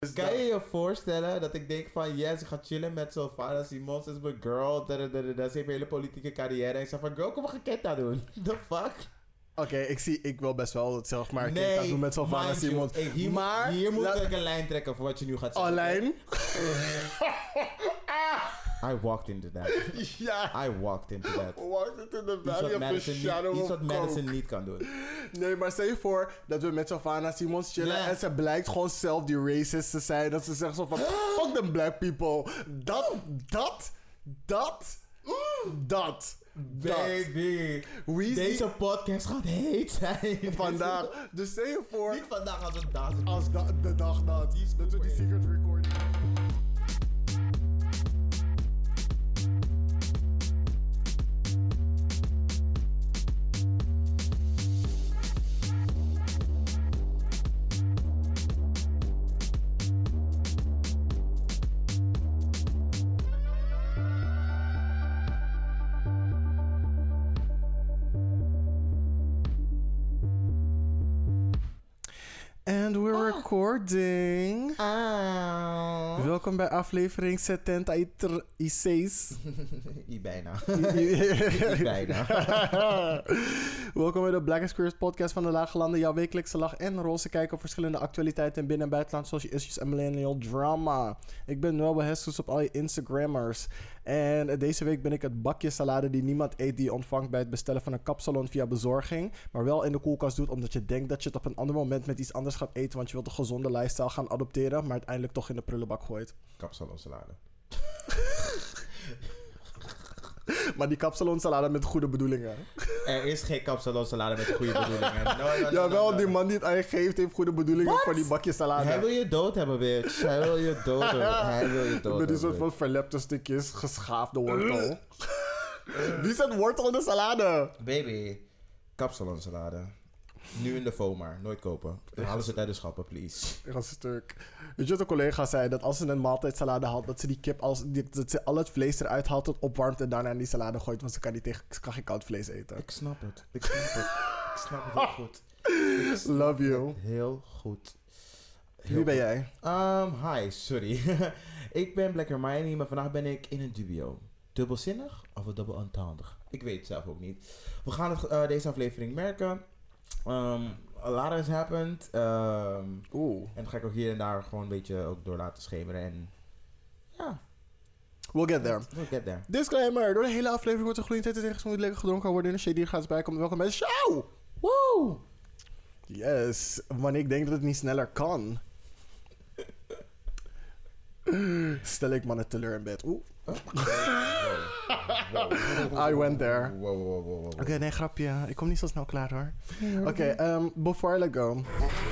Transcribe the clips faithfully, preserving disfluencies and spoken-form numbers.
Dus Kan dat- je je voorstellen dat ik denk van yes, ik ga chillen met Sylvana Simons, is mijn girl, da, da, da, da, da. Ze heeft een hele politieke carrière. En ik zeg van girl, kom maar gekend doen. The fuck? Oké, ik zie, ik wil best wel het zeg maar Nee, nee, doen met Sylvana mind you, Simons. ik- hier, maar moet- hier moet la- ik een lijn trekken voor wat je nu gaat zeggen. Alleen. I walked into that. ja. I walked into that. Walked into the Iets valley wat of the Madison, shadow niet, iets of wat Madison coke. niet kan doen. Nee, maar stel je voor dat we met Sylvana Simons chillen Ja. en ze blijkt gewoon zelf die racist te zijn. Dat ze zegt zo van, fuck them black people. Dat, dat, dat, mm, dat, dat. Baby, Wie deze podcast gaat heet zijn. vandaag. Dus stel je voor, Niet vandaag als een dag. als da- de dag dat, dat we die secret recording. And we're recording. Ah. Welkom bij aflevering zes. I bijna. I bijna. Welkom bij de Black and Queers podcast van de Lage Landen. Jouw wekelijkse lach en roze kijk op verschillende actualiteiten in binnen- en buitenland, zoals je issues en millennial drama. Ik ben Noelle Jesus op al je Instagrammers. En deze week ben ik het bakje salade die niemand eet, die je ontvangt bij het bestellen van een kapsalon via bezorging, maar wel in de koelkast doet omdat je denkt dat je het op een ander moment met iets anders gaat eten, want je wilt een gezonde lifestyle gaan adopteren, maar uiteindelijk toch in de prullenbak gooit. Kapsalon salade. Maar die kapsalon salade met goede bedoelingen. Er is geen kapsalon salade met goede bedoelingen. No, no, no, Jawel, no, no. die man die het aan je geeft heeft goede bedoelingen What? voor die bakje salade. Hij wil je dood hebben, bitch. Hij wil je dood hebben. Hij wil je dood Met die soort hebben. van verlepte stukjes geschaafde wortel. Wie zet wortel in de salade? Baby, kapsalon salade. Nu in de FOMAR. Nooit kopen. Halen ze het uit de schappen, please. Ik was stuk. Weet je wat een collega zei? Dat als ze een maaltijdsalade haalt, dat ze die kip, als, die, dat ze al het vlees eruit haalt, het opwarmt en daarna in die salade gooit. Want ze kan, niet tegen, ze kan geen koud vlees eten. Ik snap het. Ik snap het. Ik snap het heel goed. Ik snap Love you. het heel goed. Heel Wie ben goed. jij? Um, hi, sorry. Ik ben Black Hermione, maar vandaag ben ik in een dubio. Dubbelzinnig of een dubbel entendre? Ik weet het zelf ook niet. We gaan het, uh, deze aflevering merken. Um, a lot has happened. Um, Oeh. en dat ga ik ook hier en daar gewoon een beetje ook door laten schemeren. En ja, We'll get there. we'll get there. Disclaimer. Door de hele aflevering wordt er gloeiend tijd tegen moet lekker gedronken kan worden. En als je die gaat bij komt, welkom bij de show. Woo! Yes. Wanneer ik denk dat het niet sneller kan. Stel ik mannen teleur in bed. Oeh. I went there. Wow, wow, wow, wow, wow. Oké, nee, grapje. Ik kom niet zo snel klaar hoor. Oké, okay, um, before I let go.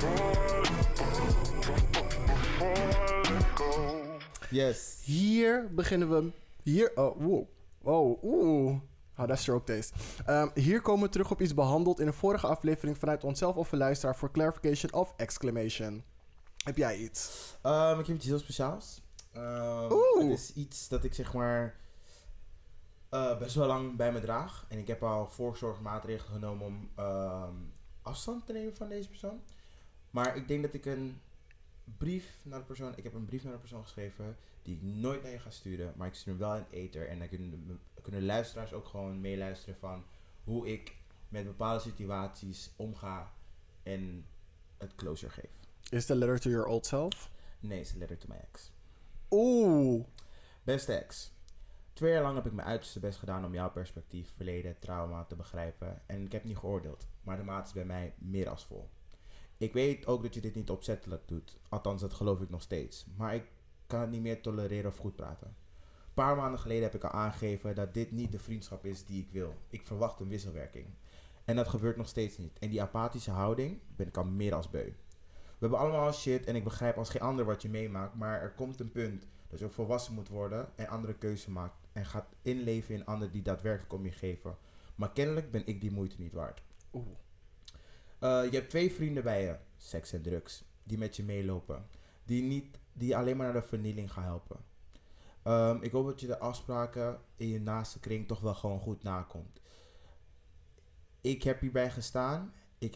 Yes. Hier beginnen we. Hier. Oh, wow. Oh, oeh. Oh, dat is stroke taste. Um, hier komen we terug op iets behandeld in een vorige aflevering vanuit onszelf of een luisteraar voor clarification of exclamation. Heb jij iets? Um, ik heb iets heel speciaals. Um, Oeh. Het is iets dat ik zeg maar uh, best wel lang bij me draag. En ik heb al voorzorgmaatregelen genomen om um, afstand te nemen van deze persoon. Maar ik denk dat ik een brief naar de persoon... Ik heb een brief naar de persoon geschreven die ik nooit naar je ga sturen. Maar ik stuur hem wel in het ether. En dan kunnen, kunnen luisteraars ook gewoon meeluisteren van hoe ik met bepaalde situaties omga en het closure geef. Is the letter to your old self? Nee, het is een letter to my ex. Oeh. Beste ex, twee jaar lang heb ik mijn uiterste best gedaan om jouw perspectief, verleden, trauma te begrijpen. En ik heb niet geoordeeld, maar de maat is bij mij meer als vol. Ik weet ook dat je dit niet opzettelijk doet, althans dat geloof ik nog steeds. Maar ik kan het niet meer tolereren of goed praten. Een paar maanden geleden heb ik al aangegeven dat dit niet de vriendschap is die ik wil. Ik verwacht een wisselwerking. En dat gebeurt nog steeds niet. En die apathische houding ben ik al meer als beu. We hebben allemaal shit en ik begrijp als geen ander wat je meemaakt, maar er komt een punt dat je ook volwassen moet worden en andere keuzes maakt en gaat inleven in anderen die daadwerkelijk om je geven. Maar kennelijk ben ik die moeite niet waard. Oeh. Uh, je hebt twee vrienden bij je, seks en drugs, die met je meelopen, die, niet, die je alleen maar naar de vernieling gaan helpen. Um, ik hoop dat je de afspraken in je naaste kring toch wel gewoon goed nakomt. Ik heb hierbij gestaan, ik heb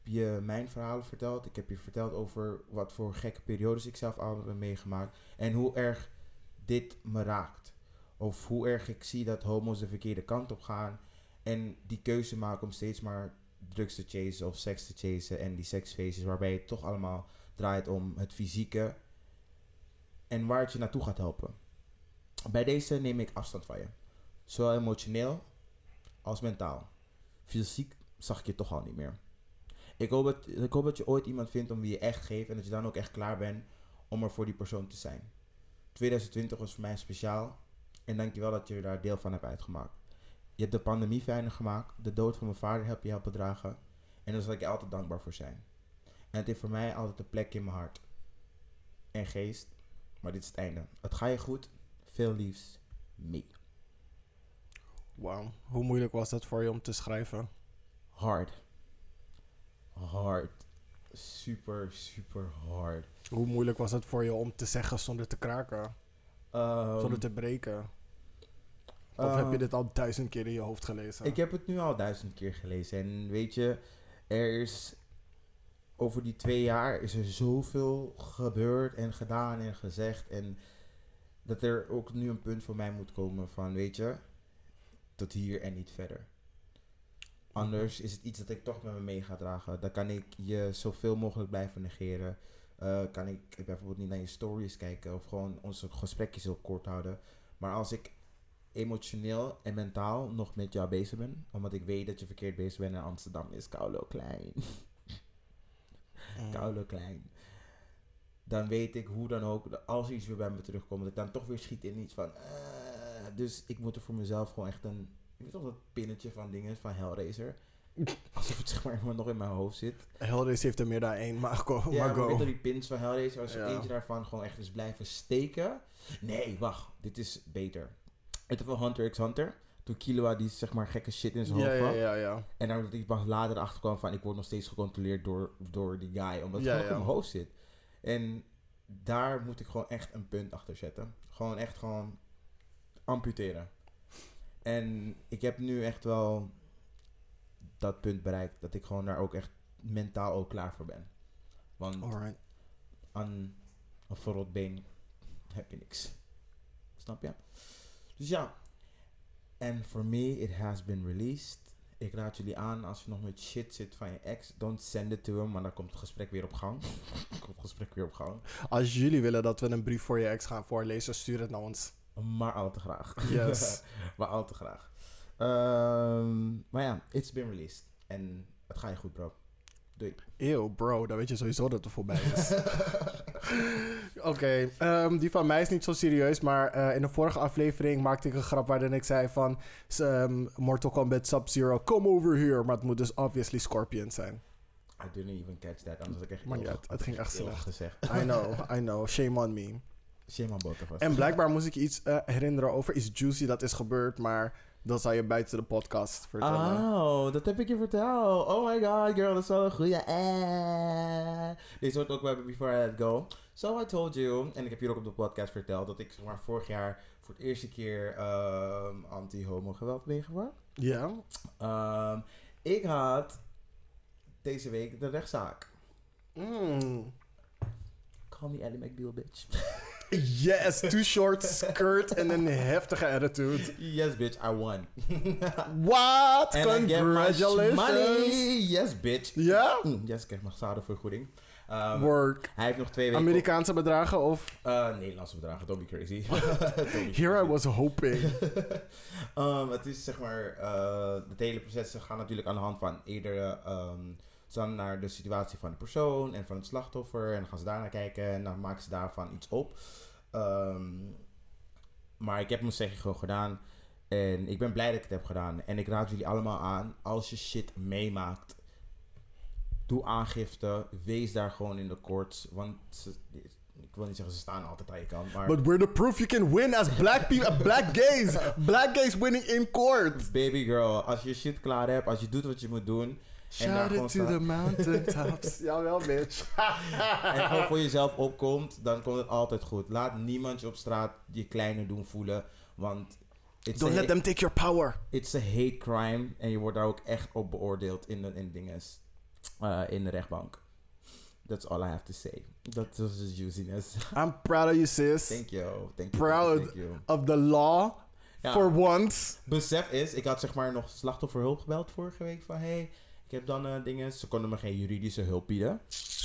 je mijn verhalen verteld. Ik heb je verteld over wat voor gekke periodes ik zelf al heb meegemaakt. En hoe erg dit me raakt. Of hoe erg ik zie dat homo's de verkeerde kant op gaan. En die keuze maken om steeds maar drugs te chasen of seks te chasen. En die seksfeestjes waarbij het toch allemaal draait om het fysieke. En waar het je naartoe gaat helpen. Bij deze neem ik afstand van je. Zowel emotioneel als mentaal. Fysiek zag ik je toch al niet meer. Ik hoop, dat, ik hoop dat je ooit iemand vindt om wie je echt geeft. En dat je dan ook echt klaar bent om er voor die persoon te zijn. twintig twintig was voor mij speciaal. En dankjewel dat je daar deel van hebt uitgemaakt. Je hebt de pandemie fijner gemaakt. De dood van mijn vader heb je helpen dragen. En daar zal ik je altijd dankbaar voor zijn. En het heeft voor mij altijd een plek in mijn hart. En geest. Maar dit is het einde. Het gaat je goed. Veel liefs. Me. Wauw. Hoe moeilijk was dat voor je om te schrijven? Hard. Hard. Super, super hard. Hoe moeilijk was het voor je om te zeggen zonder te kraken? Um, zonder te breken? Of um, heb je dit al duizend keer in je hoofd gelezen? Ik heb het nu al duizend keer gelezen. En weet je, er is... Over die twee jaar is er zoveel gebeurd en gedaan en gezegd. En dat er ook nu een punt voor mij moet komen van, weet je, tot hier en niet verder. Anders is het iets dat ik toch met me mee ga dragen. Dan kan ik je zoveel mogelijk blijven negeren. Uh, kan ik bijvoorbeeld niet naar je stories kijken of gewoon onze gesprekjes heel kort houden. Maar als ik emotioneel en mentaal nog met jou bezig ben, omdat ik weet dat je verkeerd bezig bent en Amsterdam is koude klein. Mm. Koude klein. Dan weet ik hoe dan ook, als er iets weer bij me terugkomt, dat ik dan toch weer schiet in iets van... Uh, dus ik moet er voor mezelf gewoon echt een... Je weet toch dat pinnetje van dingen, van Hellraiser? Alsof het zeg maar helemaal nog in mijn hoofd zit. Hellraiser heeft er meer dan één, maar go. Ja, maar go. weet je die pins van Hellraiser? Als er Ja. eentje daarvan gewoon echt is blijven steken. Nee, wacht. Dit is beter. Weet je wel Hunter x Hunter? Toen Killua die zeg maar gekke shit in zijn Ja, hoofd ja, had. ja, ja. En dan dat ik pas later erachter kwam van ik word nog steeds gecontroleerd door, door die guy. Omdat het Ja, gewoon ja. in mijn hoofd zit. En daar moet ik gewoon echt een punt achter zetten. Gewoon echt gewoon amputeren. En ik heb nu echt wel dat punt bereikt. Dat ik gewoon daar ook echt mentaal ook klaar voor ben. Want Alright. aan een verrot been heb je niks. Snap je? Dus ja. En for me, it has been released. Ik raad jullie aan, als je nog met shit zit van je ex, don't send it to him, maar dan komt het gesprek weer op gang. komt het gesprek weer op gang. Als jullie willen dat we een brief voor je ex gaan voorlezen, stuur het naar ons. Maar al te graag. Yes. maar al te graag. Um, maar ja, it's been released. En het gaat je goed, bro. Doei. Eeuw, bro, dan weet je sowieso dat het voorbij is. Oké, okay, um, die van mij is niet zo serieus, maar uh, in de vorige aflevering maakte ik een grap waarin ik zei van um, Mortal Kombat Sub-Zero, come over here. Maar het moet dus obviously Scorpion zijn. I didn't even catch that, anders had ik echt Maar ja, heel- het, het ging echt heel slecht. gezegd. I know, I know, shame on me. Shame on both of us. En blijkbaar moest ik je iets uh, herinneren over iets juicy dat is gebeurd, maar dat zal je buiten de podcast vertellen. Oh, dat heb ik je verteld. Oh my god, girl, dat is wel een goeie. Eh. Deze hoort ook bij Before I Let Go. So I told you, en ik heb hier ook op de podcast verteld, dat ik zeg maar vorig jaar voor het eerste keer um, anti-homo geweld meegemaakt. Ja? Um, ik had deze week de rechtszaak. Mm. Call me Ellie McBeal, bitch. Yes, too short skirt en een heftige attitude. Yes, bitch, I won. What? And I get my Congratulations. money. Yes, bitch. Ja? Mm, yes, ik krijg mijn schadevergoeding. Um, Work. hij heeft nog twee weken... Amerikaanse bedragen of? Uh, Nederlandse bedragen, don't be crazy. Here I was hoping. um, het is zeg maar, uh, het hele proces gaat natuurlijk aan de hand van eerdere, um, ze gaan naar de situatie van de persoon en van het slachtoffer en dan gaan ze daarnaar kijken en dan maken ze daarvan iets op. Um, maar ik heb mijn zegje gewoon gedaan en ik ben blij dat ik het heb gedaan. En ik raad jullie allemaal aan, als je shit meemaakt, doe aangifte, wees daar gewoon in de courts, want ze, ik wil niet zeggen ze staan altijd aan je kant, maar... But we're the proof you can win as black people, black gays. Black gays winning in court. Baby girl, als je shit klaar hebt, als je doet wat je moet doen... en daar Shout gewoon it to staat- the mountaintops. Jawel, bitch. en gewoon voor jezelf opkomt, dan komt het altijd goed. Laat niemand je op straat je kleiner doen voelen, want... It's Don't a, let them take your power. it's a hate crime en je wordt daar ook echt op beoordeeld in de in dinges. uh, in de rechtbank. That's all I have to say. Dat was de juiciness. I'm proud of you, sis. Thank you. Thank you. Proud thank you. of the law. Ja. For once. Besef is, ik had zeg maar nog slachtofferhulp gebeld vorige week. Van hey, ik heb dan uh, dingen. Ze konden me geen juridische hulp bieden.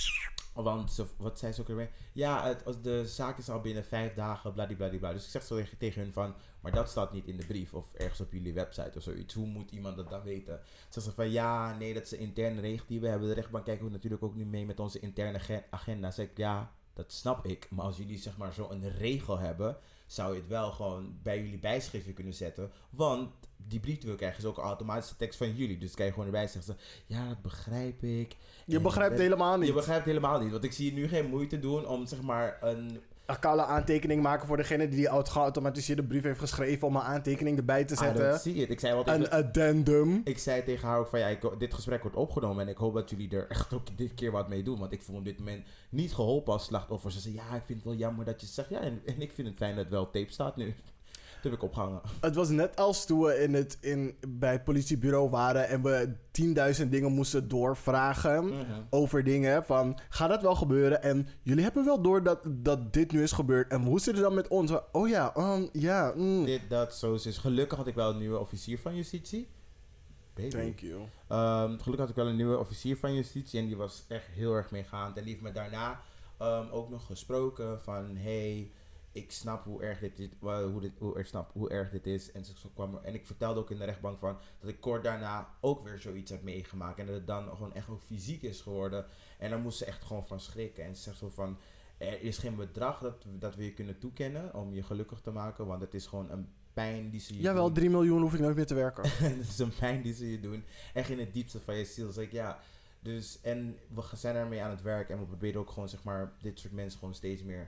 Want, ze, wat zei ze ook weer? Ja, het, als de zaak is al binnen vijf dagen, bladibladibla. Dus ik zeg zo tegen, tegen hun van, maar dat staat niet in de brief of ergens op jullie website of zoiets. Hoe moet iemand dat dan weten? Ze zeggen van, ja, nee, dat is een interne regel die we hebben. De rechtbank kijken we natuurlijk ook niet mee met onze interne ge- agenda. Zeg ik, ja, dat snap ik. Maar als jullie zeg maar zo een regel hebben, zou je het wel gewoon bij jullie bijschriftje kunnen zetten. Want die brief die we krijgen is ook een automatische tekst van jullie. Dus kan je gewoon erbij zeggen, ja, dat begrijp ik. Je En begrijpt ben, helemaal niet. Je begrijpt helemaal niet. Want ik zie nu geen moeite doen om zeg maar een... Een koude aantekening maken voor degene die die geautomatiseerde brief heeft geschreven om een aantekening erbij te zetten. Zie je. Ik zei wel tegen, Een addendum. ik zei tegen haar ook van ja, ik, dit gesprek wordt opgenomen en ik hoop dat jullie er echt ook dit keer wat mee doen. Want ik voel me op dit moment niet geholpen als slachtoffer. Ze zei ja, ik vind het wel jammer dat je zegt ja. En, en ik vind het fijn dat het wel op tape staat nu. Toen heb ik opgehangen. Het was net als toen we in het, in, bij het politiebureau waren en we tienduizend dingen moesten doorvragen Mm-hmm. over dingen. Van, gaat dat wel gebeuren? En jullie hebben wel door dat, dat dit nu is gebeurd. En hoe zit het dan met ons? Oh ja, um, ja. Mm. Dit, dat, zo is. Gelukkig had ik wel een nieuwe officier van justitie. Baby. Thank you. Um, gelukkig had ik wel een nieuwe officier van justitie en die was echt heel erg meegaand. En die heeft me daarna um, ook nog gesproken van hey, ik snap hoe erg dit is, hoe, dit, hoe, ik snap hoe erg dit is. En, zo kwam er, en ik vertelde ook in de rechtbank van dat ik kort daarna ook weer zoiets heb meegemaakt. En dat het dan gewoon echt ook fysiek is geworden. En dan moest ze echt gewoon van schrikken. En ze zegt zo van, er is geen bedrag dat, dat we je kunnen toekennen om je gelukkig te maken. Want het is gewoon een pijn die ze je Jawel, doen. drie miljoen hoef ik nooit meer te werken. Het is een pijn die ze je doen. Echt in het diepste van je ziel. Dus ik, ja, dus, en we zijn ermee aan het werk. En we proberen ook gewoon, zeg maar, dit soort mensen gewoon steeds meer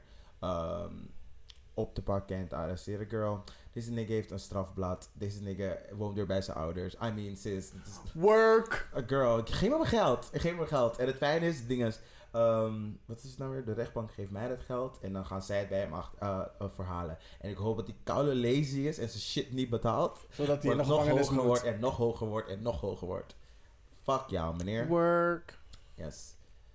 um, op te pakken en te arresteren. Girl, deze nigga heeft een strafblad. Deze nigga woont weer bij zijn ouders. I mean, sis. Work! A girl, geef me mijn geld. Geef me geld. En het fijne is, het ding is, um, wat is het nou weer? De rechtbank geeft mij dat geld. En dan gaan zij het bij hem achter, uh, uh, verhalen. En ik hoop dat die koude lazy is en zijn shit niet betaalt. Zodat hij in de nog gevangenis hoger moet. wordt en nog hoger wordt en nog hoger wordt. Fuck jou, meneer. Work. Yes.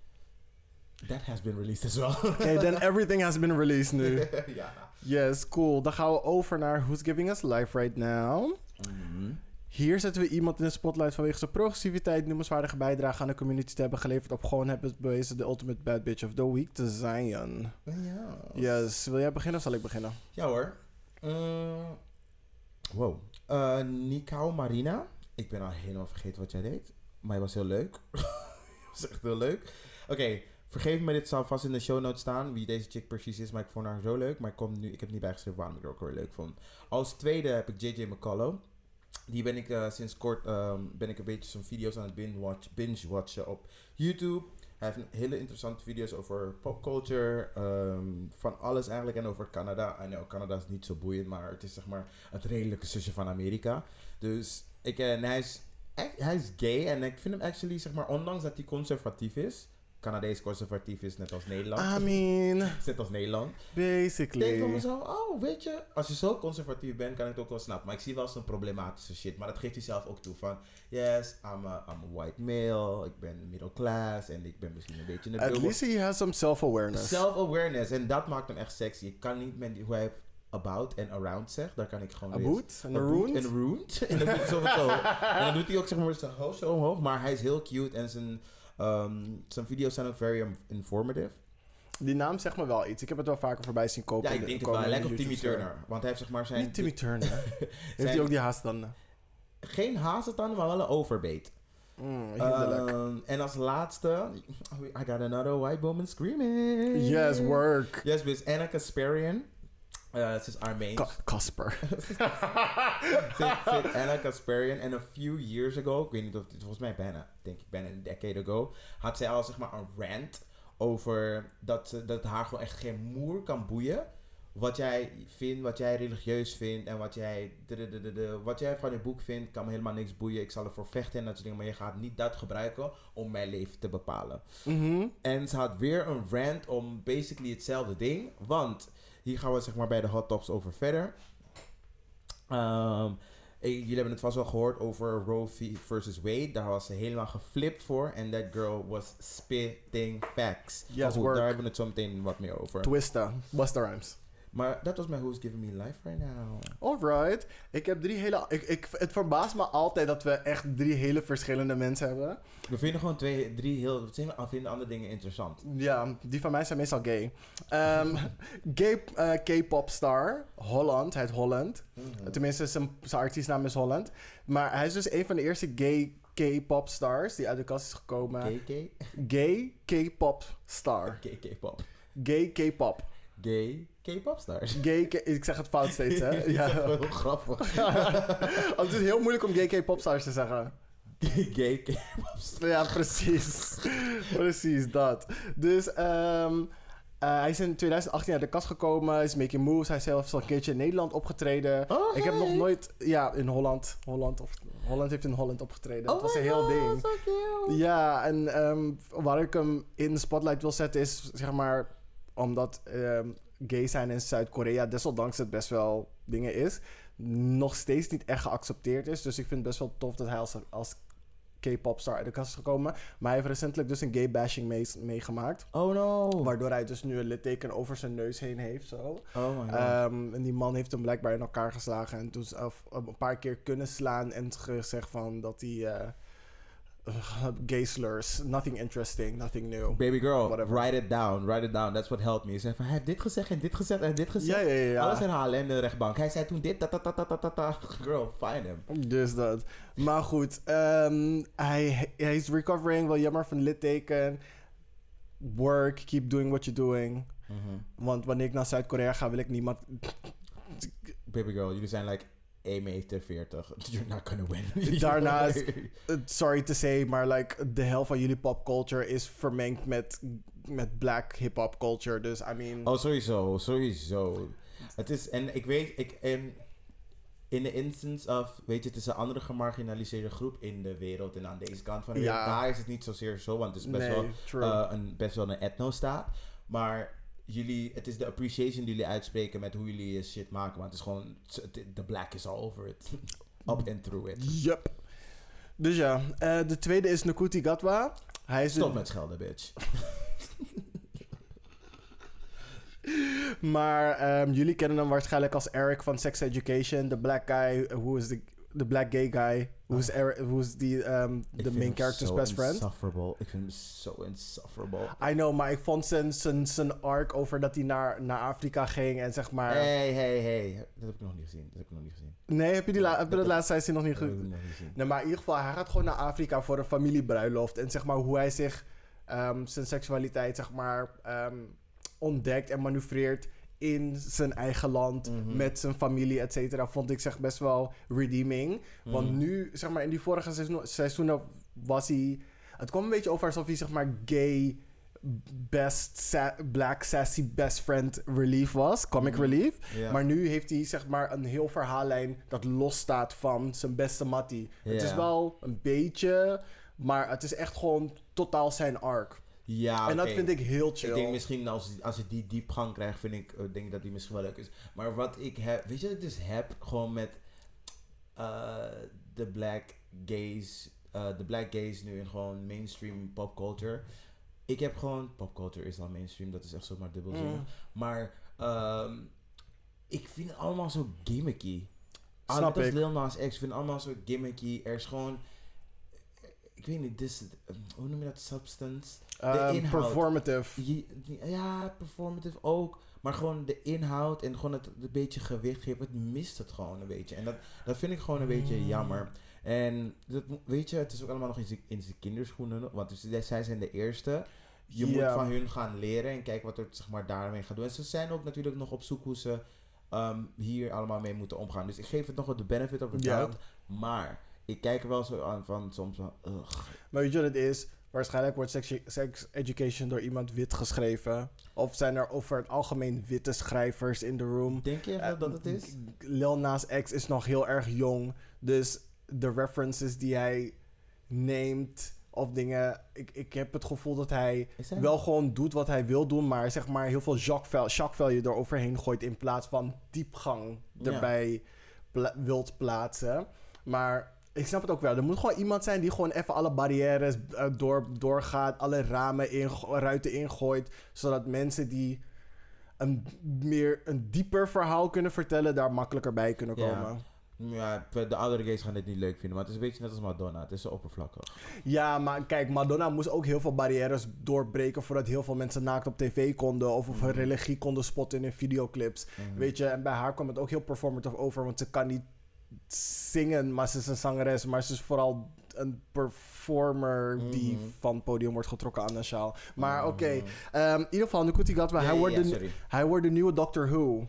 That has been released as well. Okay, then everything has been released nu. ja. Yes, cool. Dan gaan we over naar Who's Giving Us Life Right Now. Mm-hmm. Hier zetten we iemand in de spotlight vanwege zijn progressiviteit, noemenswaardige bijdrage aan de community te hebben geleverd op gewoon hebben bewezen de ultimate bad bitch of the week te zijn. Ja. Yes, wil jij beginnen of zal ik beginnen? Ja hoor. Uh, wow. Uh, Nikau Marina. Ik ben al helemaal vergeten wat jij deed. Maar het was heel leuk. Het was echt heel leuk. Oké, okay, vergeef me, dit zal vast in de show notes staan. Wie deze chick precies is. Maar ik vond haar zo leuk. Maar ik, kom nu, ik heb niet bijgeschreven waarom ik haar ook weer leuk vond. Als tweede heb ik J J McCullough. Die ben ik uh, sinds kort um, ben ik een beetje zijn video's aan het binge-watchen binge watchen op YouTube. Hij heeft hele interessante video's over popculture, um, van alles eigenlijk en over Canada. I know, Canada is niet zo boeiend, maar het is zeg maar het redelijke zusje van Amerika. Dus ik, en hij is, hij is gay en ik vind hem actually, zeg maar, ondanks dat hij conservatief is, Canadees conservatief is, net als Nederland. I mean, net als Nederland. basically. Ik denk van mezelf, oh, weet je, als je zo conservatief bent, kan ik het ook wel snappen. Maar ik zie wel zo'n problematische shit. Maar dat geeft hij zelf ook toe van, yes, I'm a, I'm a white male, ik ben middle class en ik ben misschien een beetje een At least he has some self-awareness. Self-awareness. En dat maakt hem echt sexy. Ik kan niet met die, hoe hij about en around zegt, daar kan ik gewoon About en around. around? En around. En dan doet hij zo met zo. En dan doet hij ook zeg maar zijn hoofd zo omhoog. Maar hij is heel cute en zijn, um, zijn video's zijn ook very um, informative. Die naam zegt me wel iets. Ik heb het wel vaker voorbij zien kopen. Ja, ik denk het wel. Hij lijkt op Timmy Turner. Want hij heeft zeg maar zijn... Niet Timmy Turner. zijn, Heeft hij ook die haastanden? Geen hazentanden, maar wel een overbeet. Mm, heerlijk. Um, en als laatste... I got another white woman screaming. Yes, work. Yes, dus Anna Kasparian. Uh, ze is Armeens. Ka- Casper. Anna Kasparian. En a few years ago, ik weet niet of het volgens mij bijna, denk ik bijna een decade ago, had zij al zeg maar een rant over dat, dat het haar gewoon echt geen moer kan boeien. Wat jij vindt, wat jij religieus vindt en wat jij, de, de, de, de, de, wat jij van je boek vindt, kan me helemaal niks boeien. Ik zal ervoor vechten en dat soort dingen, maar je gaat niet dat gebruiken om mijn leven te bepalen. Mm-hmm. En ze had weer een rant om basically hetzelfde ding, want hier gaan we zeg maar bij de hot tops over verder. Um, Ik, jullie hebben het vast wel gehoord over Roe v. versus Wade. Daar was ze helemaal geflipt voor. En that girl was spitting facts. Yes, maar goed, work. daar hebben we het zo meteen wat meer over. Twista, Busta Rhymes. Maar dat was mijn Who's Giving Me Life right now. Alright. Ik heb drie hele... Ik, ik, het verbaast me altijd dat we echt drie hele verschillende mensen hebben. We vinden gewoon twee, drie heel... We vinden andere dingen interessant. Ja, die van mij zijn meestal gay. Um, gay uh, K-pop star. Holland, hij heet Holland. Mm-hmm. Tenminste, zijn, zijn artiestnaam is Holland. Maar hij is dus een van de eerste gay K-pop stars die uit de kast is gekomen. K K? Gay K-pop star. K K-pop. Gay K-pop. Gay K-pop stars. Gay K- ik zeg het fout steeds, hè? Ja. Ja. Dat is heel grappig. Want het is heel moeilijk om gay K-pop stars te zeggen. Gay K-pop stars. Ja, precies. Precies, dat. Dus um, uh, hij is in twintig achttien uit de kast gekomen. Hij is making moves. Hij is zelfs al een keertje in Nederland opgetreden. Oh, ik heb hey. nog nooit... Ja, in Holland. Holland, of, Holland heeft in Holland opgetreden. Dat Oh was een my heel God, ding. so cute. Ja, en um, waar ik hem in de spotlight wil zetten is, zeg maar, omdat um, gay zijn in Zuid-Korea, desondanks het best wel dingen is, nog steeds niet echt geaccepteerd is. Dus ik vind het best wel tof dat hij als, als K-pop star uit de kast is gekomen. Maar hij heeft recentelijk dus een gay bashing mee, meegemaakt. Oh no. Waardoor hij dus nu een litteken over zijn neus heen heeft. Zo. Oh my God. Um, en die man heeft hem blijkbaar in elkaar geslagen. En toen of, een paar keer kunnen slaan. En gezegd van dat hij... Uh, gay slurs. Nothing interesting. Nothing new. Baby girl, whatever. write it down. Write it down. That's what helped me. Hij zei van, hij heeft dit gezegd en dit gezegd en dit gezegd. Ja, ja, ja. ja. Alles herhalen in de rechtbank. Hij zei toen dit, ta ta ta ta ta ta. Girl, find him. Dus dat. Maar goed. Um, hij, hij is recovering. Wel jammer van litteken. Work. Keep doing what you're doing. Mm-hmm. Want wanneer ik naar Zuid-Korea ga, wil ik niemand... Baby girl, jullie zijn like één meter veertig. You're not gonna win. Daarnaast, sorry to say, maar like de helft van jullie popculture is vermengd met, met black hip-hop culture. Dus I mean... Oh, sowieso. Sowieso. Het is... En ik weet... Ik, en in de instance of... Weet je, het is een andere gemarginaliseerde groep in de wereld. En aan deze kant van de wereld. Ja. Daar is het niet zozeer zo. Want het is best nee, wel... true. Uh, een, best wel een etno-staat. Maar... Jullie, het is de appreciation die jullie uitspreken met hoe jullie je shit maken. Want het is gewoon, the black is all over it. Up and through it. Yup. Dus ja, uh, de tweede is Nkuti Gatwa. Hij is Stop de... met schelden, bitch. Maar um, jullie kennen hem waarschijnlijk als Eric van Sex Education. De black guy, who is the, the black gay guy. Who's, Eric, who's the, um, the main character's best friend. Insufferable. Ik vind hem zo insufferable. I know, maar ik vond zijn, zijn, zijn arc over dat hij naar, naar Afrika ging en zeg maar... Hey, hey, hey. Dat heb ik nog niet gezien. Dat heb ik nog niet gezien. Nee, heb je, die la- heb je dat dat- laatste seizoen nog niet Dat heb goed? ik nog niet gezien. Nee, maar in ieder geval, hij gaat gewoon naar Afrika voor een familiebruiloft. En zeg maar hoe hij zich, um, zijn seksualiteit, zeg maar, um, ontdekt en manoeuvreert in zijn eigen land, Mhm. met zijn familie, et cetera, vond ik zeg best wel redeeming. Want Mhm. nu, zeg maar, in die vorige seizoen, seizoenen was hij... Het kwam een beetje over alsof hij, zeg maar, gay best sa- black sassy best friend relief was, comic Mhm. relief. Ja. Maar nu heeft hij, zeg maar, een heel verhaallijn dat losstaat van zijn beste mattie. Het is Ja. wel een beetje, maar het is echt gewoon totaal zijn arc. Ja, en dat oké. vind ik heel chill. Ik denk misschien als, als ik die diepgang krijg, vind ik, uh, denk ik dat die misschien wel leuk is. Maar wat ik heb, weet je wat ik dus heb? Gewoon met uh, de black gays, uh, de black gays nu in gewoon mainstream popculture. Ik heb gewoon, popculture is al mainstream, dat is echt zomaar dubbelzinnig. Mm. Maar um, ik vind het allemaal zo gimmicky. Snap Net als ik. Lil Nas X, ik vind het allemaal zo gimmicky. Er is gewoon, ik weet niet, this, hoe noem je dat, substance? Um, inhoud. performative. Je- Ja, performative ook. Maar gewoon de inhoud en gewoon het een beetje gewicht geven. Het mist het gewoon een beetje. En dat, dat vind ik gewoon een beetje Mm. jammer. En dat, mo- weet je, het is ook allemaal nog in zijn- in zijn kinderschoenen. Want dus, zij zijn de eerste. Je Ja. moet van hun gaan leren en kijken wat er zeg maar, daarmee gaat doen. En ze zijn ook natuurlijk nog op zoek hoe ze um, hier allemaal mee moeten omgaan. Dus ik geef het nog wat de benefit of the Ja. doubt. Maar ik kijk er wel zo aan van soms van... Ugh. Maar weet je wat het is? Waarschijnlijk wordt sex, sex education door iemand wit geschreven. Of zijn er over het algemeen witte schrijvers in de room. Denk je echt dat het is? Lil Nas X is nog heel erg jong. Dus de references die hij neemt of dingen... Ik, ik heb het gevoel dat hij Is hij- wel gewoon doet wat hij wil doen... maar zeg maar heel veel shock val- shock value eroverheen gooit... in plaats van diepgang Ja. erbij pla- wilt plaatsen. Maar ik snap het ook wel. Er moet gewoon iemand zijn die gewoon even alle barrières uh, door, doorgaat. Alle ramen, in, ruiten ingooit. Zodat mensen die een, meer, een dieper verhaal kunnen vertellen, daar makkelijker bij kunnen komen. Ja. Ja, de oudere gays gaan dit niet leuk vinden, maar het is een beetje net als Madonna. Het is zo oppervlakkig. Ja, maar kijk, Madonna moest ook heel veel barrières doorbreken voordat heel veel mensen naakt op tv konden of, of hun religie konden spotten in videoclips. Mm-hmm. Weet je, en bij haar kwam het ook heel performative over, want ze kan niet zingen, maar ze is een zangeres, maar ze is vooral een performer Mm-hmm. die van het podium wordt getrokken aan een sjaal. Maar Mm-hmm. oké, okay. um, in ieder geval, Nkuti Gatwa, Ja, hij, ja, wordt ja, de- sorry. hij wordt de nieuwe Doctor Who.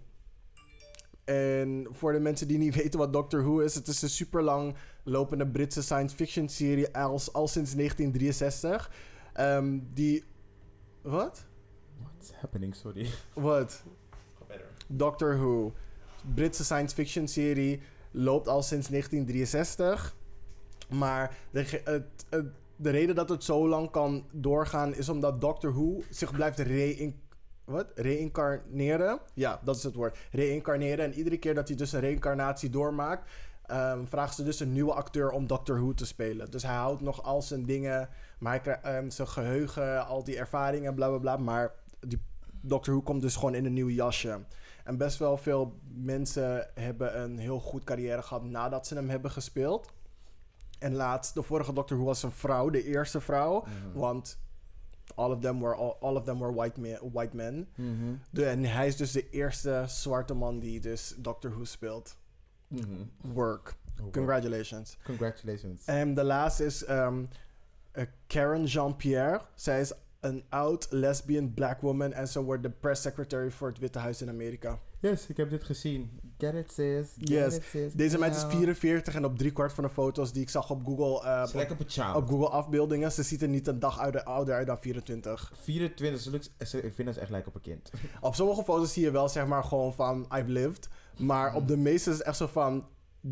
En voor de mensen die niet weten wat Doctor Who is, het is een super lang lopende Britse science fiction serie al, al sinds negentien drieënzestig. Um, die... Wat? What's happening? Sorry. Wat? Ga verder. Doctor Who. Britse science fiction serie loopt al sinds negentien drieënzestig. Maar de, ge- het, het, de reden dat het zo lang kan doorgaan is omdat Doctor Who zich blijft reïn- wat? reïncarneren. Ja, dat is het woord. Reïncarneren. En iedere keer dat hij dus een reïncarnatie doormaakt, um, vraagt ze dus een nieuwe acteur om Doctor Who te spelen. Dus hij houdt nog al zijn dingen, maar hij krijgt um, zijn geheugen, al die ervaringen, bla bla bla. Maar die Doctor Who komt dus gewoon in een nieuw jasje. En best wel veel mensen hebben een heel goed carrière gehad nadat ze hem hebben gespeeld. En laatst, de vorige Doctor Who was een vrouw, de eerste vrouw. Mm-hmm. Want all of them were, all, all of them were white, me, white men. Mm-hmm. De, en hij is dus de eerste zwarte man die dus Doctor Who speelt. Mm-hmm. Work. Oh, Congratulations. Congratulations. En de laatste is um, uh, Karen Jean-Pierre. Zij is een oud lesbian black woman en ze wordt de press secretary voor het Witte Huis in Amerika. Yes, ik heb dit gezien. Get it, sis. Get Yes. it, sis. Deze meid is Ja. vierenveertig en op driekwart van de foto's die ik zag op Google, uh, Ze lijkt op een child. op Google afbeeldingen, ze ziet er niet een dag ouder, ouder uit dan vierentwintig. vierentwintig, ze looks, ze, ik vind dat ze echt lijkt op een kind. Op sommige foto's zie je wel zeg maar gewoon van I've lived, maar op de meeste is het echt zo van,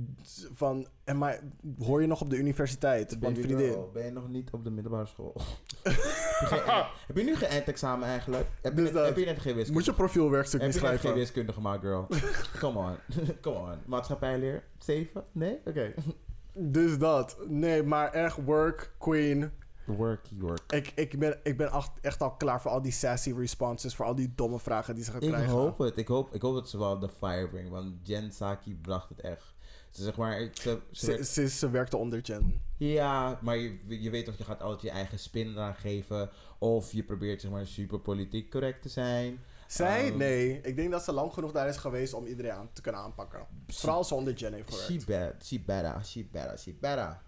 van en maar hoor je nog op de universiteit? Van Baby vriendin. girl, ben je nog niet op de middelbare school? heb, je geen- heb je nu geen eindexamen eigenlijk? Heb je, Dus dat- heb je net geen wiskunde? Moet je profielwerkstuk heb niet je net geen schrijven? wiskunde gemaakt, girl? Come on. Come on. Maatschappijleer? zeven? Nee? Oké. Dus dat. Nee, maar echt work, queen. Worky work. Ik, ik ben, ik ben echt, echt al klaar voor al die sassy responses, voor al die domme vragen die ze gaat Ik krijgen. hoop het. Ik hoop, ik hoop dat ze wel de fire brengt. Want Jen Psaki bracht het echt. Ze zeg maar... ik- Ze, ze Ze, werkt- ze, ze werkte onder Jen. ja, maar je, je weet toch, je gaat altijd je eigen spin eraan geven. Of je probeert zeg maar super politiek correct te zijn. Zij? Um, nee. Ik denk dat ze lang genoeg daar is geweest om iedereen aan te kunnen aanpakken. Vooral als ze onder Jen heeft She gewerkt. better, she better, she better, she better.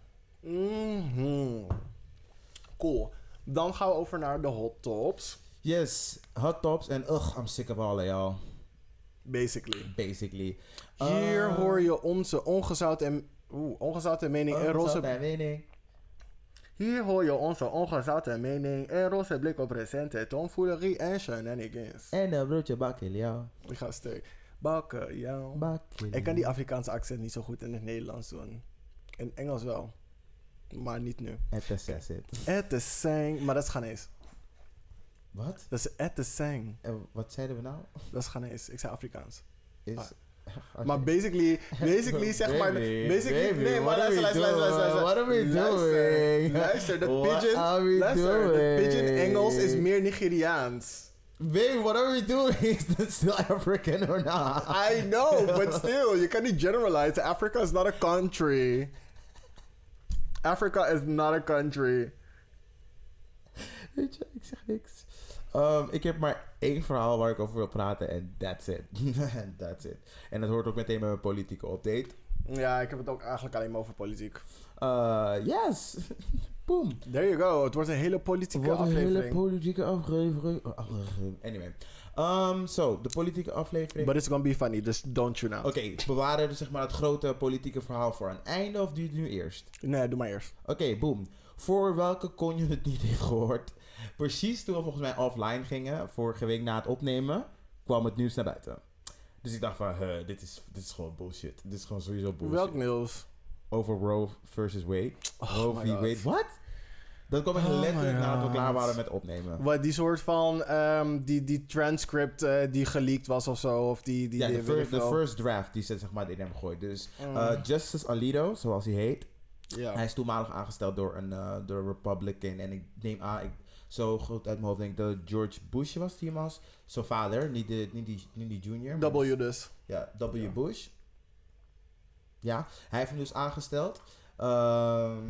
Mhm. Cool. Dan gaan we over naar de hot tops. Yes, hot tops en ugh, I'm sick of all y'all. Basically. Basically. Hier Uh, hoor je onze ongezouten, en, oeh, ongezouten mening en oh, roze... zo, nee, nee, nee. Hier hoor je onze ongezouten mening en roze blik op recente tomfoolery en shenanigans. En een broodje bakken, jou. Ik ga stuk. Bakken, ja. Bakken. Ik kan die Afrikaanse accent niet zo goed in het Nederlands doen. In Engels wel. Maar niet nu. Het is zes it. At the sang, maar dat is Ghanese. Wat? Dat is at the sang. En wat zeiden we nou? Dat is Ghanese. Ik zei Afrikaans. Is... Ah. Oké. Maar basically, basically zeg maar... Baby, Basically, baby, nee, maar what are luister, we luister, luister, doing? luister. What are we Luister, doing? Luister, de What pidgin... are we Luister, de pidgin doing? Engels is meer Nigeriaans. Babe, what are we doing? Is that still African or not? I know, but still, you can niet generalize. Africa is not a country. Africa is not a country. Weet je, ik zeg niks. Um, ik heb maar één verhaal waar ik over wil praten en that's it. And that's it. En dat hoort ook meteen bij mijn politieke update. Ja, ik heb het ook eigenlijk alleen maar over politiek. Uh, yes! Boom! There you go. Het wordt een hele politieke Wat een aflevering. hele politieke aflevering. Oh, aflevering. Anyway. Um, so, de politieke aflevering. But it's gonna be funny, dus don't tune out. Oké, okay, bewaren dus zeg maar het grote politieke verhaal voor een einde of doe je het nu eerst? Nee, doe maar eerst. Oké, okay, boom. Voor welke kon je het niet heeft gehoord? Precies toen we volgens mij offline gingen, vorige week na het opnemen, kwam het nieuws naar buiten. Dus ik dacht van, huh, dit, is, dit is gewoon bullshit. Dit is gewoon sowieso bullshit. Welk nieuws? Over Roe versus Wade. Oh Roe my v. God. Wade. Wat? Dat kwam echt Oh letterlijk my nadat we God. klaar waren met opnemen. Wat, die soort van, ehm, die, die transcript uh, die geleakt was of zo, of die... die Ja, die, de weet ik first, the veel. first draft die ze zeg maar in hebben gegooid. Dus Mm. uh, Justice Alito, zoals hij heet. Ja. Hij is toenmalig aangesteld door een uh, door een Republican. En ik neem aan, ik, zo goed uit mijn hoofd denk ik dat George Bush was die hem als zijn vader. Niet, de, niet, die, niet die junior. maar W dus. Ja, W. Ja. Bush. Ja, hij heeft hem dus aangesteld. Ehm,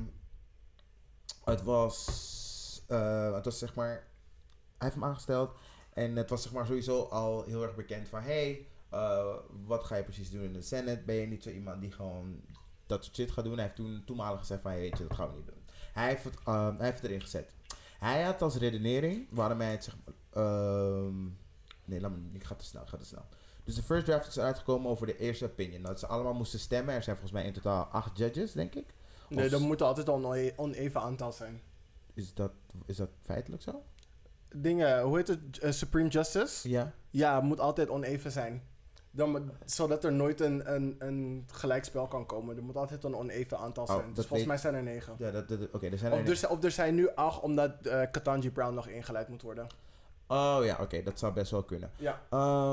het was, uh, het was zeg maar, hij heeft hem aangesteld en het was zeg maar sowieso al heel erg bekend van, hey, uh, wat ga je precies doen in de Senate? Ben je niet zo iemand die gewoon dat soort shit gaat doen? Hij heeft toen toenmalig gezegd van, hey, weet je, dat gaan we niet doen. Hij heeft het, uh, hij heeft het erin gezet. Hij had als redenering, waarom hij het zeg maar, uh, nee, laat me, ik ga te snel, ik ga te snel. Dus de first draft is uitgekomen over de eerste opinion. Dat ze allemaal moesten stemmen. Er zijn volgens mij in totaal acht judges, denk ik. Nee, Of dat moet altijd al een one- oneven aantal zijn. Is dat, is dat feitelijk zo? Dingen, hoe heet het? Uh, Supreme Justice? Ja. Ja, het moet altijd oneven zijn. Dan, moet- zodat er nooit een, een, een gelijkspel kan komen. Er moet altijd een oneven aantal Oh, zijn. dat Dus volgens weet- mij zijn er negen. Ja, dat, dat, oké, er zijn Of er... er, zijn- of er zijn nu acht, omdat uh, Ketanji Brown nog ingeleid moet worden. Oh ja, oké, dat zou best wel kunnen. Ja.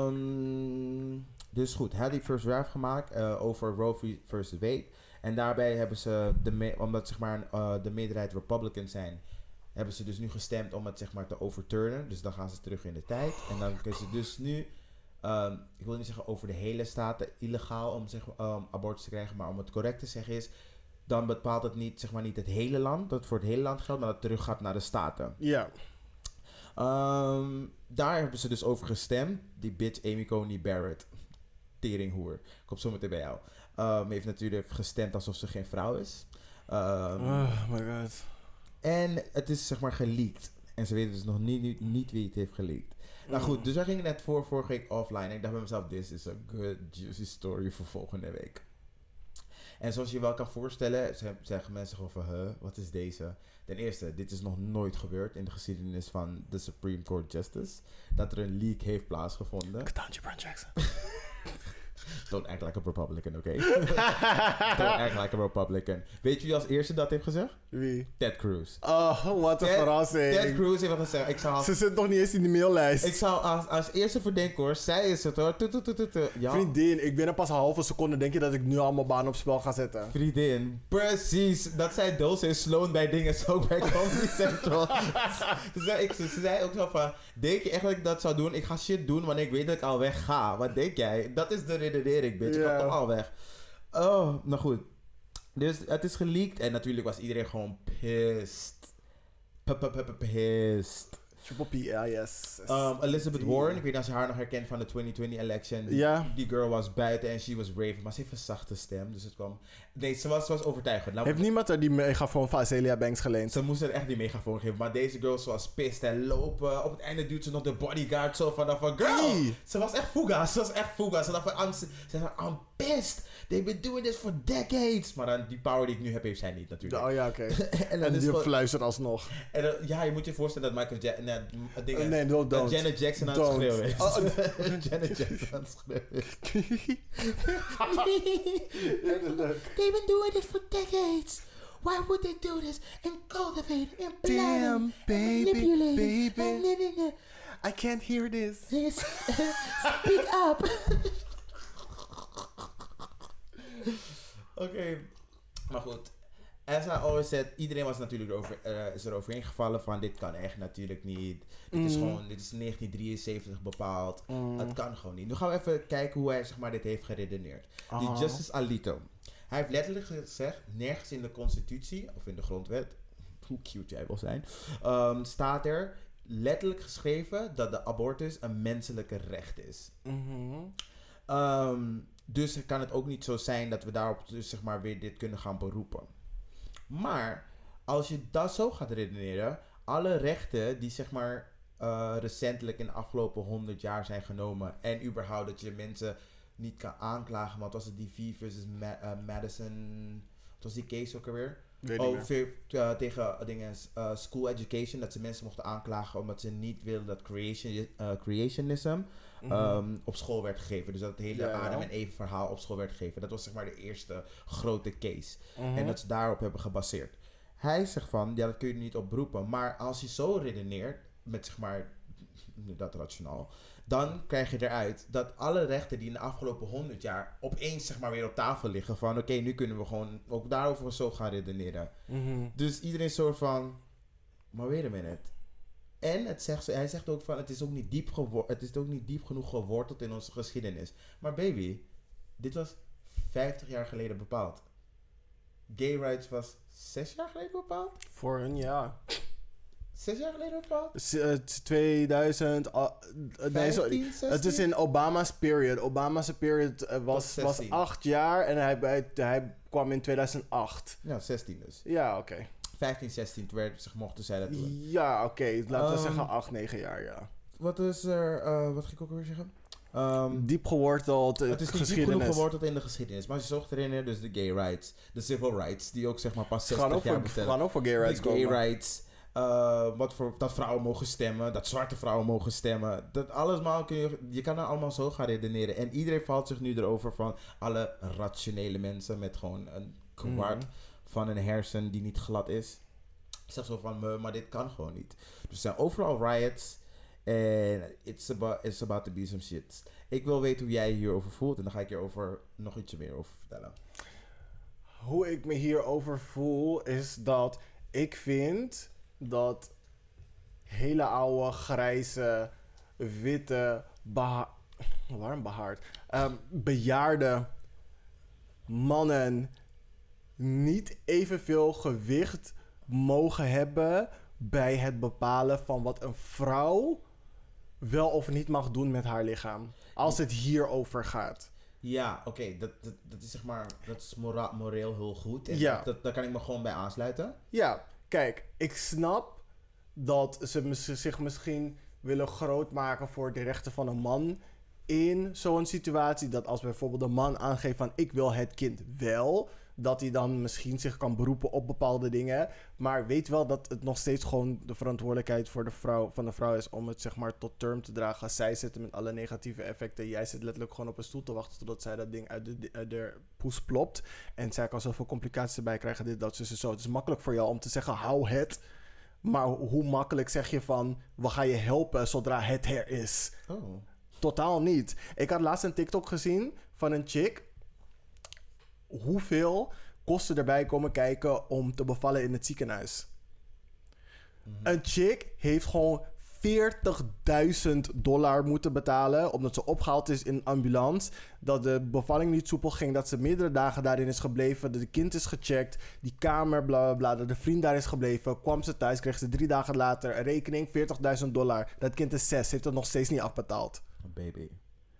Ehm, dus goed, hij had die first draft gemaakt uh, over Roe versus Wade. En daarbij hebben ze, de me- omdat zeg maar uh, de meerderheid Republicans zijn, hebben ze dus nu gestemd om het zeg maar te overturnen. Dus dan gaan ze terug in de tijd. En dan kunnen ze dus nu, um, ik wil niet zeggen over de hele staten illegaal om zeg, um, abortus te krijgen, maar om het correct te zeggen is, dan bepaalt het niet, zeg maar niet het hele land, dat het voor het hele land geldt, maar dat het terug gaat naar de staten. Ja. Um, daar hebben ze dus over gestemd. Die bitch Amy Coney Barrett. Teringhoer. Ik kom zo meteen bij jou. Um, heeft natuurlijk gestemd alsof ze geen vrouw is. Um, Oh my god. En het is zeg maar geleakt. En ze weten dus nog niet, niet, niet wie het heeft geleakt. Nou goed, dus wij gingen net voor vorige week offline. En ik dacht bij mezelf, this is a good juicy story voor volgende week. En zoals je wel kan voorstellen, ze- zeggen mensen gewoon van, huh, wat is deze? Ten eerste, dit is nog nooit gebeurd in de geschiedenis van de Supreme Court Justice. Dat er een leak heeft plaatsgevonden. Ketanji Brown Jackson. Don't act like a Republican, oké? Don't act like a Republican. Weet je wie als eerste dat heeft gezegd? Wie? Ted Cruz. Oh, wat een Ted- verrassing. Ted Cruz heeft wat gezegd. Ik zou, als, Ze zit nog niet eens in die maillijst. ik zou als, als eerste verdenken hoor. Zij is het hoor. Toet, toet, toet, toet, toet. Ja. Vriendin, ik ben er pas een halve seconde. Denk je dat ik nu allemaal banen op spel ga zetten? Vriendin. Precies. Dat zei Dulce en Sloan bij dingen zo bij Comedy Central. ze, zei, ik, ze, ze zei ook zo van, denk je echt dat ik dat zou doen? Ik ga shit doen wanneer ik weet dat ik al weg ga. Wat denk jij? Dat is de redenering, bitch. Ik Ja. ga toch al weg. Oh, nou goed. Dus het is geleakt en natuurlijk was iedereen gewoon pissed. P-p-p-pissed. Triple P, ja, yes. Um, Elizabeth Warren, ik weet niet of je haar nog herkent van de twintig twintig election. Ja. Die girl was buiten en she was raving, maar ze heeft een zachte stem, dus het kwam... Nee, ze was, ze was overtuigend. Laat me- Heeft niemand er die megafoon van Azealia Banks geleend? Ze moest er echt die megafoon geven, maar deze girl ze was pissed en lopen. Op het einde duwt ze nog de bodyguard zo vanaf van girl! Hey. Ze was echt fuga, ze was echt fuga. Ze dacht van, I'm, ze zei van, I'm pissed. They've been doing this for decades. Maar dan die power die ik nu heb, heeft zij niet natuurlijk. Oh ja, oké. en dan En is die gewoon- fluistert alsnog. en dan- ja, je moet je voorstellen dat Michael Jackson... Nee, het ding is, Nee, don't. dat don't. Janet Jackson aan het Don't. schreeuwen is. Oh, Janet Jackson aan het schreeuwen is. Eindelijk. They've been doing this for decades. Why would they do this and cultivate and plan Damn, and baby, manipulate baby. and living it? I can't hear this. Speak up. Oké, maar goed. As I always said, iedereen was natuurlijk erover, uh, is er overheen gevallen van dit kan echt natuurlijk niet. Dit is Mm. gewoon, dit is negentien drieënzeventig bepaald. Mm. Het kan gewoon niet. Nu gaan we even kijken hoe hij zeg maar dit heeft geredeneerd. Die Aha. Justice Alito. Hij heeft letterlijk gezegd, nergens in de constitutie of in de grondwet, hoe cute jij wil zijn, um, staat er letterlijk geschreven dat de abortus een menselijke recht is. Mhm. Um, dus kan het ook niet zo zijn dat we daarop dus zeg maar weer dit kunnen gaan beroepen. Maar als je dat zo gaat redeneren, alle rechten die zeg maar uh, recentelijk in de afgelopen honderd jaar zijn genomen en überhaupt dat je mensen niet kan aanklagen, want was het die V versus Ma- uh, Madison, wat was die case ook alweer? Weet Oh, niet meer. veer- uh, tegen uh, dingen, uh, school education, dat ze mensen mochten aanklagen omdat ze niet wilden dat creation, uh, creationism Mhm. um, op school werd gegeven. Dus dat het hele Ja, ja. Adam en Eve verhaal op school werd gegeven. Dat was zeg maar de eerste grote case. Mhm. En dat ze daarop hebben gebaseerd. Hij zegt van, ja, dat kun je er niet op beroepen. Maar als je zo redeneert, met zeg maar, dat rationaal, dan krijg je eruit dat alle rechten die in de afgelopen honderd jaar opeens zeg maar weer op tafel liggen van, oké, okay, nu kunnen we gewoon ook daarover zo gaan redeneren. Mm-hmm. Dus iedereen soort van, maar wait a minute. En het zegt, hij zegt ook van, het is ook niet diep gewo- het is ook niet diep genoeg geworteld in onze geschiedenis. Maar baby, dit was vijftig jaar geleden bepaald. Gay rights was zes jaar geleden bepaald? Voor een jaar. Zes jaar geleden bepaald? S- uh, tweeduizend... Uh, nee, zo, vijftien, zestien? het is in Obama's period. Obama's period uh, was, Tot was zestien. acht jaar en hij, hij, hij kwam in tweeduizend acht. Ja, zestien dus. Ja, oké. Okay. vijftien, zestien, toen werd zich mochten zij dat doen. Ja, oké. Okay. Laten we Um, zeggen acht, negen jaar, ja. Wat is er, uh, wat ga ik ook weer zeggen? Um, Diep geworteld, uh, het is niet diep geschiedenis. genoeg geworteld in de geschiedenis. Maar als je zo gaat herinneren, dus de gay rights, de civil rights, die ook zeg maar pas Ze gaan zestig ook jaar voor, bestellen. gaan ook voor gay rights de gay komen. rights, uh, wat voor, dat vrouwen mogen stemmen, dat zwarte vrouwen mogen stemmen. Dat allesmaal kun je, je kan er allemaal zo gaan redeneren. En iedereen valt zich nu erover van alle rationele mensen met gewoon een kwart mm. van een hersen die niet glad is. Zeg zo van, maar dit kan gewoon niet. Dus er zijn overal riots. En it's about, it's about to be some shit. Ik wil weten hoe jij hierover voelt. En dan ga ik hierover nog ietsje meer over vertellen. Hoe ik me hierover voel is dat ik vind dat hele oude, grijze, witte, beha- waarom behaard? Um, bejaarde mannen niet evenveel gewicht mogen hebben bij het bepalen van wat een vrouw wel of niet mag doen met haar lichaam. Als het hierover gaat. Ja, oké. Okay, dat, dat, dat is zeg maar, dat is mora- moreel heel goed. En ja. dat, dat, daar kan ik me gewoon bij aansluiten. Ja, kijk, ik snap dat ze mis- zich misschien willen groot maken voor de rechten van een man in zo'n situatie. Dat als bijvoorbeeld een man aangeeft van ik wil het kind wel, dat hij dan misschien zich kan beroepen op bepaalde dingen. Maar weet wel dat het nog steeds gewoon de verantwoordelijkheid voor de vrouw, van de vrouw is om het zeg maar tot term te dragen. Als zij zitten met alle negatieve effecten. Jij zit letterlijk gewoon op een stoel te wachten totdat zij dat ding uit de, uit de poes plopt. En zij kan zoveel complicaties erbij krijgen. Dit, dat, zo, zo. Het is makkelijk voor jou om te zeggen hou het. Maar hoe makkelijk zeg je van we gaan je helpen zodra het er is? Oh. Totaal niet. Ik had laatst een TikTok gezien van een chick. Hoeveel kosten erbij komen kijken om te bevallen in het ziekenhuis? Mm-hmm. Een chick heeft gewoon veertigduizend dollar moeten betalen omdat ze opgehaald is in een ambulance. Dat de bevalling niet soepel ging. Dat ze meerdere dagen daarin is gebleven. Dat de kind is gecheckt. Die kamer, bla bla bla. Dat de vriend daar is gebleven. Kwam ze thuis, kreeg ze drie dagen later een rekening. veertigduizend dollar. Dat kind is zes. Heeft het nog steeds niet afbetaald. Baby.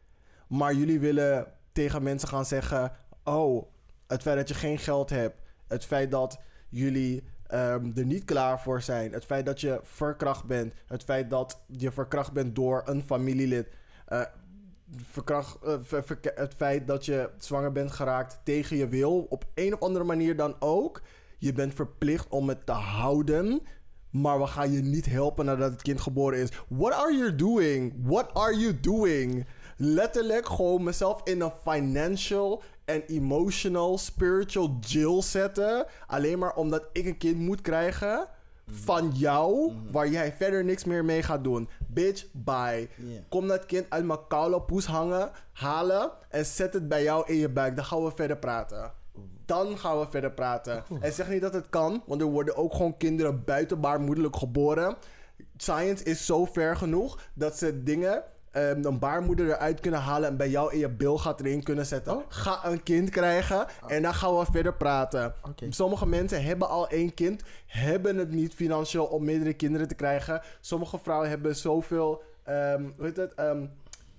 Maar jullie willen tegen mensen gaan zeggen... Oh, het feit dat je geen geld hebt. Het feit dat jullie um, er niet klaar voor zijn. Het feit dat je verkracht bent. Het feit dat je verkracht bent door een familielid. Uh, verkracht, uh, ver, ver, het feit dat je zwanger bent geraakt tegen je wil. Op een of andere manier dan ook. Je bent verplicht om het te houden... Maar we gaan je niet helpen nadat het kind geboren is. What are you doing? What are you doing? Letterlijk gewoon mezelf in een financial en emotional, spiritual jail zetten. Alleen maar omdat ik een kind moet krijgen van jou, mm-hmm. waar jij verder niks meer mee gaat doen. Bitch, bye. Yeah. Kom dat kind uit mijn koude poes hangen, halen en zet het bij jou in je buik. Dan gaan we verder praten. Dan gaan we verder praten. Oeh. En zeg niet dat het kan, want er worden ook gewoon kinderen buitenbaarmoederlijk geboren. Science is zo ver genoeg dat ze dingen, um, een baarmoeder eruit kunnen halen en bij jou in je bil gaat erin kunnen zetten. Oh. Ga een kind krijgen oh. en dan gaan we verder praten. Okay. Sommige mensen hebben al één kind, hebben het niet financieel om meerdere kinderen te krijgen. Sommige vrouwen hebben zoveel, um, hoe heet het, um,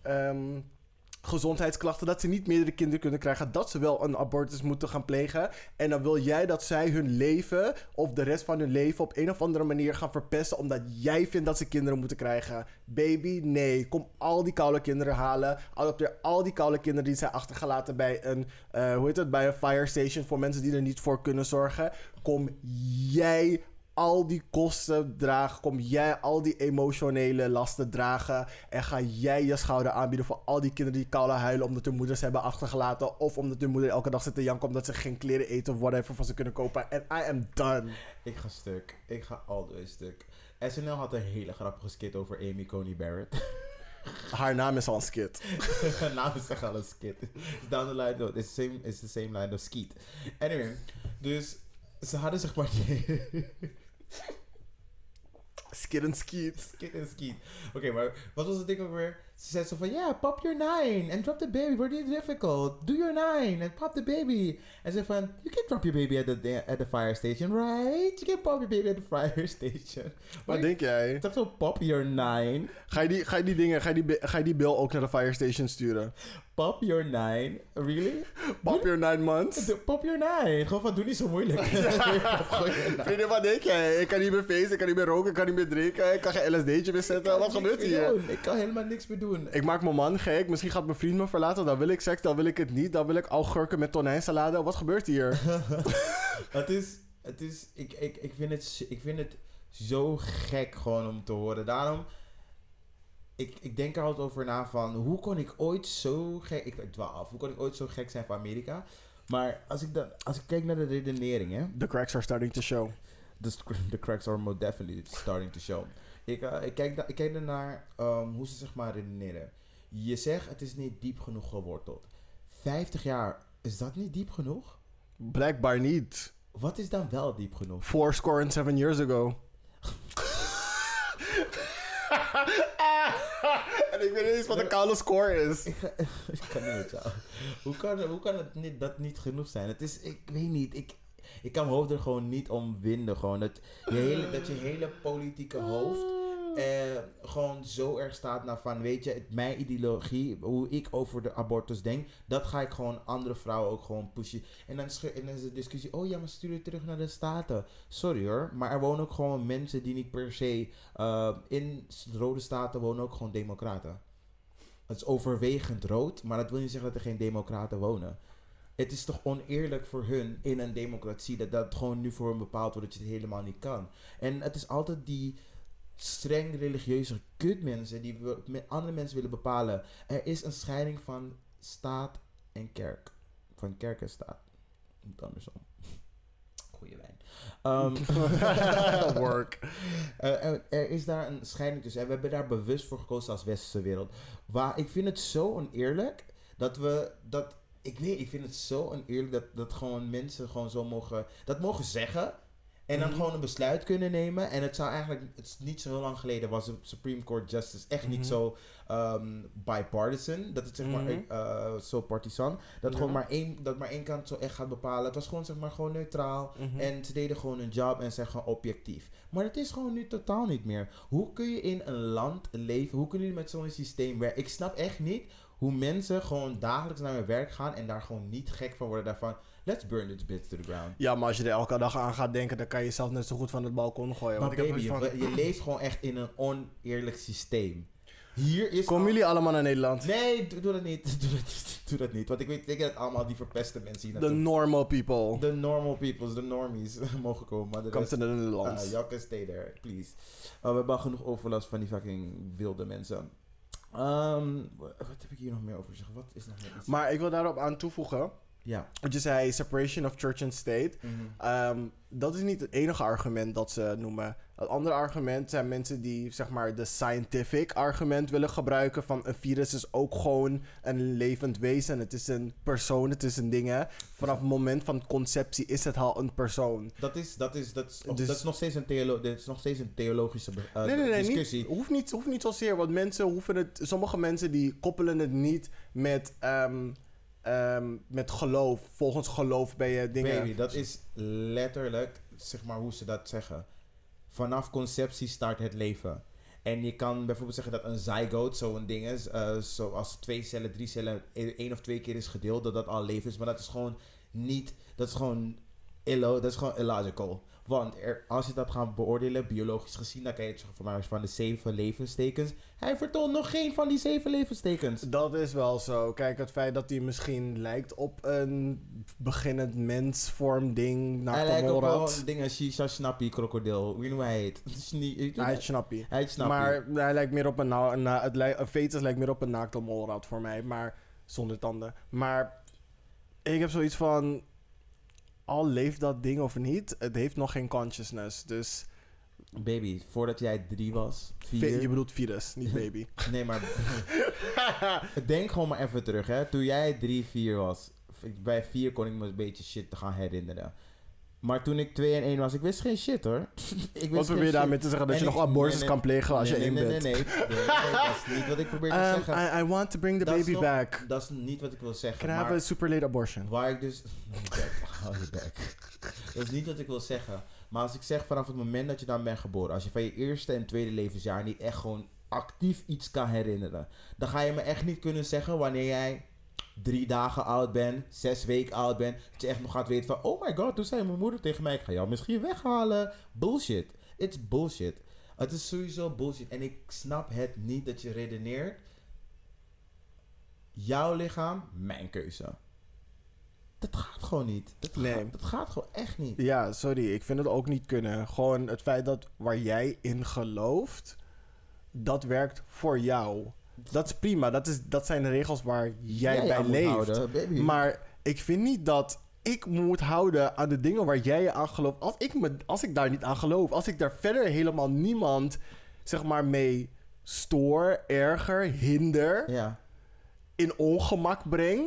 um, gezondheidsklachten, dat ze niet meerdere kinderen kunnen krijgen, dat ze wel een abortus moeten gaan plegen. En dan wil jij dat zij hun leven of de rest van hun leven op een of andere manier gaan verpesten omdat jij vindt dat ze kinderen moeten krijgen. Baby, nee. Kom al die koude kinderen halen. Adopteer al die koude kinderen die zijn achtergelaten bij een, uh, hoe heet het, bij een fire station voor mensen die er niet voor kunnen zorgen. Kom jij al die kosten dragen, kom jij al die emotionele lasten dragen en ga jij je schouder aanbieden voor al die kinderen die koude huilen omdat hun moeders hebben achtergelaten of omdat hun moeder elke dag zit te janken omdat ze geen kleren eten of whatever van ze kunnen kopen. En I am done. Ik ga stuk. Ik ga always stuk. S N L had een hele grappige skit over Amy Coney Barrett. Haar naam is al een skit. Haar naam is echt al een skit. It's down the line, though. It's the same, it's the same line of Skeet. Anyway, dus ze hadden zeg maar... Skit en Skeet. Skit en Skeet. Oké, okay, maar wat was het ding ook weer? Ze zei zo van, yeah, pop your nine and drop the baby. What is difficult? Do your nine and pop the baby. En ze van, you can drop your baby at the, at the fire station, right? You can pop your baby at the fire station. Wat denk jij? Ik dacht zo, pop your nine. Ga je die, ga je die dingen, ga je die, ga je die bill ook naar de fire station sturen? Pop your nine? Really? Pop your nine months? Pop your nine. Gewoon van, doe niet zo moeilijk. Vrienden, wat denk jij? Ik kan niet meer feesten, ik kan niet meer roken, ik kan niet meer drinken, ik kan geen L S D'tje meer zetten. Wat gebeurt hier? Doen. Ik kan helemaal niks meer doen. Ik maak mijn man gek, misschien gaat mijn vriend me verlaten, dan wil ik seks, dan wil ik het niet, dan wil ik augurken met tonijnsalade. Wat gebeurt hier? het is, het is, ik, ik, ik, vind het, ik vind het zo gek gewoon om te horen. Daarom, ik, ik denk er altijd over na van, hoe kon ik ooit zo gek, ik, ik dwaal af, hoe kon ik ooit zo gek zijn voor Amerika? Maar als ik, dan, als ik kijk naar de redenering, hè. The cracks are starting to show. The, the cracks are most definitely starting to show. Ik, uh, ik, kijk, ik kijk ernaar um, hoe ze zeg maar redeneren. Je zegt het is niet diep genoeg geworteld. vijftig jaar, is dat niet diep genoeg? Blijkbaar niet. Wat is dan wel diep genoeg? Four score and seven years ago. En ik weet niet eens wat een koude score is. Ik, ga, ik kan niet met jou. Hoe kan, hoe kan het niet, dat niet genoeg zijn? Het is, ik weet niet, ik... Ik kan mijn hoofd er gewoon niet om winden. Gewoon dat, je hele, dat je hele politieke hoofd eh, gewoon zo erg staat naar van, weet je, het, mijn ideologie, hoe ik over de abortus denk, dat ga ik gewoon andere vrouwen ook gewoon pushen. En dan, is, en dan is de discussie, oh ja, maar stuur je terug naar de Staten. Sorry hoor, maar er wonen ook gewoon mensen die niet per se, uh, in rode staten wonen ook gewoon democraten. Het is overwegend rood, maar dat wil niet zeggen dat er geen democraten wonen. Het is toch oneerlijk voor hun in een democratie dat dat gewoon nu voor hen bepaald wordt dat je het helemaal niet kan. En het is altijd die streng religieuze kutmensen die we, met andere mensen willen bepalen. Er is een scheiding van staat en kerk. Van kerk en staat. Niet andersom. Goeie wijn. Um, Work. Uh, er, er is daar een scheiding tussen. En we hebben daar bewust voor gekozen als westerse wereld. Waar ik vind het zo oneerlijk dat we... dat Ik weet, ik vind het zo oneerlijk dat, dat gewoon mensen gewoon zo mogen... Dat mogen zeggen. En dan mm-hmm. gewoon een besluit kunnen nemen. En het zou eigenlijk... Het is niet zo heel lang geleden was de Supreme Court Justice echt mm-hmm. niet zo um, bipartisan. Dat het zeg maar mm-hmm. uh, zo partisan. Dat, ja. gewoon maar één, dat maar één kant zo echt gaat bepalen. Het was gewoon zeg maar gewoon neutraal. Mm-hmm. En ze deden gewoon hun job en zijn gewoon objectief. Maar het is gewoon nu totaal niet meer. Hoe kun je in een land leven? Hoe kunnen jullie met zo'n systeem werken? Ik snap echt niet... Hoe mensen gewoon dagelijks naar hun werk gaan en daar gewoon niet gek van worden daarvan. Let's burn this bitch to the ground. Ja, maar als je er elke dag aan gaat denken, dan kan je jezelf net zo goed van het balkon gooien. Maar want baby, ik heb van... je, je leeft gewoon echt in een oneerlijk systeem. Hier is... Komen al... jullie allemaal naar Nederland? Nee, doe, doe dat niet. Doe dat niet. Doe dat niet. Want ik weet, ik dat allemaal die verpeste mensen hier The normal people. The normal peoples, the normies mogen komen. Maar de Come rest, to the Netherlands. Uh, y'all can stay there, please. Uh, we hebben al genoeg overlast van die fucking wilde mensen. Um, wat heb ik hier nog meer over zeggen? Wat is nog meer iets? Maar ik wil daarop aan toevoegen. Ja. Want je zei separation of church and state. Mm-hmm. Um, dat is niet het enige argument dat ze noemen. Het andere argument zijn mensen die zeg maar de scientific argument willen gebruiken. Van een virus is ook gewoon een levend wezen. Het is een persoon, het is een ding. Hè? Vanaf het moment van conceptie is het al een persoon. Dat is, dat is, dat is, dus, dat is nog steeds een, theolo- dat is nog steeds een theologische uh, nee, nee, nee, discussie. Niet, hoeft, niet, hoeft niet zozeer. Want mensen hoeven het. Sommige mensen die koppelen het niet met. Um, Um, met geloof. Volgens geloof ben je dingen... Baby, dat is letterlijk, zeg maar hoe ze dat zeggen. Vanaf conceptie start het leven. En je kan bijvoorbeeld zeggen dat een zygote zo'n ding is. Uh, zoals twee cellen, drie cellen, één of twee keer is gedeeld, dat dat al leven is. Maar dat is gewoon niet... Dat is gewoon... illo, dat is gewoon illogical. Want er, als je dat gaat beoordelen, biologisch gezien, dan kan je het zeggen van, van de zeven levenstekens. Hij vertoont nog geen van die zeven levenstekens. Dat is wel zo. Kijk, het feit dat hij misschien lijkt op een beginnend mensvorm ding. Hij lijkt op wel dingen, Shisha, Snappy, krokodil. Hoe hoe hij heet. Het is niet, hij heet Snappy. Hij heet Snappy. Maar hij lijkt meer op een, na- een, na- het lijkt, een fetus lijkt meer op een naakte molrat voor mij. Maar zonder tanden. Maar ik heb zoiets van, al leeft dat ding of niet, het heeft nog geen consciousness. Dus baby, voordat jij drie was, vier... Ve- je bedoelt virus, niet baby. Nee, maar... Denk gewoon maar even terug, hè. Toen jij drie, vier was... Bij vier kon ik me een beetje shit te gaan herinneren. Maar toen ik twee en één was, ik wist geen shit, hoor. ik Wat probeer je daarmee te zeggen? Dat en je ik, nog abortus nee, nee, kan plegen als nee, je één nee, bent? Nee, nee, nee. nee, nee, dat is niet wat ik probeer te Um, zeggen. I, I want to bring the dat baby nog, back. Dat is niet wat ik wil zeggen. Can I have a super late abortion? Waar ik dus... Hou je bek. Dat is niet wat ik wil zeggen. Maar als ik zeg vanaf het moment dat je dan bent geboren, als je van je eerste en tweede levensjaar niet echt gewoon actief iets kan herinneren, dan ga je me echt niet kunnen zeggen wanneer jij drie dagen oud bent, zes weken oud bent, dat je echt nog gaat weten van, oh my god, toen zei mijn moeder tegen mij, ik ga jou misschien weghalen. Bullshit. It's bullshit. Het is sowieso bullshit. En ik snap het niet dat je redeneert, jouw lichaam, mijn keuze. Dat gaat gewoon niet. Dat, Nee. gaat, dat gaat gewoon echt niet. Ja, sorry. Ik vind het ook niet kunnen. Gewoon het feit dat waar jij in gelooft, dat werkt voor jou. Dat is prima. Dat, is, dat zijn de regels waar jij, Jij bij aan moet leeft. houden, baby. Maar ik vind niet dat ik me moet houden aan de dingen waar jij je aan gelooft. Als ik, me, als ik daar niet aan geloof, als ik daar verder helemaal niemand, zeg maar, mee stoor, erger, hinder, Ja. in ongemak breng,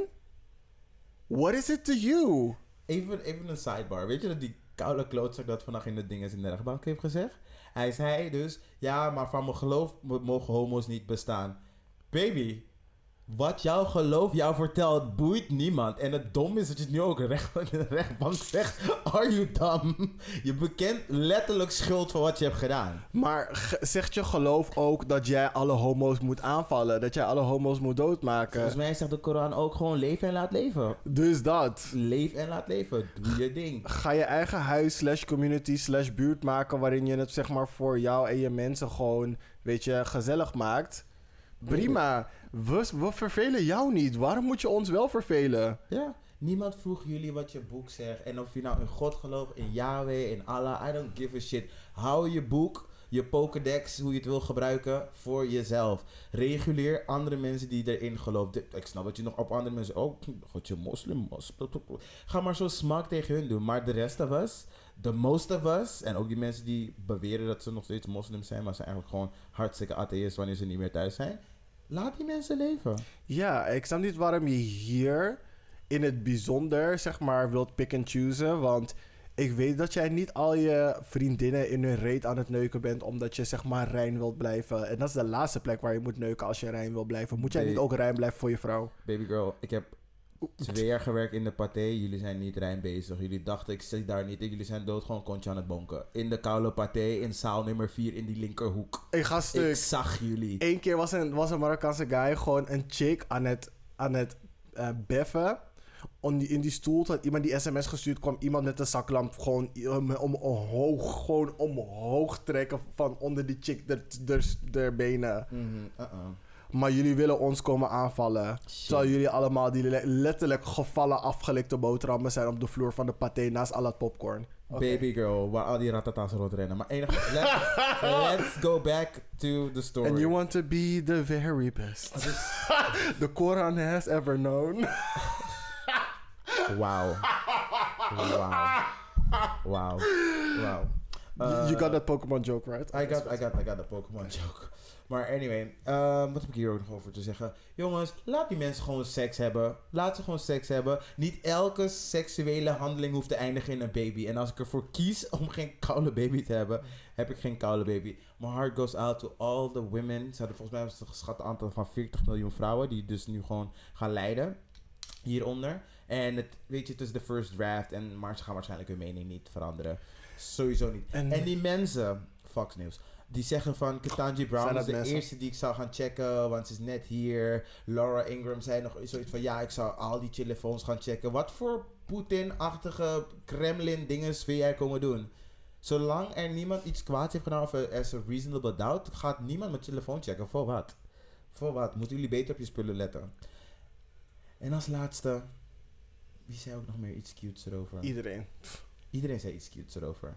what is it to you? Even, even een sidebar. Weet je dat die koude klootzak dat vandaag in de dingen in de rechtbank heeft gezegd? Hij zei dus, ja, maar van mijn geloof mogen homo's niet bestaan. Baby, wat jouw geloof jou vertelt, boeit niemand. En het dom is dat je het nu ook recht, in de rechtbank zegt. Are you dumb? Je bekent letterlijk schuld voor wat je hebt gedaan. Maar ge- zegt je geloof ook dat jij alle homo's moet aanvallen? Dat jij alle homo's moet doodmaken? Volgens mij zegt de Koran ook gewoon leef en laat leven. Dus dat. Leef en laat leven. Doe je ding. Ga je eigen huis slash community slash buurt maken waarin je het zeg maar voor jou en je mensen gewoon, weet je, gezellig maakt. Prima. We, we vervelen jou niet. Waarom moet je ons wel vervelen? Ja, niemand vroeg jullie wat je boek zegt. En of je nou in God gelooft, in Yahweh, in Allah, I don't give a shit. Hou je boek, je Pokédex, hoe je het wil gebruiken, voor jezelf. Reguleer andere mensen die erin geloven. Ik snap dat je nog op andere mensen, oh, god, je moslim, moslim. Ga maar zo smak tegen hun doen. Maar de rest of us, the most of us, en ook die mensen die beweren dat ze nog steeds moslim zijn, maar zijn eigenlijk gewoon hartstikke atheïst wanneer ze niet meer thuis zijn. Laat die mensen leven. Ja, ik snap niet waarom je hier in het bijzonder, zeg maar, wilt pick and choosen. Want ik weet dat jij niet al je vriendinnen in hun reet aan het neuken bent, omdat je, zeg maar, rein wilt blijven. En dat is de laatste plek waar je moet neuken als je rein wil blijven. Moet jij Nee. niet ook rein blijven voor je vrouw? Baby girl, ik heb twee jaar gewerkt in de paté. Jullie zijn niet rein bezig. Jullie dachten, ik zit daar niet. Jullie zijn dood gewoon kontje aan het bonken. In de koude paté, in zaal nummer vier, in die linkerhoek. Ik ga stuk. Ik zag jullie. Eén keer was een, was een Marokkaanse guy gewoon een chick aan het, aan het uh, beffen. Om die, in die stoel had iemand die sms gestuurd, kwam iemand met een zaklamp gewoon om, om, omhoog, gewoon omhoog trekken van onder die chick der, der, der benen. Mm-hmm, uh-uh. Maar jullie willen ons komen aanvallen. Shit. Terwijl jullie allemaal die le- letterlijk gevallen afgelikte boterhammen zijn op de vloer van de paté naast al dat popcorn. Oké. Baby girl, waar al die ratata's rondrennen. Maar enige, let, let's go back to the story. And you want to be the very best. The Quran has ever known. Wauw. Wauw. Wauw. Wauw. You- you got that Pokemon joke, right? I got, I got, I got the Pokémon joke. Maar anyway, um, wat heb ik hier ook nog over te zeggen? Jongens, laat die mensen gewoon seks hebben. Laat ze gewoon seks hebben. Niet elke seksuele handeling hoeft te eindigen in een baby. En als ik ervoor kies om geen koude baby te hebben, heb ik geen koude baby. My heart goes out to all the women. Ze hadden volgens mij een geschat aantal van veertig miljoen vrouwen die dus nu gewoon gaan lijden hieronder. En het, weet je, het is de first draft. En, maar ze gaan waarschijnlijk hun mening niet veranderen. Sowieso niet. En- En, die mensen, Fox News, die zeggen van Ketanji Brown Zijn is dat de mensen? eerste die ik zou gaan checken, want ze is net hier. Laura Ingraham zei nog zoiets van, ja, ik zou al die telefoons gaan checken. Wat voor Poetin-achtige Kremlin-dinges wil jij komen doen? Zolang er niemand iets kwaads heeft gedaan of er is een reasonable doubt, gaat niemand mijn telefoon checken. Voor wat? Voor wat? Moeten jullie beter op je spullen letten? En als laatste, wie zei ook nog meer iets cutes erover? Iedereen. Iedereen zei iets cutes erover.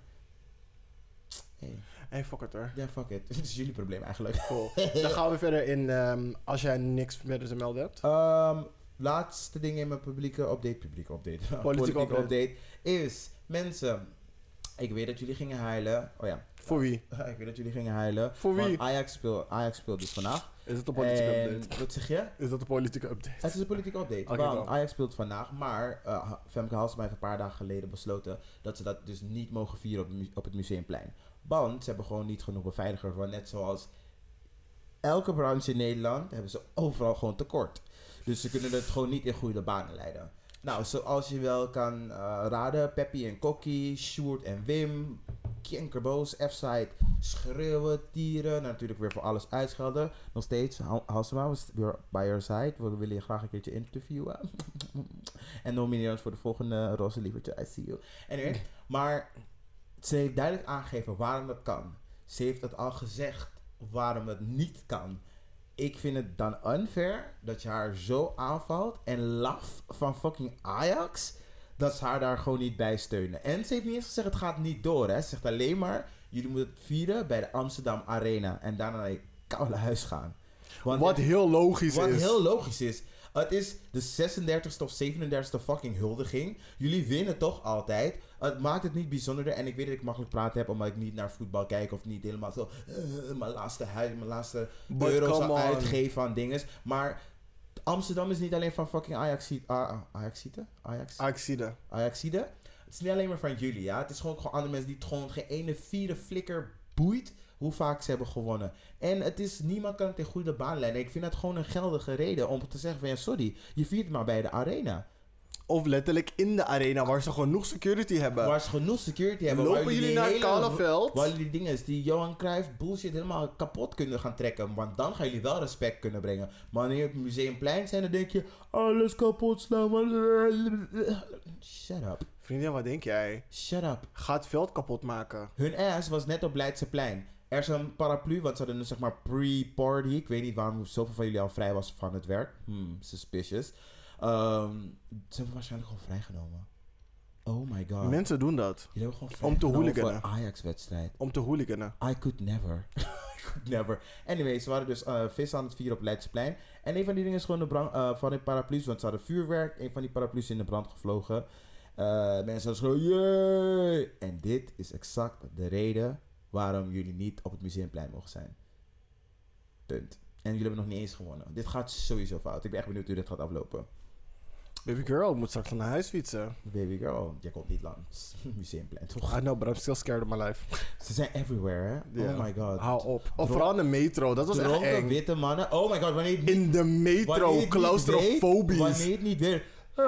Hey. Hey, fuck it hoor. Ja, fuck it. Het is jullie probleem eigenlijk. Cool. Dan gaan we verder in, um, als jij niks verder te melden hebt. Um, laatste ding in mijn publieke update. Publieke update. Politieke update. update. Is, mensen, ik weet dat jullie gingen huilen. Oh ja. Voor wie? Ik weet dat jullie gingen huilen. Voor wie? Want Ajax speelt Ajax speelt dus vandaag. Is dat een politieke En, update? wat zeg je? Is dat een politieke update? Het is een politieke update. Oké, want dan. Ajax speelt vandaag, maar uh, Femke Halsema heeft een paar dagen geleden besloten dat ze dat dus niet mogen vieren op, mu- op het Museumplein. Want ze hebben gewoon niet genoeg beveiligers. Want net zoals elke branche in Nederland hebben ze overal gewoon tekort. Dus ze kunnen het gewoon niet in goede banen leiden. Nou, zoals je wel kan uh, raden, Peppy en Kokkie, Sjoerd en Wim, Kinkerboos, F-side, schreeuwen, tieren, natuurlijk weer voor alles uitschelden. Nog steeds, Halsema was weer by your side. We willen je graag een keertje interviewen. En nomineer ons voor de volgende Roze Lievertje, I see you. Anyway, maar ze heeft duidelijk aangegeven waarom dat kan. Ze heeft het al gezegd waarom het niet kan. Ik vind het dan unfair dat je haar zo aanvalt en laf van fucking Ajax, dat ze haar daar gewoon niet bij steunen. En ze heeft niet eens gezegd het gaat niet door. Hè. Ze zegt alleen maar, jullie moeten het vieren bij de Amsterdam Arena en daarna naar je koude huis gaan. Want Wat het, heel logisch wat is. heel logisch is. Het is de zesendertigste of zevenendertigste fucking huldiging. Jullie winnen toch altijd. Het maakt het niet bijzonderder. En ik weet dat ik makkelijk praten heb omdat ik niet naar voetbal kijk of niet helemaal zo uh, mijn laatste huis, mijn laatste But euro come zou on. uitgeven aan dinges. Maar Amsterdam is niet alleen van fucking Ajaxi- uh, Ajaxieten? Ajax? Axide. Ajaxide. Het is niet alleen maar van jullie, ja. Het is gewoon, gewoon andere mensen die het gewoon geen ene vierde flikker boeit hoe vaak ze hebben gewonnen. En het is, niemand kan het in goede baan leiden. Ik vind dat gewoon een geldige reden om te zeggen van ja, sorry, je viert maar bij de arena. Of letterlijk in de arena waar ze genoeg security hebben. Waar ze genoeg security hebben. Lopen waar jullie die naar het hele- Kaleveld? Waar jullie die dingen, die Johan Cruijff bullshit helemaal kapot kunnen gaan trekken. Want dan gaan jullie wel respect kunnen brengen. Maar wanneer je op het Museumplein zijn, dan denk je alles kapot slaan. Shut up. Vriendin, wat denk jij? Shut up. Ga het veld kapot maken. Hun ass was net op Leidseplein. Er is een paraplu, want ze hadden een zeg maar pre-party. Ik weet niet waarom zoveel van jullie al vrij was van het werk. Hmm, suspicious. Um, ze hebben waarschijnlijk gewoon vrijgenomen. Oh my god. Mensen doen dat. Jullie hebben gewoon Om te vrijgenomen hooliganen. voor een Ajax-wedstrijd. Om te hooliganen. I could never. I could never. Anyway, ze waren dus uh, vis aan het vieren op Leidseplein. En een van die dingen is gewoon de brand, uh, van die paraplu's. Want ze hadden vuurwerk. Een van die paraplu's in de brand gevlogen. Uh, mensen hadden gewoon, yay! En dit is exact de reden waarom jullie niet op het Museumplein mogen zijn. Punt. En jullie hebben nog niet eens gewonnen. Dit gaat sowieso fout. Ik ben echt benieuwd hoe dit gaat aflopen. Baby girl, ik moet straks naar huis fietsen. Baby girl, jij komt niet langs. Museumplein, toch? I know, but I'm still scared of my life. Ze zijn everywhere, hè? Yeah. Oh my god. Hou op. Of Dron- vooral in de metro, dat was echt Dronken eng. witte mannen. Oh my god, wanneer je het niet In de Wanneer je metro, het niet claustrofobisch. weet, Wanneer je het niet weet.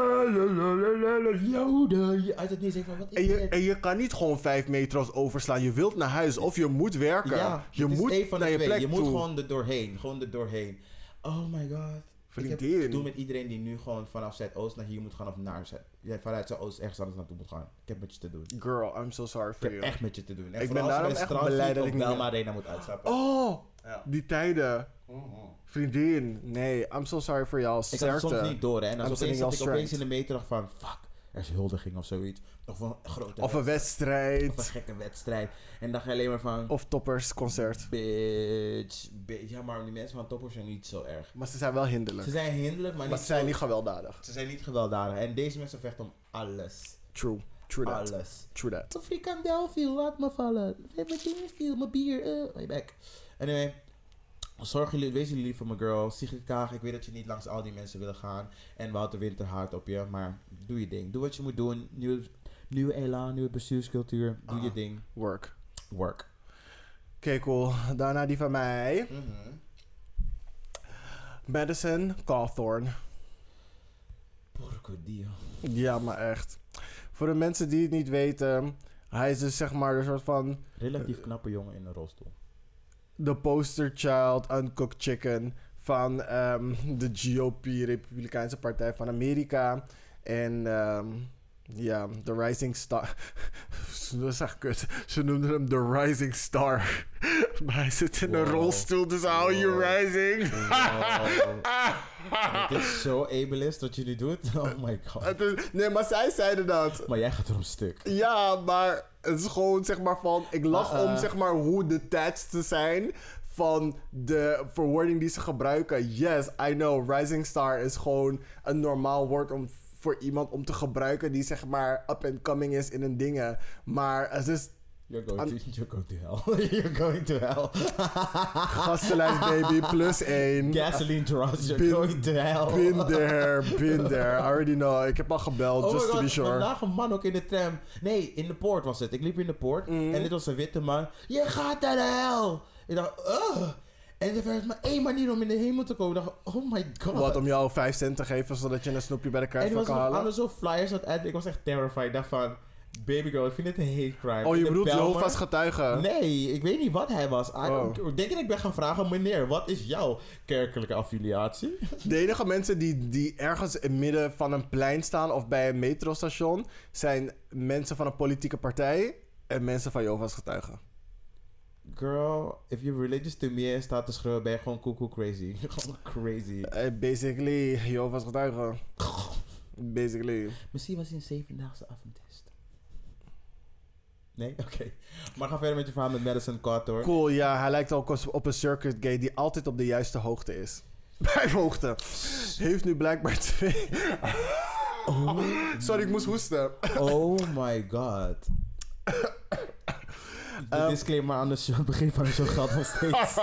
Joden. Je uit het niet zeggen van wat En is je, dit? en je kan niet gewoon vijf metro's overslaan. Je wilt naar huis of je moet werken. Ja, je het is moet één van de naar je twee. plek Je moet toe. gewoon er doorheen. Gewoon er doorheen. Oh my god. Ik heb Vriendin. te doen met iedereen die nu gewoon vanaf Zuidoost naar hier moet gaan of naar Zuid. Ja, vanuit Zuidoost ergens anders naartoe moet gaan. Ik heb met je te doen. Girl, I'm so sorry Ik for heb you. echt met je te doen. En Ik vooral ben als je daarom bij echt Strandvliet blij dat of ik niet- Belma Arena moet uitstappen. Oh, Ja. die tijden. Mhm. Vriendin, nee, I'm so sorry for jou. Ik had het soms Sterkte. niet door, hè. En I'm als sending opeens, zat ik y'all opeens in strength. de metro dacht van, fuck, er is huldiging of zoiets. Of een grote Of een wedstrijd. Of een gekke wedstrijd. En dan ga je alleen maar van... Of toppersconcert. Bitch, bitch. Ja, maar die mensen van Toppers zijn niet zo erg. Maar ze zijn wel hinderlijk. Ze zijn hinderlijk, maar, maar niet ze zijn zo- niet gewelddadig. Ze zijn niet gewelddadig. En deze mensen vechten om alles. True. True that. Alles. True that. Een frikandel viel, laat me vallen. Mijn ding viel, mijn bier. Uh, oh, je bek. Anyway. Zorg jullie, wees jullie lief voor mijn girl. Sigrid Kaag, ik weet dat je niet langs al die mensen wil gaan. En Wouter Winter haat op je. Maar doe je ding. Doe wat je moet doen. Nieuwe, nieuwe elan, nieuwe bestuurscultuur. Doe Ah. je ding. Work. Work. Oké, cool. Daarna die van mij. Mhm. Madison Cawthorn. Porco dio. Ja, maar echt. Voor de mensen die het niet weten. Hij is dus zeg maar een soort van... Relatief knappe jongen in een rolstoel. de poster child uncooked chicken van um, de G O P, Republikeinse Partij van Amerika. En um, ja, de Rising Star. Dat is echt kut. Ze noemden hem de Rising Star. Maar hij zit in wow. een rolstoel, dus how are you rising? Wow. Het is zo ableist wat jullie doet. Oh my god. Het is, nee, maar zij zeiden dat. Maar jij gaat erom stuk. Ja, maar het is gewoon zeg maar van... Ik lach uh-uh. om zeg maar hoe detached te zijn van de verwoording die ze gebruiken. Yes, I know. Rising Star is gewoon een normaal woord om... voor iemand om te gebruiken die zeg maar up and coming is in een dingen. Maar het is... You're going, to, you're going to hell. You're going to hell. Gastenlijst baby, plus één. Gasoline draws, you're bin, going to hell. Been there, been there. I already know. Ik heb al gebeld, oh just God, to be sure. Vandaag een man ook in de tram. Nee, in de poort was het. Ik liep in de poort. Mm. En dit was een witte man. Je gaat naar de hel. Ik dacht, ugh. En er was maar één manier om in de hemel te komen. Ik dacht, oh my god. Wat, om jou vijf cent te geven zodat je een snoepje bij de kaart kan halen? En er was nog zo flyers aan het eind. Ik was echt terrified. Ik dacht van, baby girl, ik vind dit een hate crime. Oh, je bedoelt Jehovah's getuige? Nee, ik weet niet wat hij was. Oh. Ik denk dat ik ben gaan vragen, meneer, wat is jouw kerkelijke affiliatie? De enige mensen die, die ergens in het midden van een plein staan of bij een metrostation zijn mensen van een politieke partij en mensen van Jehovah's getuigen. Girl, if you're religious to me en staat te schreeuwen, ben je gewoon cuckoo crazy. Gewoon crazy. Uh, basically, Jehovah's getuigen. Basically. Misschien was hij een zevendaagse Adventist. Nee? Oké. Okay. Maar ga verder met je verhaal met Madison Cawthorn. Cool, ja. Hij lijkt ook op een circuit gay die altijd op de juiste hoogte is. Bij hoogte. Heeft nu blijkbaar twee... oh. Sorry, ik moest hoesten. Oh my god. De um, disclaimer aan het begin van de show geldt nog steeds.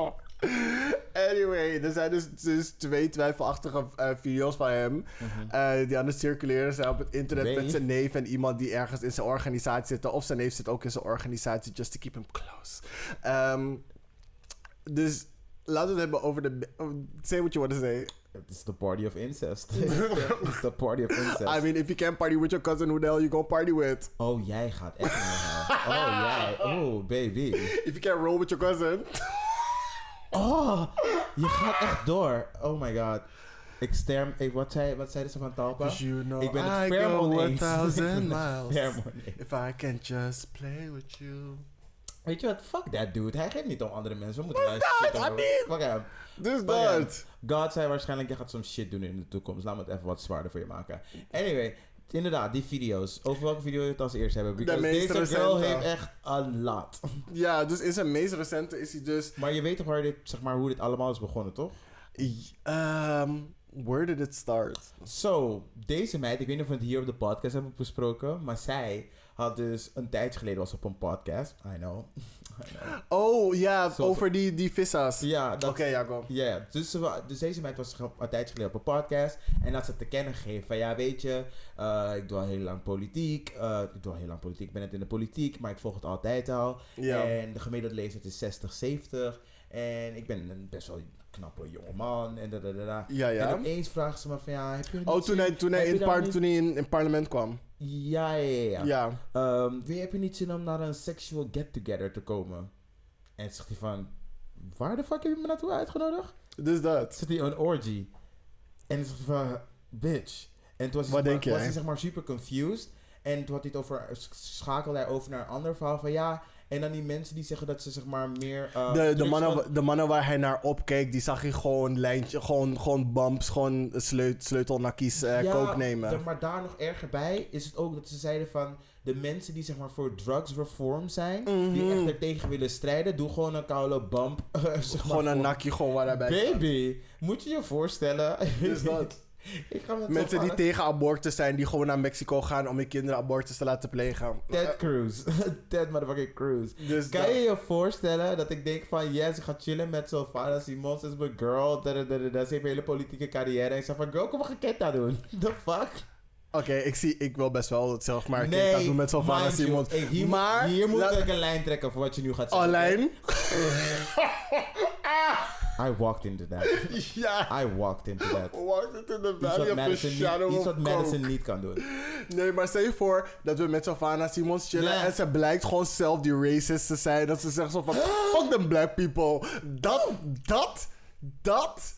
Anyway, er zijn dus, dus twee twijfelachtige uh, video's van hem. Mm-hmm. Uh, die aan het circuleren zijn op het internet nee. met zijn neef en iemand die ergens in zijn organisatie zit. Of zijn neef zit ook in zijn organisatie, just to keep him close. Um, dus laten we het hebben over de... Say what you want to say. It's the party of incest. It's the party of incest. I mean, if you can't party with your cousin, who the hell you gonna party with? Oh, jij gaat echt naar hel. Oh, jij. Oh, baby. If you can't roll with your cousin. Oh, je gaat echt door. Oh my god. Ik sterm... Ik, wat, zei, wat zeiden ze van Talpa? You know ik ben het I Fairmont eens. go a thousand miles. Fairmont if I can just play with you. Weet je wat? Fuck that dude. Hij geeft niet om andere mensen. We moeten Fuck that, I mean. Fuck hem. Dus dat. God zei waarschijnlijk, je gaat some shit doen in de toekomst. Laat me het even wat zwaarder voor je maken. Anyway, inderdaad, die video's. Over welke video wil je het als eerst hebben? Because de meest deze recente. girl heeft echt een lot. Ja, dus in zijn meest recente is hij dus... Maar je weet toch waar dit, zeg maar, hoe dit allemaal is begonnen, toch? Um, where did it start? Zo, so, deze meid, ik weet niet of we het hier op de podcast hebben besproken, maar zij had dus een tijd geleden was op een podcast. I know. I know. Oh, ja, Zoals over die, die vissa's. Ja. Oké, okay, ja, go. Ja, yeah. dus, dus deze meid was een tijd geleden op een podcast en had ze te kennen gegeven van, ja, weet je, uh, ik doe al heel lang politiek. Uh, ik doe al heel lang politiek, ik ben net in de politiek, maar ik volg het altijd al. Ja. En de gemiddelde leeftijd is zestig, zeventig. En ik ben een best wel knappe jongeman en da da da da. Ja, ja. En opeens vraagt ze me van, ja, heb je Oh, toen hij, toen hij, in, par- niet... toen hij in, in parlement kwam. Ja, ja, ja. ja. Um, wie heb je niet zin om naar een sexual get-together te komen? En toen zegt hij van, waar de fuck heb je me naartoe uitgenodigd? Dus dat. Zit hij een orgy. En toen zegt hij van, bitch. En toen was hij, Wat zeg denk maar, jij? was hij zeg maar super confused. En toen had hij het over, schakelde hij over naar een ander verhaal van, ja... En dan die mensen die zeggen dat ze zeg maar meer... Uh, de, de, mannen, van... de mannen waar hij naar opkeek, die zag hij gewoon lijntje, gewoon, gewoon bumps, gewoon sleut, sleutelnakkies uh, ja, kook nemen. Ja, maar daar nog erger bij is het ook dat ze zeiden van... De mensen die zeg maar voor drugs reform zijn, mm-hmm. die echt er tegen willen strijden, doe gewoon een koude bump. Uh, zeg gewoon maar een voor... nakje gewoon waar hij bij staat. Baby, moet je je voorstellen... Is dat... Ik ga met mensen die tegen abortus zijn, die gewoon naar Mexico gaan om hun kinderen abortus te laten plegen. Ted Cruz. Ted motherfucking Cruz. Dus kan dat... je je voorstellen dat ik denk van, yes, ik ga chillen met Sylvana Simons, is mijn girl, da, da, da, da, da. Ze heeft een hele politieke carrière. En ik zeg van, girl, kom maar geketta doen. The fuck? Oké, okay, ik zie, ik wil best wel het zeg maar nee, kind doen met Sylvana Simons. Hey, hier maar hier moet la- ik een lijn trekken voor wat je nu gaat zeggen. Een lijn? I walked into that. Ja. I walked into that. Walked into the Iets valley wat of the Madison shadow niet, iets of wat Madison coke. niet kan doen. Nee, maar stel je voor dat we met Savannah Simons chillen Nee. en ze blijkt gewoon zelf die racist te zijn. Dat ze zegt zo van, fuck them black people. Dat, dat, dat,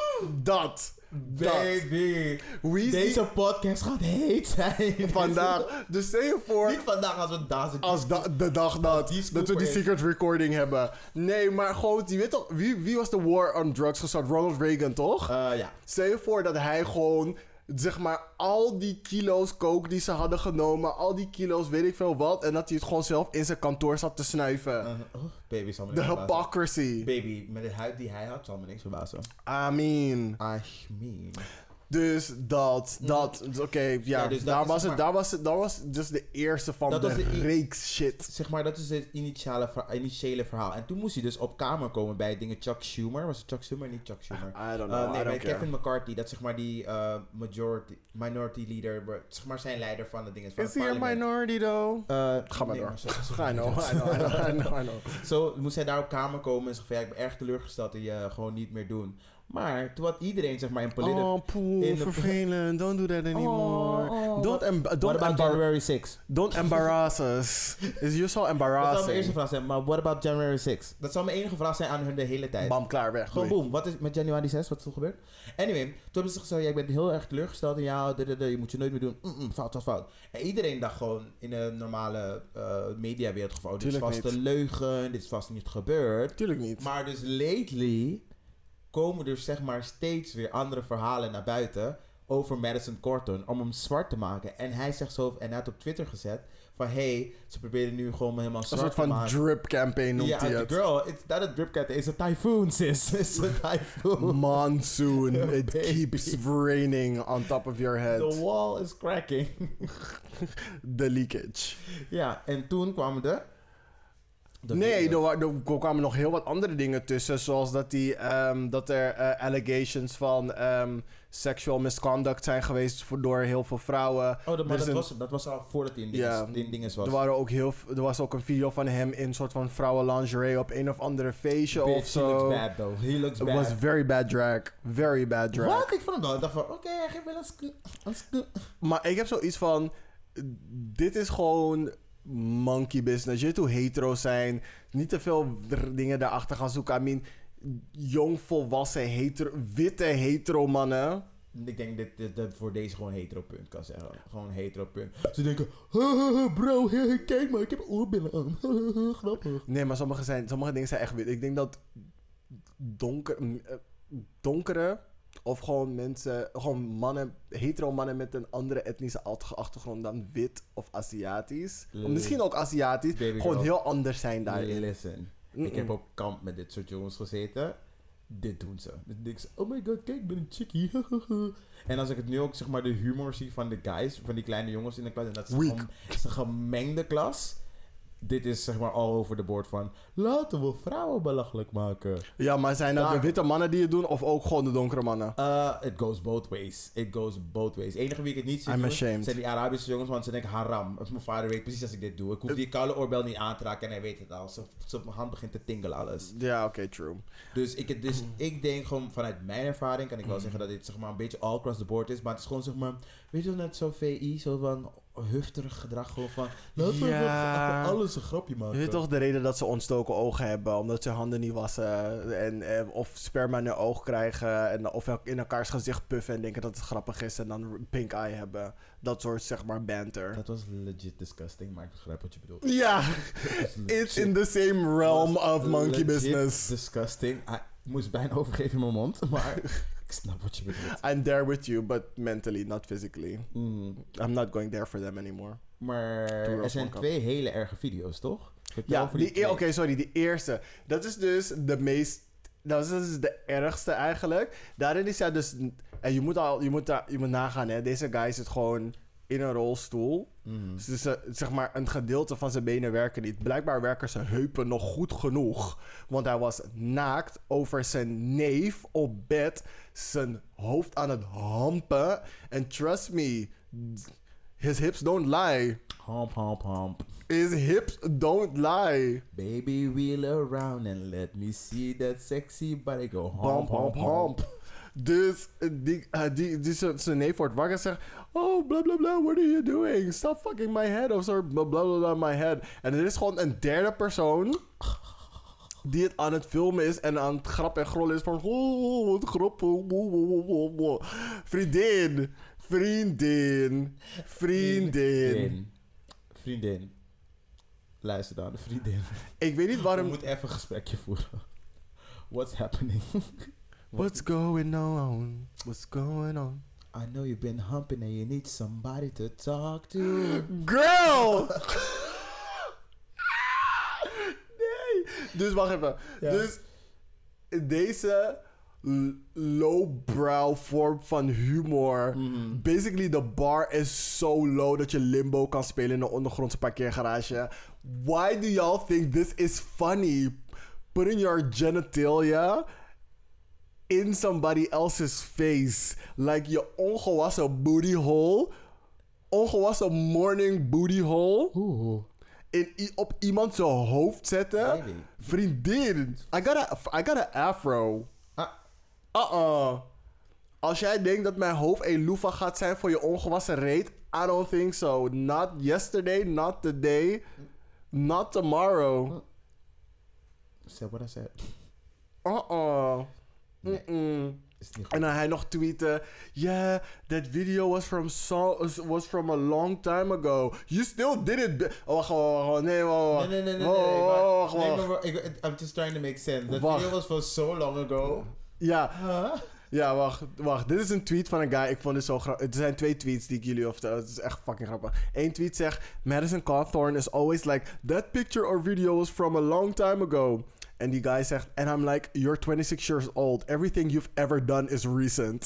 dat. Dat. Baby. Weezy- Deze podcast gaat heet zijn. Vandaag. Dus stel je voor, Niet vandaag als we daar zitten. als da- de dag dat, die dat we scooper die is. secret recording hebben. Nee, maar gewoon, je weet toch, wie, wie was de war on drugs gestart? Ronald Reagan, toch? Uh, ja. Stel je voor dat hij gewoon, zeg maar, al die kilo's coke die ze hadden genomen, al die kilo's weet ik veel wat, en dat hij het gewoon zelf in zijn kantoor zat te snuiven. Uh, oh, baby, zal me De niks verbazen. hypocrisy. Baby, met de huid die hij had, zal me niks verbazen. I mean. I mean. Dus dat, dat, oké, ja, Ja, dus dat daar, is was zeg het, maar- daar was het, dat was dus de eerste van Dat de, was de i- reeks shit. Zeg maar, dat is het initiale, verha- initiële verhaal. En toen moest hij dus op kamer komen bij dingen Chuck Schumer. Was het Chuck Schumer? Niet Chuck Schumer. I don't Uh, know, nee, I bij don't care. Kevin McCarthy. Dat zeg maar die uh, majority, minority leader, maar zeg maar zijn leider van de dingen. Van Is het he a parlement. minority though? Uh, Ga maar nee, door. zo- zo- I know, I know, I know, I know, I know. Zo moest hij daar op kamer komen en zeggen van ja, ik ben erg teleurgesteld en je gewoon niet meer doen. Maar toen had iedereen zeg maar in politiek... Oh, poeh, in de- vervelend. Don't do that anymore. Oh, oh, don't what- em- What don't, about embar- January sixth? don't embarrass us. Is you so Dat zou mijn eerste embarrassing. vraag zijn, maar what about January sixth? Dat zou mijn enige vraag zijn aan hun de hele tijd. Bam, klaar, weg. Gewoon doei. boom. Wat is met Januari zes? Wat is toen gebeurd? Anyway, toen hebben ze gezegd, ja, ik ben heel erg teleurgesteld in jou. dit, dit, dit, je moet je nooit meer doen. Mm, mm, fout, fout, fout. En iedereen dacht gewoon in een normale uh, mediawereld gewoon, oh, dit is Tuurlijk vast niet. een leugen. Dit is vast niet gebeurd. Tuurlijk niet. Maar dus lately komen er zeg maar steeds weer andere verhalen naar buiten over Madison Cawthorn om hem zwart te maken. En hij zegt zo, en hij had op Twitter gezet van hey, ze proberen nu gewoon me helemaal Een zwart soort te van maken. drip campaign noemt Ja, hij het. girl, it's not a drip cat, it's a typhoon, sis. It's a typhoon. Monsoon. It Baby. keeps raining on top of your head. The wall is cracking. The leakage. Ja, en toen kwamen de... de Nee, video's. er, wa- er kwamen nog heel wat andere dingen tussen. Zoals dat, die, ehm, dat er eh, allegations van ehm, sexual misconduct zijn geweest voor, door heel veel vrouwen. Oh, dat, Er maar is dat, een- was, dat was al voordat hij in Ja, dinges, in dinges was. Er, waren ook heel, v- er was ook een video van hem in een soort van vrouwenlingerie op een of andere feestje Bitch, of he zo. looks bad though. He looks It bad. was very bad drag. Very bad drag. Wat? Ik vond hem wel. Ik dacht van, oké, hij geeft wel een scoop. Een scoop. Maar ik heb zoiets van... Dit is gewoon monkey business. Je weet hoe hetero's zijn. Niet te veel dr- dingen daarachter gaan zoeken. I mean, jong volwassen hetero, witte hetero mannen. Ik denk dat dit dat voor deze gewoon hetero punt kan zeggen. Gewoon hetero punt. Ze denken, "Haha, bro, kijk maar, ik heb oorbellen aan. Grappig. Nee, maar sommige, zijn, sommige dingen zijn echt wit. Ik denk dat donker, m- eh, donkere... Of gewoon mensen, gewoon mannen, hetero mannen met een andere etnische alt- achtergrond dan wit of Aziatisch. Of misschien ook Aziatisch. Baby Gewoon girl. heel anders zijn daarin. Listen, Mm-mm. ik heb op kamp met dit soort jongens gezeten. Dit doen ze. Dan denk ik, oh my god, kijk, ik ben een chickie. En als ik het nu ook, zeg maar, de humor zie van de guys, van die kleine jongens in de klas. En dat is, Weak. gewoon, het is een gemengde klas. Dit is, zeg maar, all over the board van, laten we vrouwen belachelijk maken. Ja, maar zijn dat Daar- de witte mannen die het doen of ook gewoon de donkere mannen? Uh, it goes both ways. It goes both ways. enige wie ik het niet zie I'm doen, ashamed. zijn die Arabische jongens, want ze denken haram. Mijn vader weet precies als ik dit doe. Ik hoef die koude oorbel niet aan te raken en hij weet het al. Zijn zijn hand begint te tingelen alles. Ja, oké, true. Dus, ik, dus ik denk gewoon vanuit mijn ervaring kan ik wel zeggen dat dit zeg maar een beetje all across the board is. Maar het is gewoon zeg maar, weet je wel net zo V I, zo van hufterig gedrag gewoon van, laten we Ja. even alles een grapje maken. Je weet toch de reden dat ze ontstoken ogen hebben? Omdat ze handen niet wassen en, eh, of sperma in hun oog krijgen en of in elkaars gezicht puffen en denken dat het grappig is en dan pink eye hebben. Dat soort, zeg maar, banter. Dat was legit disgusting, maar ik begrijp wat je bedoelt. Ja, Dat was it's legit- in the same realm was of monkey legit business. Disgusting. Ah, ik moest bijna overgeven in mijn mond, maar ik snap wat je bedoelt. I'm there with you, but mentally, not physically. Mm. I'm not going there for them anymore. Maar Two er Girls, zijn One Cup. twee hele erge video's, toch? Vertel Ja, over die, twee. e- oké, sorry, die eerste. Dat is dus de meest... Dat is dus de ergste eigenlijk. Daarin is hij dus... En je moet, al, je moet, daar, je moet nagaan, hè. Deze guy zit gewoon in een rolstoel. Mm. Dus eh, zeg maar, een gedeelte van zijn benen werken niet. Blijkbaar werken zijn heupen nog goed genoeg. Want hij was naakt over zijn neef op bed. Zijn hoofd aan het hampen. En trust me... His hips don't lie. Hump, hump, hump. His hips don't lie. Baby, wheel around and let me see that sexy body go Hump, hump, hump. Dus uh, die, uh, die, die zijn zijn neef wordt wakker en zegt... Oh, bla bla bla, what are you doing? Stop fucking my head. Of zo, bla bla bla, my head. En er is gewoon een derde persoon... die het aan het filmen is en aan het grap en grollen is van... Oh, wat grappig. Vriendin. Vriendin. Vriendin. Vriendin. Vriendin. Luister dan, vriendin. Ik weet niet waarom... We moeten even een gesprekje voeren. What's happening? What's going on? What's going on? I know you've been humping and you need somebody to talk to. Girl! Nee. Dus wacht even. Ja. Dus deze l- lowbrow vorm van humor. Mhm. Basically, de bar is zo low dat je limbo kan spelen in een ondergrondse parkeergarage. Why do y'all think this is funny? Putting your genitalia in somebody else's face. Like je ongewassen booty hole. Ongewassen morning booty hole. Oeh. In, i- op iemand zijn hoofd zetten. Baby. Vriendin. I got a, I got a afro. Ah. Uh-uh. Als jij denkt dat mijn hoofd een loefa gaat zijn voor je ongewassen reet. I don't think so. Not yesterday, not today, not tomorrow. Said what I said. Uh-uh. Nee. Mm-mm. Is niet goed. En dan hij nog tweeten. Yeah, that video was from so, was from a long time ago. You still did it. Be- oh, wacht, wacht, wacht. Nee, wacht, wacht. Nee, nee, nee, nee. Wacht, nee, wacht, maar- wacht, nee, wacht. maar maar ik, I'm just trying to make sense. That Wacht. video was from so long ago. Ja, Huh? ja, wacht, wacht. Dit is een tweet van een guy. Ik vond het zo grappig. Het zijn twee tweets die ik jullie hoef te... Het is echt fucking grappig. Eén tweet zegt... Madison Cawthorn is always like... That picture or video was from a long time ago. En die guy zegt... And I'm like... You're twenty-six years old. Everything you've ever done is recent.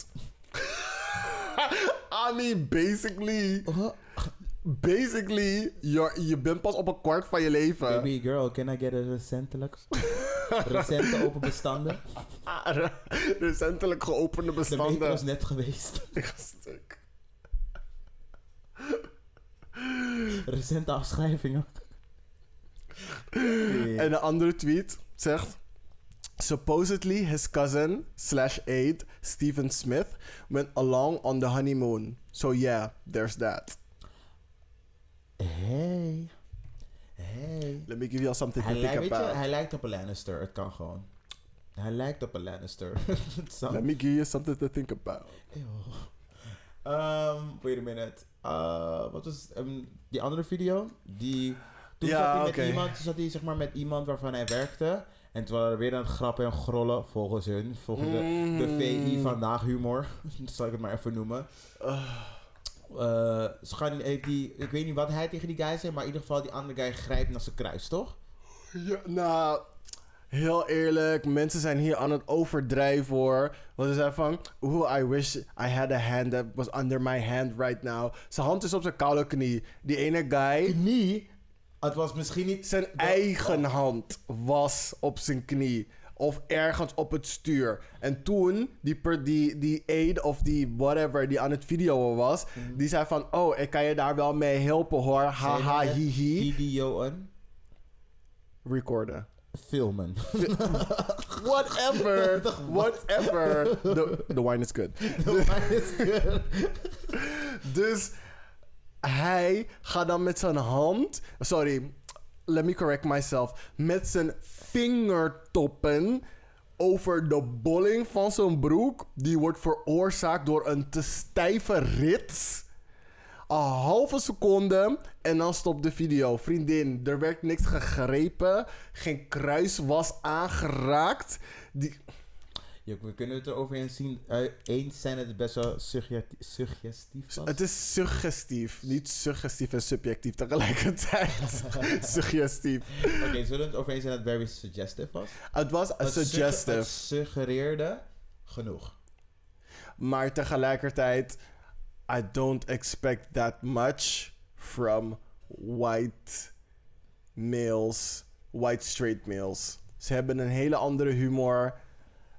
I mean, basically... Basically... You're, je bent pas op een kwart van je leven. Baby girl, can I get a recentelijk? Recente open bestanden? Recentelijk geopende De meter bestanden. was net geweest. Stuk. Recente afschrijvingen. En de andere tweet zegt... Supposedly his cousin slash aide, Stephen Smith, went along on the honeymoon. So yeah, there's that. Hey. Hey. Let me give you something to Hij, think lijkt, weet je, about. hij lijkt op een Lannister. Het kan gewoon. Hij lijkt op een Lannister. Zo. Let me give you something to think about. Ew. Um, wait a minute. Uh, wat was um, die andere video? Die, toen Ja, zat hij met oké. iemand, toen zat hij zeg maar met iemand waarvan hij werkte. En toen waren er weer aan het grappen en grollen, volgens hun. Volgens de, de V I vandaag humor. Zal ik het maar even noemen. Uh, ze gaan, heeft die, ik weet niet wat hij tegen die guy zei, maar in ieder geval die andere guy grijpt naar zijn kruis, toch? Ja, nou, heel eerlijk, mensen zijn hier aan het overdrijven hoor. Want ze zijn van, oeh, I wish I had a hand that was under my hand right now. Zijn hand is op zijn koude knie. Die ene guy, Knie? Het was misschien niet... zijn eigen hand was op zijn knie. Of ergens op het stuur. En toen, die, per, die, die aide of die whatever die aan het videoen was... Mm. Die zei van, oh, ik kan je daar wel mee helpen hoor. Haha, hihi. Videoen. Recorden. Filmen. Whatever. Whatever. The, the wine is good. Dus hij gaat dan met zijn hand... Sorry, let me correct myself. Met zijn vingertoppen over de bolling van zijn broek. Die wordt veroorzaakt door een te stijve rits. Een halve seconde en dan stopt de video. Vriendin, er werd niks gegrepen. Geen kruis was aangeraakt. Die... Ja, we kunnen het erover eens zien. Uh, eens zijn het best wel suggesti- suggestief was. Het is suggestief. Niet suggestief en subjectief tegelijkertijd. Suggestief. Oké, okay, zullen we het over eens zijn dat het very suggestive was? Het was Het sugge- suggestive. Het suggereerde genoeg. Maar tegelijkertijd... I don't expect that much from white males. White straight males. Ze hebben een hele andere humor.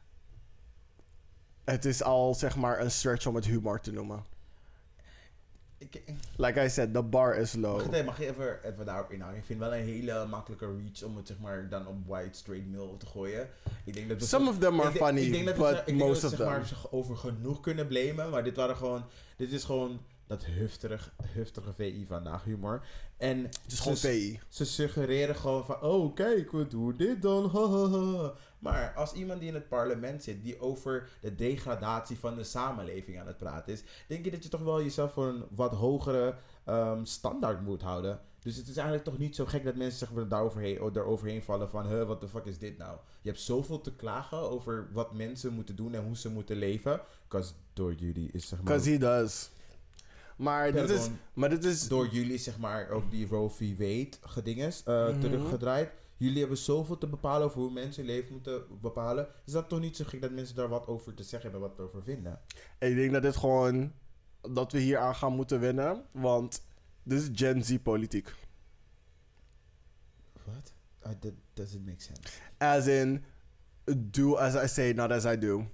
Het is al zeg maar een stretch om het humor te noemen. Ik, Like I said, the bar is low. Wacht even, mag je even, even daarop inhouden? Ik vind wel een hele makkelijke reach om het zeg maar dan op white straight male te gooien. Ik denk dat we Some zo- of them are ik denk- funny, ik denk dat we but ze- ik denk most dat of we, zeg them. maar, zich over genoeg kunnen blamen, maar dit waren gewoon, dit is gewoon dat hufterig, huftige V I vandaag humor. En Het is gewoon V ze, I. ze suggereren gewoon van, oh kijk, we doen dit dan, ha, ha, ha. Maar als iemand die in het parlement zit, die over de degradatie van de samenleving aan het praten is, denk je dat je toch wel jezelf voor een wat hogere um, standaard moet houden. Dus het is eigenlijk toch niet zo gek dat mensen zeg maar, daaroverheen, daaroverheen vallen van, huh, what the fuck is dit nou? Je hebt zoveel te klagen over wat mensen moeten doen en hoe ze moeten leven. Because door jullie is zeg maar... Because he does. Maar dit, is, Pardon. maar dit is... Door jullie zeg maar ook die Roe v. Wade gedinges uh, Mhm. teruggedraaid. Jullie hebben zoveel te bepalen over hoe mensen hun leven moeten bepalen. Is dat toch niet zo gek dat mensen daar wat over te zeggen hebben, wat over vinden? Ik denk dat dit gewoon... Dat we hier aan gaan moeten winnen. Want dit is Gen Z politiek. What? Uh, that doesn't make sense. As in... Do as I say, not as I do.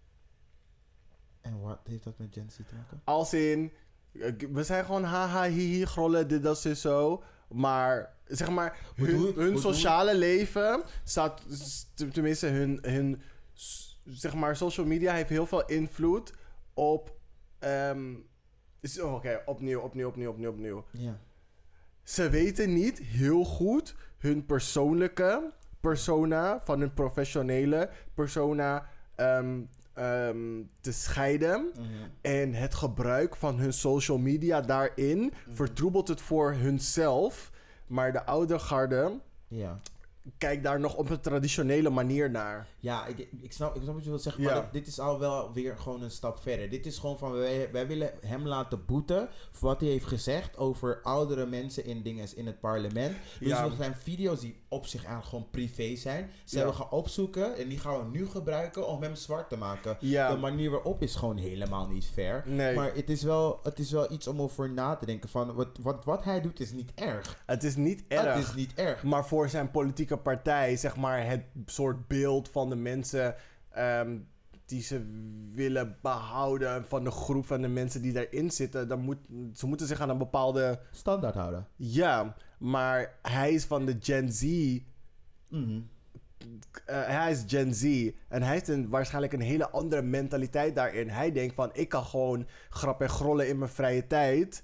En wat heeft dat met Gen Z te maken? Als in... We zijn gewoon haha, hihi, grollen, dit, dat, is zo. Maar, zeg maar, Hoe hun, doe je- hun hoe doe je- sociale leven staat... t- Tenminste, hun, hun... s- Zeg maar, social media heeft heel veel invloed op... ehm, is- oh, Oké, opnieuw, opnieuw, opnieuw, opnieuw, opnieuw. Ja. Ze weten niet heel goed hun persoonlijke persona van hun professionele persona ehm, ehm, te scheiden. Mhm. En het gebruik van hun social media daarin vertroebelt het voor hunzelf. Maar de oude garde Ja. kijkt daar nog op een traditionele manier naar. Ja, ik, ik, snap, ik snap wat je wilt zeggen, Ja. maar dit, dit is al wel weer gewoon een stap verder. Dit is gewoon van, wij, wij willen hem laten boeten voor wat hij heeft gezegd over oudere mensen in dingen in het parlement. Dus Ja. er zijn video's die op zich eigenlijk gewoon privé zijn. Ze Ja. hebben gaan opzoeken en die gaan we nu gebruiken om hem zwart te maken. Ja. De manier waarop is gewoon helemaal niet fair. Nee. Maar het is, wel, het is wel iets om over na te denken van, wat, wat, wat hij doet is niet erg. Het is niet erg. Het is niet erg. Maar voor zijn politieke partij, zeg maar, het soort beeld van de mensen ehm, die ze willen behouden, van de groep van de mensen die daarin zitten, dan moet, ze moeten zich aan een bepaalde... Standaard houden. Ja, maar hij is van de Gen Z. Mhm. eh, hij is Gen Z. En hij heeft een, waarschijnlijk een hele andere mentaliteit daarin. Hij denkt van, ik kan gewoon grap en grollen in mijn vrije tijd.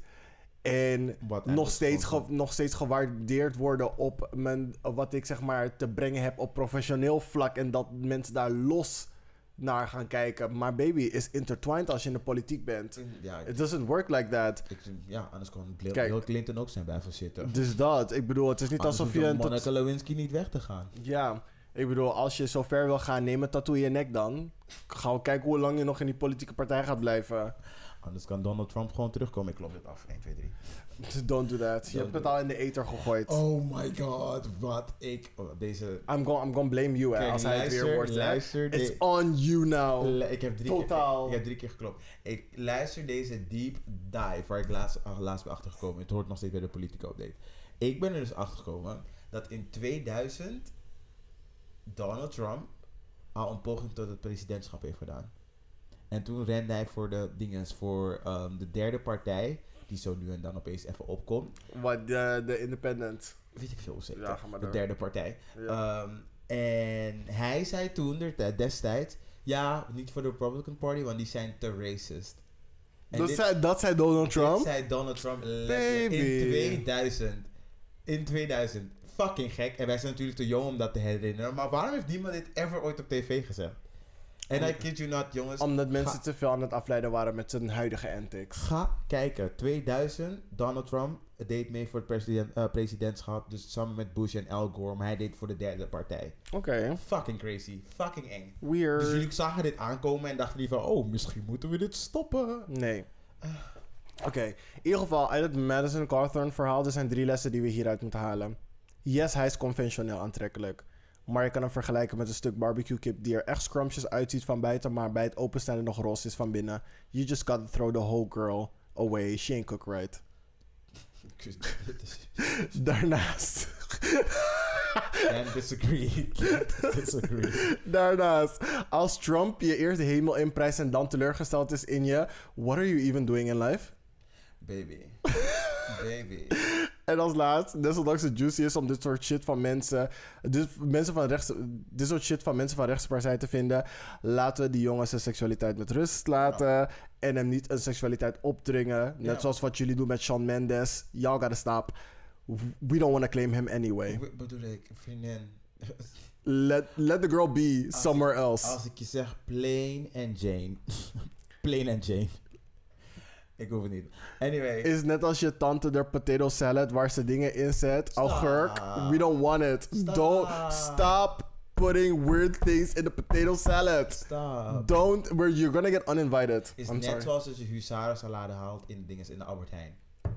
En Wat nog eigenlijk steeds, gewoon- ge- nog steeds gewaardeerd worden op mijn, op wat ik zeg maar te brengen heb op professioneel vlak. En dat mensen daar los naar gaan kijken. Maar baby, is intertwined als je in de politiek bent. Ja, ik- It doesn't work like that. Ik, ja, anders kon Bill, Kijk. Bill Clinton ook zijn blijven zitten. Dus dat, ik bedoel, het is niet Anders alsof je... hoeft een tot- Monica Lewinsky niet weg te gaan. Ja, ik bedoel, als je zo ver wil gaan, neem een tattoo in je nek dan. Gaan we kijken hoe lang je nog in die politieke partij gaat blijven. Anders kan Donald Trump gewoon terugkomen. Ik klop dit af. één, twee, drie. Don't do that. Je Don't hebt het do al in de ether gegooid. Oh my god, wat ik... Oh, deze... I'm gonna I'm gonna blame you, hè, Kijk, als hij het weer luister, wordt. hè. luister, It's de- on you now. Le- ik heb drie Totaal. keer, ik heb drie keer geklopt. Ik luister deze deep dive waar ik laatst, ah, laatst ben achtergekomen. Het hoort nog steeds bij de politieke update. Ik ben er dus achtergekomen dat in tweeduizend Donald Trump al een poging tot het presidentschap heeft gedaan. En toen rende hij voor de dinges voor ehm, de derde partij, die zo nu en dan opeens even opkomt. Wat, de, de independent. Weet ik veel zeker. Ja, ga maar de door. derde partij. Ja. Ehm, en hij zei toen der- destijds, ja, niet voor de Republican Party, want die zijn te racist. En dat, dit- zei, dat zei Donald dit Trump? zei Donald Trump letterlijk Baby. in tweeduizend. In tweeduizend. Fucking gek. En wij zijn natuurlijk te jong om dat te herinneren. Maar waarom heeft niemand dit ever ooit op tv gezegd? En I kid you not, jongens. Omdat mensen Ga- te veel aan het afleiden waren met zijn huidige antics. Ga kijken. tweeduizend, Donald Trump deed mee voor het president, eh, presidentschap. Dus samen met Bush en Al Gore. Maar hij deed voor de derde partij. Oké. Fucking crazy. Fucking eng. Weird. Dus jullie zagen dit aankomen en dachten liever... Oh, misschien moeten we dit stoppen. Nee. Oké, in ieder geval, uit het Madison Cawthorn verhaal, er zijn drie lessen die we hieruit moeten halen. Yes, hij is conventioneel aantrekkelijk. Maar je kan hem vergelijken met een stuk barbecue kip die er echt scrumptious uitziet van buiten, maar bij het openstellen nog roze is van binnen. You just gotta throw the whole girl away. She ain't cook right. Daarnaast. Can't disagree. Can't disagree. Daarnaast, als Trump je eerst de hemel inprijst en dan teleurgesteld is in je, what are you even doing in life? Baby. Baby. En als laatst, desondanks het juicy is om dit soort shit van mensen... Dit, mensen van rechts, dit soort shit van mensen van rechtspartij te vinden... laten we die jongens zijn seksualiteit met rust laten... Ja. En hem niet een seksualiteit opdringen. Net ja. zoals wat jullie doen met Shawn Mendes. Y'all gotta stop. We don't want to claim him anyway. Wat bedoel ik? Vriendin. Let, let the girl be als somewhere ik, else. Als ik je zeg plain and Jane. Plain and Jane. Ik hoef het niet. Anyway. Is net als je tante de potato salad waar ze dingen in zet. Augurk. We don't want it. Stop. Don't stop putting weird things in the potato salad. Stop. Don't. Where you're gonna get uninvited. Is I'm net sorry. zoals als je husaren salade haalt in dingen in de Albert Heijn.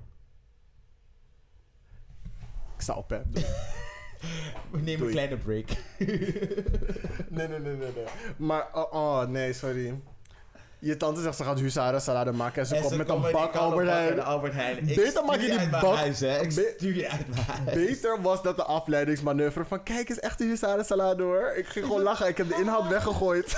Ik sta op, hè. We nemen Doei. een kleine break. nee, nee, nee, nee, nee. Maar, oh, oh, nee, sorry. Je tante zegt ze gaat husaren salade maken en ze en komt ze met een komen bak die kant op Albert Heijn. de Albert Heijn. Ik Beter maak je stuur die uit mijn bak- huis, hè. Ik Be- stuur je uit mijn huis. Beter was dat de afleidingsmanoeuvre van... Kijk, is echt een husaren salade, hoor. Ik ging gewoon lachen. Ik heb de inhoud weggegooid.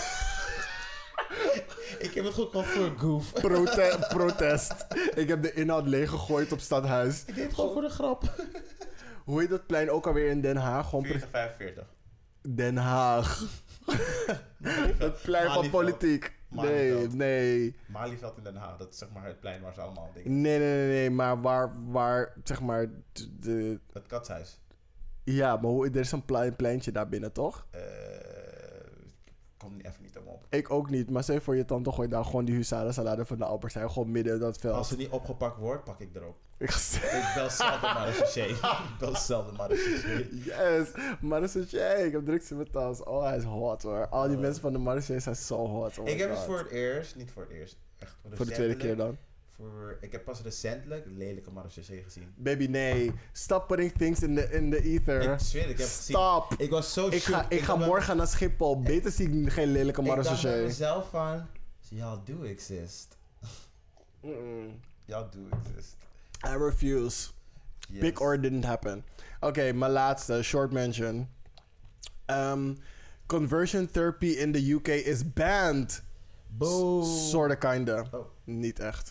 Ik heb het gewoon voor een goof. Prote- protest. Ik heb de inhoud leeggegooid op Stadhuis. Ik deed het gewoon voor de grap. Hoe heet dat plein ook alweer in Den Haag? Gewoon pre- veertig vijfenveertig. Den Haag. Het plein van Malieveld. politiek. Nee, Malieveld. nee. Malieveld in Den Haag, dat is zeg maar het plein waar ze allemaal dingen... Nee, nee, nee, nee. Maar waar, waar zeg maar... De, de- Het katshuis. ja, maar hoe, er is een plein, pleintje daar binnen, toch? Eh... Kom niet even niet om op. Ik ook niet. Maar zeg voor je tante gooit daar gewoon die husaren salade van de Albert Heijn. Gewoon midden in dat veld. Als ze niet opgepakt wordt, pak ik erop. Ik Ik bel zelden maar een chaussee. Ik bel zelden maar een chaussee. Yes, Marseille. Ik heb drugs in mijn tas. Oh, hij is hot hoor. Al die Oh. mensen van de Marseille zijn zo hot. Oh my Ik heb het God. voor het eerst, niet voor het eerst, echt Voor de tweede keer dan. Voor, ik heb pas recentelijk lelijke marechaussee gezien. Baby, nee. Stop putting things in the, in the ether. Ik zweer, ik heb gezien. Stop. Ik was zo Ik ga, shook. ik ga dacht morgen naar Schiphol. Beter zie ik geen lelijke bij- Ik dacht bij Marseille. mezelf van, y'all do exist. Mm-mm. Y'all do exist. I refuse. Yes. Big or didn't happen. Oké, okay, mijn laatste, short mention. Um, conversion therapy in the U K is banned. Boom. Sorta, kinda. Oh. Niet echt.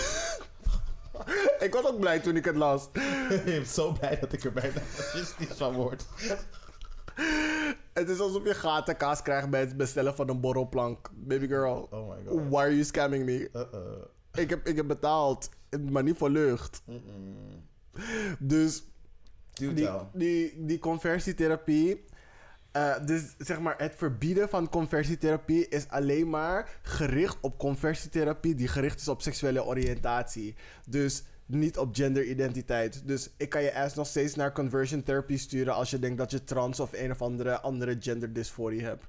Ik was ook blij toen ik het las. Ik ben zo blij dat ik er bijna fascistisch van word. Het is alsof je gaten kaas krijgt bij het bestellen van een borrelplank. Baby girl. Oh my god. Why are you scamming me? Uh-uh. Ik heb, ik heb betaald, maar niet voor lucht. Mm-mm. Dus Do die, tell. die, die conversietherapie... Uh, dus zeg maar, het verbieden van conversietherapie is alleen maar gericht op conversietherapie die gericht is op seksuele oriëntatie. Dus niet op genderidentiteit. Dus ik kan je ass nog steeds naar conversion therapy sturen als je denkt dat je trans of een of andere, andere genderdysforie hebt.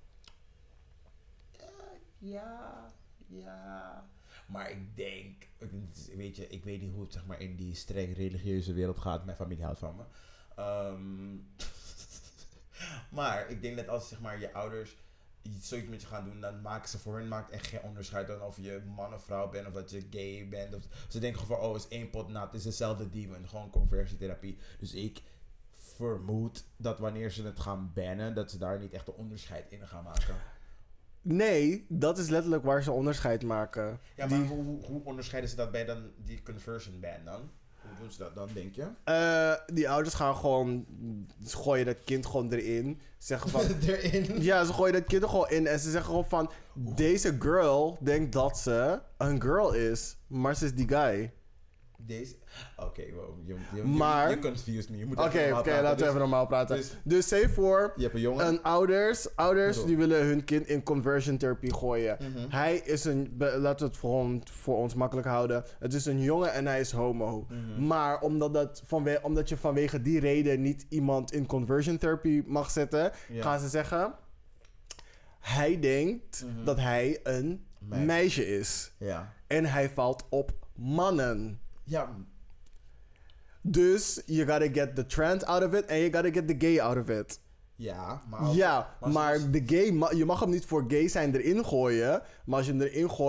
Ja, ja. Maar ik denk, weet je, ik weet niet hoe het zeg maar in die streng religieuze wereld gaat. Mijn familie houdt van me. Um, maar ik denk dat als zeg maar je ouders iets zoiets met je gaan doen, dan maken ze voor hun maakt echt geen onderscheid dan of je man of vrouw bent of dat je gay bent. Of, ze denken gewoon van, oh, het is één pot nat, het is dezelfde demon, gewoon conversietherapie. Dus ik vermoed dat wanneer ze het gaan bannen, dat ze daar niet echt een onderscheid in gaan maken. Nee, dat is letterlijk waar ze onderscheid maken. Ja, maar Die- hoe, hoe onderscheiden ze dat bij dan die conversion ban dan? Hoe doen ze dat dan, denk je? Uh, die ouders gaan gewoon... Ze gooien dat kind gewoon erin. Zeggen van... Erin. Ja, ze gooien dat kind er gewoon in. En ze zeggen gewoon van... Deze girl denkt dat ze een girl is. Maar ze is die guy. Deze... Oké, okay, wow. Je, je, Maar- je, je confused me. Je moet Oké, even oké, normaal praten. laten we Dus even normaal praten. dus- Dus stel je voor... Je hebt een jongen. Een ouders, ouders Zo. die willen hun kind in conversion therapy gooien. Mhm. Hij is een, be- laten we het voor, voor ons makkelijk houden. Het is een jongen en hij is homo. Mhm. Maar omdat, dat vanwe, omdat je vanwege die reden niet iemand in conversion therapy mag zetten, Ja. gaan ze zeggen: hij denkt Mhm. dat hij een Meisje. meisje is. Ja. En hij valt op mannen. Ja. Dus you gotta get the trans out of it en you gotta get the gay out of it. Ja, maar... als- Ja, maar maar zoals- de gay, ma- je mag hem niet voor gay zijn erin gooien. Maar als je hem erin gooit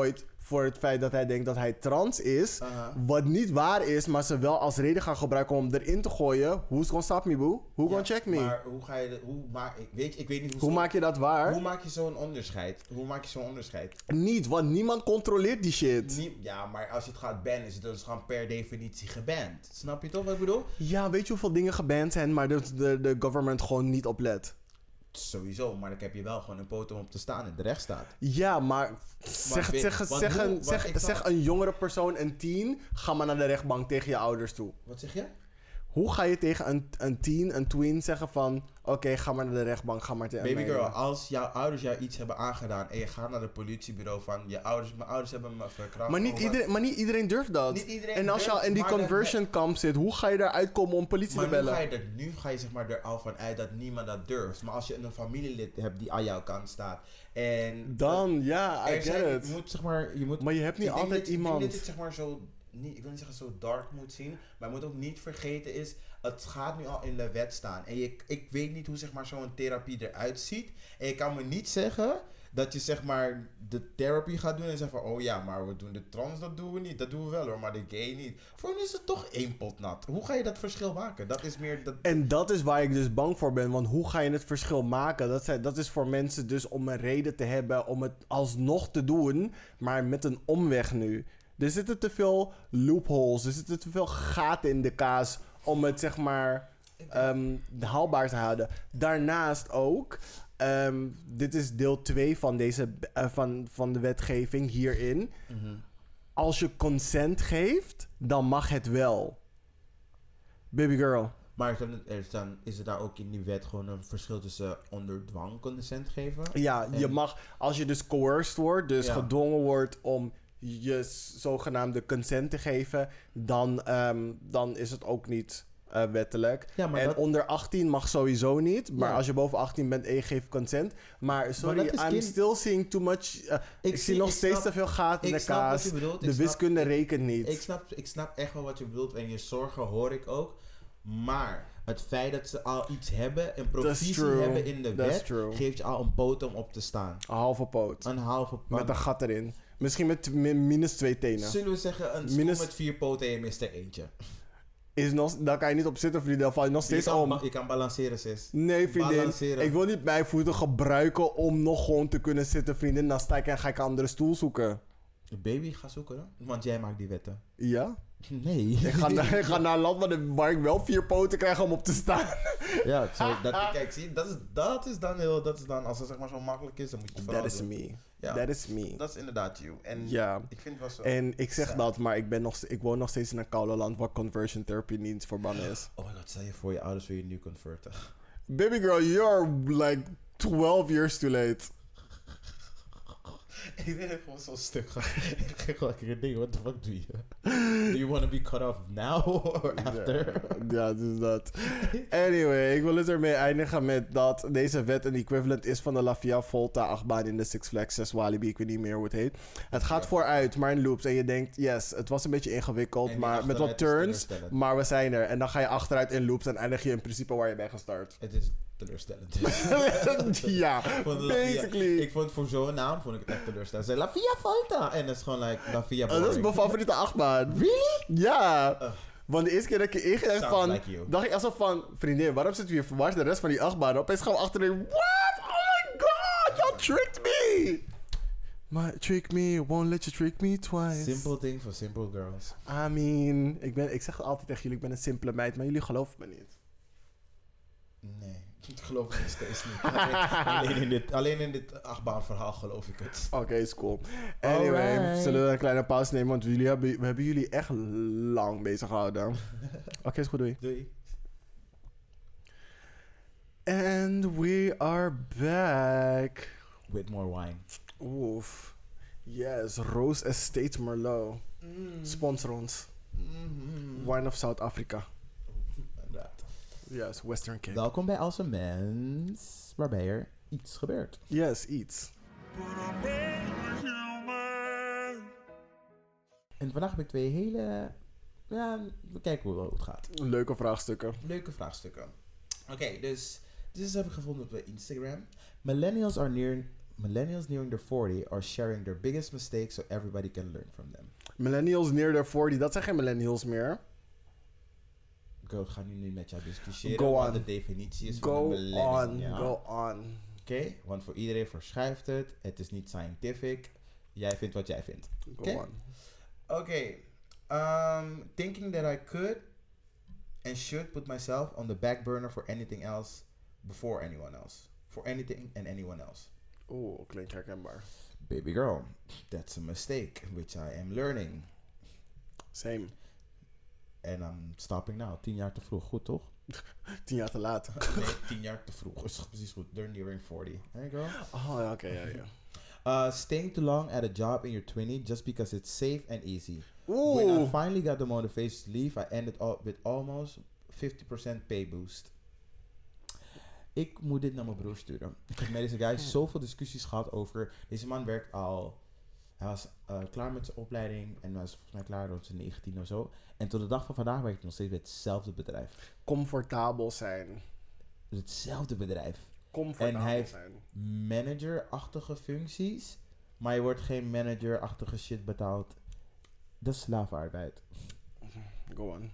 voor het feit dat hij denkt dat hij trans is. Uh-huh. Wat niet waar is, maar ze wel als reden gaan gebruiken om hem erin te gooien. Who's gonna stop me, boo? Who Ja, gonna check me? Maar hoe ga je dat... Hoe maak, ik, weet, je- ik weet niet hoe... Hoe zo- maak je dat waar? Hoe maak je zo'n onderscheid? Hoe maak je zo'n onderscheid? Niet, want niemand controleert die shit. Nie- ja, maar als je het gaat bannen, is het dus gewoon per definitie geband. Snap je toch wat ik bedoel? Ja, weet je hoeveel dingen geband zijn, maar de, de, de government gewoon niet oplet? Sowieso, maar dan heb je wel gewoon een podium op te staan in de rechtsstaat. Ja, maar zeg, weet- zeg, want zeg, hoe- een, want zeg, ik zeg snap- een jongere persoon, een tien, ga maar naar de rechtbank tegen je ouders toe. Wat zeg je? Hoe ga je tegen een, een teen, een tween zeggen van... Oké, okay, ga maar naar de rechtbank, ga maar tegen Baby mij. girl, als jouw ouders jou iets hebben aangedaan en je gaat naar het politiebureau van je ouders, mijn ouders hebben me verkracht. Maar niet, of wat- iedereen, maar niet iedereen durft dat. Niet iedereen en als je al durft, in die maar dat- conversion camp zit, hoe ga je daaruit komen om politie Maar te nu bellen? ga, je er, nu ga je zeg maar er al van uit dat niemand dat durft. Maar als je een familielid hebt die aan jouw kant staat en... Dan, ja, I er get zijn- it. Je moet zeg maar... Je moet, Maar je hebt niet ik denk altijd dat je- iemand... Ik denk dat je het zeg maar zo... Niet, ik wil niet zeggen zo dark moet zien, maar je moet ook niet vergeten is, het gaat nu al in de wet staan. En je, ik weet niet hoe zeg maar zo'n therapie eruit ziet. En je kan me niet zeggen dat je zeg maar de therapie gaat doen en zegt van, oh ja, maar we doen de trans, dat doen we niet. Dat doen we wel hoor, maar de gay niet. Voor hen is het toch één pot nat. Hoe ga je dat verschil maken? Dat is meer... Dat... En dat is waar ik dus bang voor ben. Want hoe ga je het verschil maken? Dat, zijn, dat is voor mensen dus om een reden te hebben om het alsnog te doen, maar met een omweg nu. Er zitten te veel loopholes, er zitten te veel gaten in de kaas om het zeg maar um, haalbaar te houden. Daarnaast ook, um, dit is deel twee van, deze, uh, van, van de wetgeving hierin. Mm-hmm. Als je consent geeft, dan mag het wel. Baby girl. Maar is, dan, er dan, is er daar ook in die wet gewoon een verschil tussen onder dwang consent geven? Ja, En- je mag, als je dus coerced wordt, dus Ja. gedwongen wordt om je s- zogenaamde consent te geven, dan, um, dan is het ook niet uh, wettelijk. Ja, maar en dat- onder achttien mag sowieso niet, maar Ja. als je boven achttien bent en je geeft consent. Maar sorry, dat is I'm kind- still seeing too much. uh, ik, zie nog ik steeds snap- te veel gaten in ik de snap wat kaas. je bedoelt, De ik snap- wiskunde ik- rekent niet. Ik snap, ik snap echt wel wat je bedoelt en je zorgen hoor ik ook. Maar het feit dat ze al iets hebben, een provisie true. hebben in de That's wet, true. geeft je al een poot om op te staan. Een halve poot. Een halve Met een gat erin. Misschien met min- minus twee tenen. Zullen we zeggen, een stoel Minus- met vier poten en je mist er eentje. Is nog, daar kan je niet op zitten, vrienden. Dan val je nog Je steeds kan, om. ba- je kan balanceren, sis. Nee, vriendin. Balanceren. Ik wil niet mijn voeten gebruiken om nog gewoon te kunnen zitten, vriendin. Dan sta ik en ga ik een andere stoel zoeken. Baby, ga zoeken dan. Want jij maakt die wetten. Ja? Nee. Ik ga, naar, ik ga naar een land waar, de- waar ik wel vier poten krijg om op te staan. Ja, zo, dat, kijk, zie, dat is, dat is dan heel, dat is dan, als het zeg maar zo makkelijk is, dan moet je het vooral That is doen. me. Ja. That is me. Dat is inderdaad you. En Ja. ik vind het wel zo. En ik zeg sad. dat, maar ik, ben nog, st- ik woon nog steeds in een koude land waar conversion therapy niet verbannen is. Oh my god, stel je voor je ouders wil je nu converten. Baby girl, you're like twelve years too late. Ik ben gewoon zo stuk. Ik ga gewoon een ding, what the fuck do you? Do you want to be cut off now or after? Ja, dus dat. Anyway, ik wil het ermee eindigen met dat deze wet een equivalent is van de La Via Volta achtbaan in de Six Flags Zes Walibi. Ik weet niet meer hoe het heet. Het gaat Ja. vooruit, maar in loops. En je denkt, yes, het was een beetje ingewikkeld, En die maar met wat achteruit is turns. teleurstellend. Maar we zijn er. En dan ga je achteruit in loops en eindig je in principe waar je bent gestart. Het is teleurstellend. Ja, vond La Via- basically. ik vond voor zo'n naam vond ik het echt teleurstellend. Ze zei La Via Volta. En dat is gewoon like La Via Oh, boring. dat is mijn favoriete achtbaan. Really? Ja. Ugh. Want de eerste keer dat ik je ingedacht Sounds van... like you. dacht ik echt zo van... Vriendin, waarom zitten we hier? Waar is de rest van die achtbaan? Opeens gaan we achterin... What? Oh my god! You tricked me! Maar trick me, won't let you trick me twice. Simple thing for simple girls. I mean... Ik, ben, ik zeg altijd tegen jullie, ik ben een simpele meid. Maar jullie geloven me niet. Nee, ik geloof het nog steeds niet. Alleen, alleen in dit, alleen in dit achtbaanverhaal geloof ik het. Oké, is cool. Anyway, Alright. zullen we een kleine pauze nemen? Want jullie hebben, we hebben jullie echt lang bezig gehouden. Oké, is goed, doei. Doei. And we are back. With more wine. Oef. Yes, Rose Estate Merlot. Mm. Sponsor ons. Mm-hmm. Wine of South Africa. Inderdaad. Yes, Western Cape. Welkom bij Als een Mens, waarbij er iets gebeurt. Yes, iets. En vandaag heb ik twee hele... Ja, we kijken hoe het gaat. Leuke vraagstukken. Leuke vraagstukken. Oké, dus... Dit heb ik gevonden op Instagram. Millennials are near... Millennials nearing their forty are sharing their biggest mistakes so everybody can learn from them. Millennials near their forty, dat zijn geen millennials meer. Go, ik ga nu niet met jou discussiëren Go wat on. de definitie is Go van een millennial. on, ja. go on. Oké, okay? Want voor iedereen verschuift het. Het is niet scientific. Jij vindt wat jij vindt. Go Okay? on. Oké. Okay. Um, thinking that I could and should put myself on the back burner for anything else before anyone else. For anything and anyone else. Oeh, klinkt herkenbaar. Baby girl, that's a mistake, which I am learning. Same. En I'm stopping now. Tien jaar te vroeg, goed toch? Tien jaar te laat. Nee, tien jaar te vroeg. Is precies goed. They're nearing forty. There you go. Oh, ja, oké, ja, ja. Uh, staying too long at a job in your twenties just because it's safe and easy. Oeh. When I finally got the motivation to leave, I ended up with almost fifty percent pay boost. Ik moet dit naar mijn broer sturen. Ik heb met deze guy zoveel discussies gehad over... Deze man werkt al... Hij was uh, klaar met zijn opleiding en was volgens mij klaar rond zijn negentien of zo. En tot de dag van vandaag werkt hij nog steeds bij hetzelfde bedrijf. Comfortabel zijn. Hetzelfde bedrijf. Comfortabel En hij heeft zijn. manager-achtige functies, maar je wordt geen manager-achtige shit betaald. Dat is slavenarbeid. Go on.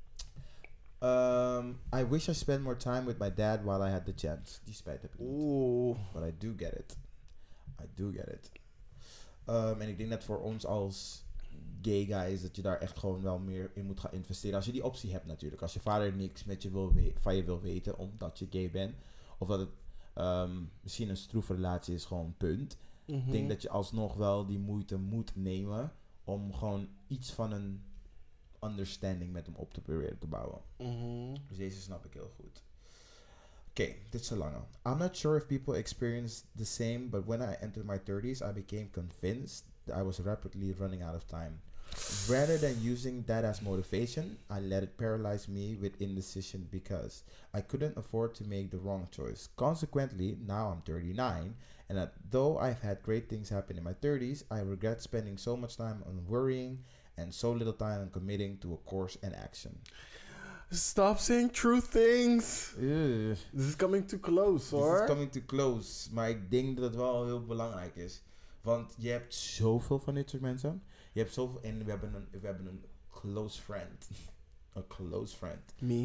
Um, I wish I spent more time with my dad while I had the chance. Die spijt heb ik niet. Oeh. But I do get it. I do get it. Um, en ik denk dat voor ons als gay guys dat je daar echt gewoon wel meer in moet gaan investeren. Als je die optie hebt natuurlijk. Als je vader niks met je wil we- van je wil weten omdat je gay bent. Of dat het um, misschien een stroeve relatie is, gewoon punt. Mm-hmm. Ik denk dat je alsnog wel die moeite moet nemen om gewoon iets van een understanding met hem op te proberen te bouwen. Mm-hmm. Dus deze snap ik heel goed. Oké, okay, dit is een lange. I'm not sure if people experience the same, but when I entered my thirties, I became convinced that I was rapidly running out of time. Rather than using that as motivation, I let it paralyze me with indecision because I couldn't afford to make the wrong choice. Consequently, now I'm thirty-nine, and that though I've had great things happen in my thirties, I regret spending so much time on worrying and so little time on committing to a course and action. Stop saying true things. Ugh. This is coming too close, hoor. This is coming too close. Maar ik denk dat het wel heel belangrijk is. Want je hebt zoveel van dit soort mensen. Je hebt zoveel... En we hebben een, we hebben een close friend. Een close friend. Me?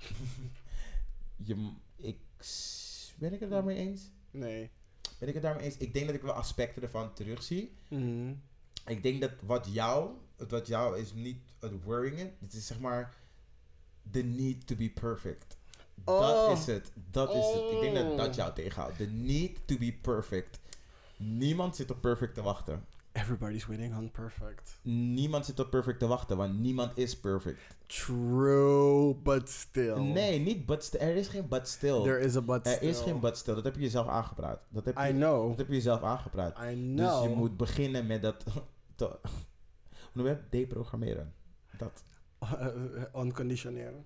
je, ik, ben ik het daarmee eens? Nee. Ben ik het daarmee eens? Ik denk dat ik wel aspecten ervan terugzie. Mm. Ik denk dat wat jou... Wat jou is niet het worrying. Het is zeg maar... The need to be perfect. Oh. Dat is het. Dat is het. Ik denk dat Oh. dat jou tegenhoudt. The need to be perfect. Niemand zit op perfect te wachten. Everybody's waiting on perfect. Niemand zit op perfect te wachten, want niemand is perfect. True, but still. Nee, niet but still. Er is geen but still. There is a but er still. is geen but still. Dat heb je jezelf aangepraat. Dat heb je, I know. Dat heb je jezelf aangepraat. I know. Dus je moet beginnen met dat... te, hoe noem je het? Deprogrammeren. Dat. Onconditioneren.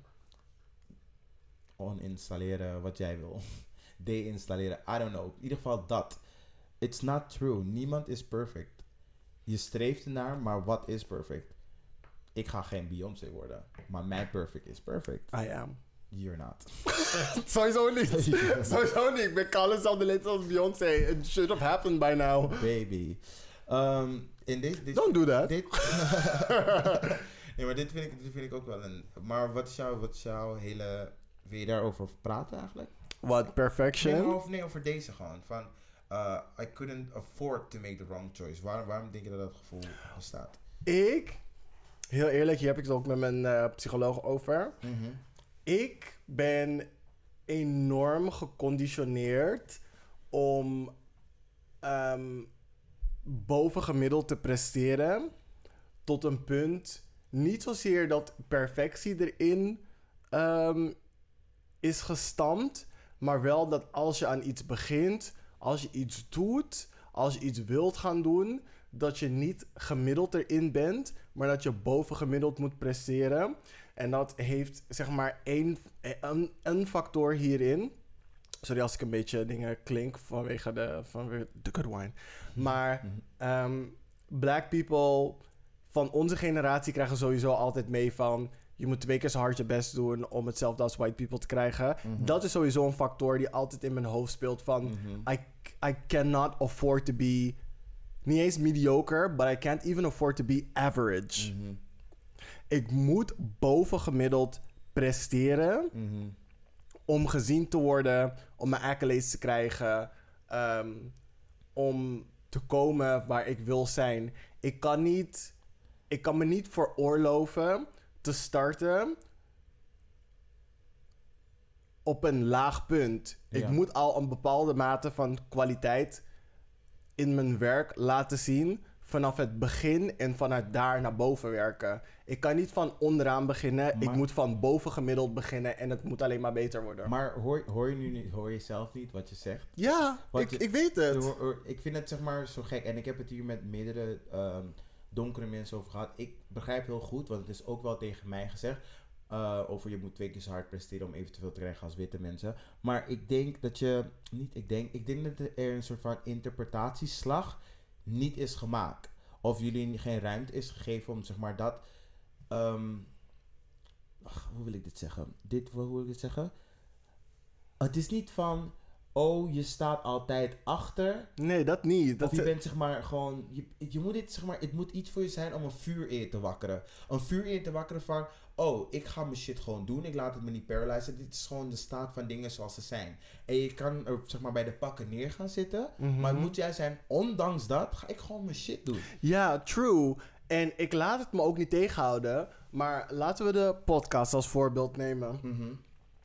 Oninstalleren wat jij wil. Deinstalleren. I don't know. In ieder geval dat. It's not true. Niemand is perfect. Je streeft ernaar, maar wat is perfect? Ik ga geen Beyoncé worden. Maar mijn perfect is perfect. I am. You're not. Sowieso niet. Sowieso niet. Ik ben Carlos al de leeftijd als Beyoncé. It should have happened by now. Baby. Um, in dit, dit, Don't do that. Dit, nee, maar dit vind, ik, dit vind ik ook wel een... Maar wat is jouw, wat is jouw hele... Wil je daarover praten eigenlijk? What, perfection? Nee, over, nee, over deze gewoon. Van, uh, I couldn't afford to make the wrong choice. Waar, waarom denk je dat dat gevoel bestaat? Ik, heel eerlijk, hier heb ik het ook met mijn uh, psycholoog over. Mm-hmm. Ik ben enorm geconditioneerd om um, bovengemiddeld te presteren tot een punt. Niet zozeer dat perfectie erin um, is gestampt, maar wel dat als je aan iets begint, als je iets doet, als je iets wilt gaan doen, dat je niet gemiddeld erin bent, maar dat je bovengemiddeld moet presteren. En dat heeft zeg maar één, een, een factor hierin. Sorry als ik een beetje dingen klink vanwege de, vanwege de good wine. Maar um, black people van onze generatie krijgen sowieso altijd mee van... je moet twee keer zo hard je best doen om hetzelfde als white people te krijgen. Mm-hmm. Dat is sowieso een factor die altijd in mijn hoofd speelt van... Mm-hmm. I, I cannot afford to be... Niet eens mediocre, but I can't even afford to be average. Mm-hmm. Ik moet bovengemiddeld presteren... Mm-hmm. om gezien te worden, om mijn accolades te krijgen... Um, om te komen waar ik wil zijn. Ik kan niet... Ik kan me niet veroorloven te starten op een laag punt. Ja. Ik moet al een bepaalde mate van kwaliteit in mijn werk laten zien vanaf het begin en vanuit daar naar boven werken. Ik kan niet van onderaan beginnen. Maar, ik moet van bovengemiddeld beginnen en het moet alleen maar beter worden. Maar hoor, hoor je nu niet, hoor je zelf niet wat je zegt? Ja, ik, je, ik weet het. Hoor, hoor, ik vind het zeg maar zo gek en ik heb het hier met meerdere um, donkere mensen over gehad. Ik begrijp heel goed, want het is ook wel tegen mij gezegd. Uh, over je moet twee keer zo hard presteren om evenveel te krijgen als witte mensen. Maar ik denk dat je... Niet ik denk. Ik denk dat er een soort van interpretatieslag niet is gemaakt. Of jullie geen ruimte is gegeven om zeg maar dat... Um, ach, hoe wil ik dit zeggen? Dit, hoe wil ik dit zeggen? Het is niet van... Oh, je staat altijd achter. Nee, dat niet. Dat of je bent zeg maar gewoon... Je, je moet dit zeg maar... Het moet iets voor je zijn om een vuur in te wakkeren. Een vuur in te wakkeren van... Oh, ik ga mijn shit gewoon doen. Ik laat het me niet paralyzen. Dit is gewoon de staat van dingen zoals ze zijn. En je kan er zeg maar bij de pakken neer gaan zitten. Mm-hmm. Maar moet jij zijn... Ondanks dat ga ik gewoon mijn shit doen. Ja, true. En ik laat het me ook niet tegenhouden. Maar laten we de podcast als voorbeeld nemen. Mm-hmm.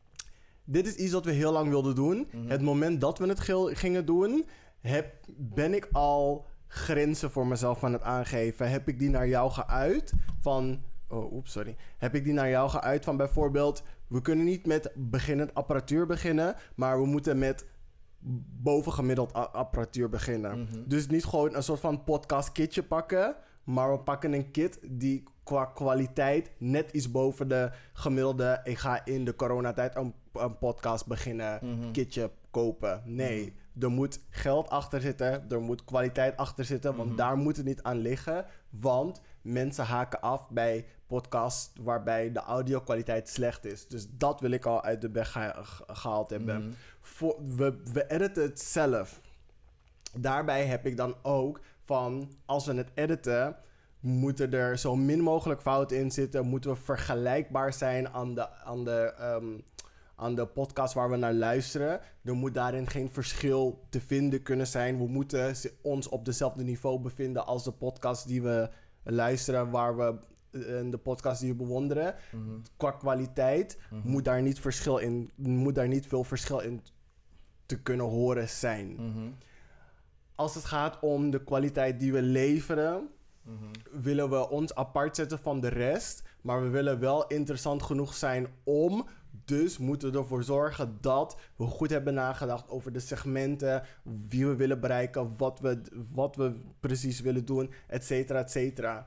Dit is iets wat we heel lang wilden doen. Mm-hmm. Het moment dat we het ge- gingen doen... Heb, ben ik al grenzen voor mezelf aan het aangeven. Heb ik die naar jou geuit van... Oh, oeps, sorry. Heb ik die naar jou geuit van bijvoorbeeld... We kunnen niet met beginnend apparatuur beginnen... maar we moeten met bovengemiddeld a- apparatuur beginnen. Mm-hmm. Dus niet gewoon een soort van podcast kitje pakken... maar we pakken een kit die qua kwaliteit net iets boven de gemiddelde... ik ga in de coronatijd een, een podcast beginnen, mm-hmm. kitje kopen. Nee, mm-hmm. er moet geld achter zitten, er moet kwaliteit achter zitten... want mm-hmm. daar moet het niet aan liggen, want... Mensen haken af bij podcasts waarbij de audio-kwaliteit slecht is. Dus dat wil ik al uit de weg ge- gehaald hebben. Mm-hmm. Voor, we, we editen het zelf. Daarbij heb ik dan ook van... Als we het editen... moeten er zo min mogelijk fouten in zitten. Moeten we vergelijkbaar zijn aan de, aan de, um, aan de podcast waar we naar luisteren. Er moet daarin geen verschil te vinden kunnen zijn. We moeten ons op dezelfde niveau bevinden als de podcast die we... luisteren waar we uh, de podcast die we bewonderen. Mm-hmm. Qua kwaliteit mm-hmm. moet daar niet verschil in, moet daar niet veel verschil in te kunnen horen zijn. Mm-hmm. Als het gaat om de kwaliteit die we leveren, mm-hmm. willen we ons apart zetten van de rest, maar we willen wel interessant genoeg zijn om. Dus moeten we ervoor zorgen dat we goed hebben nagedacht over de segmenten, wie we willen bereiken, wat we, wat we precies willen doen, et cetera, et cetera.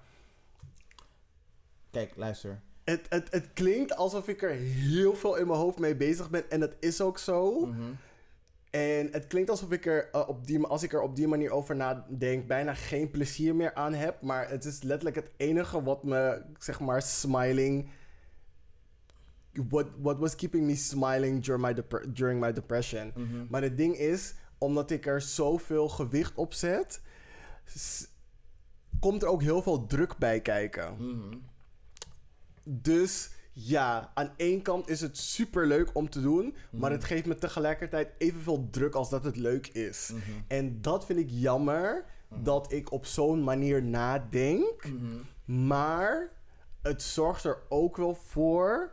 Kijk, luister. Het, het, het klinkt alsof ik er heel veel in mijn hoofd mee bezig ben en dat is ook zo. Mm-hmm. En het klinkt alsof ik er, uh, op die, als ik er op die manier over nadenk, bijna geen plezier meer aan heb. Maar het is letterlijk het enige wat me, zeg maar, smiling... What, what was keeping me smiling during my, dep- during my depression. Mm-hmm. Maar het ding is, omdat ik er zoveel gewicht op zet, s- komt er ook heel veel druk bij kijken. Mm-hmm. Dus ja, aan één kant is het super leuk om te doen, mm-hmm. maar het geeft me tegelijkertijd evenveel druk als dat het leuk is. Mm-hmm. En dat vind ik jammer, mm-hmm. dat ik op zo'n manier nadenk. Mm-hmm. Maar het zorgt er ook wel voor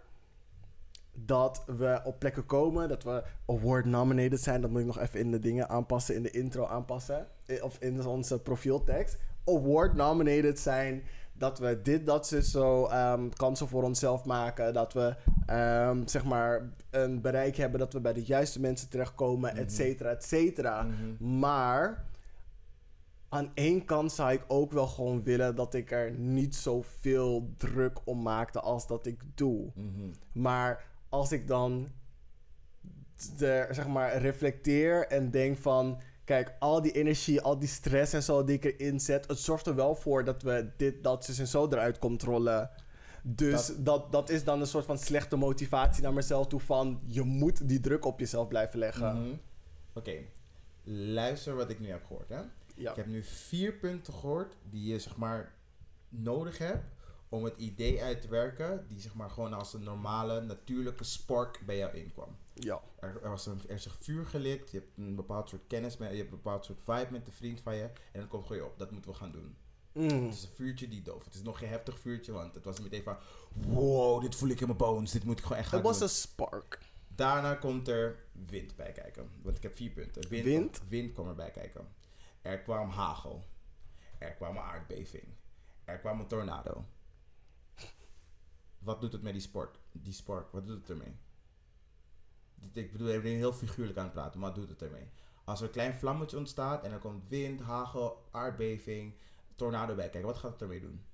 dat we op plekken komen, dat we award nominated zijn. Dat moet ik nog even in de dingen aanpassen, in de intro aanpassen. Of in onze profieltekst. Award nominated zijn, dat we dit, dat ze zo um, kansen voor onszelf maken. Dat we um, zeg maar een bereik hebben, dat we bij de juiste mensen terechtkomen, mm-hmm. et cetera, et cetera. Mm-hmm. Maar aan één kant zou ik ook wel gewoon willen dat ik er niet zoveel druk om maakte als dat ik doe. Mm-hmm. Maar als ik dan de, zeg maar, reflecteer en denk van... Kijk, al die energie, al die stress en zo die ik erin zet... het zorgt er wel voor dat we dit, dat, zus en zo eruit komt rollen. Dus Dat- dat, dat is dan een soort van slechte motivatie naar mezelf toe van... je moet die druk op jezelf blijven leggen. Mhm. Oké, luister wat ik nu heb gehoord, hè. Ja. Ik heb nu vier punten gehoord die je, zeg maar, nodig hebt om het idee uit te werken die, zeg maar, gewoon als een normale, natuurlijke spark bij jou inkwam. Ja. Er, er, was een, er is een vuur gelit, je hebt een bepaald soort kennis, met, je hebt een bepaald soort vibe met de vriend van je en dan komt gewoon je op, dat moeten we gaan doen. Mm. Het is een vuurtje die doof. Het is nog geen heftig vuurtje, want het was meteen van, wow, dit voel ik in mijn bones, dit moet ik gewoon echt gaan Het was doen. een spark. Daarna komt er wind bij kijken. Want ik heb vier punten. Wind, Wind? Kwam, wind kwam erbij kijken. Er kwam hagel. Er kwam een aardbeving. Er kwam een tornado. Wat doet het met die spark? Die spark, wat doet het ermee? Dit- Ik bedoel, ik ben heel figuurlijk aan het praten, maar wat doet het ermee? Als er een klein vlammetje ontstaat en er komt wind, hagel, aardbeving, tornado bij kijken, wat gaat het ermee doen?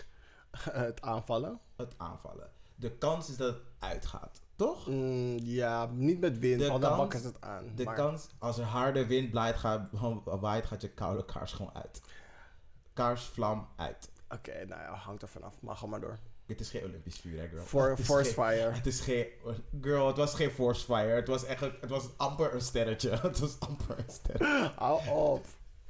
Het aanvallen. Het aanvallen. De kans is dat het uitgaat, toch? Mm, ja, niet met wind, De want dan kans- wakkert het aan. De maar- kans, als er harde wind blaait, gaat, waait, gaat je koude kaars gewoon uit. Kaars, vlam, uit. Oké, nou ja, hangt er vanaf. Maar ga maar door. Het is geen Olympisch vuur, hè, girl. For, Het is force geen- fire. Het is geen... Girl, het was geen force fire. Het was echt... Het was amper een sterretje. Het was amper een sterretje. Hou op.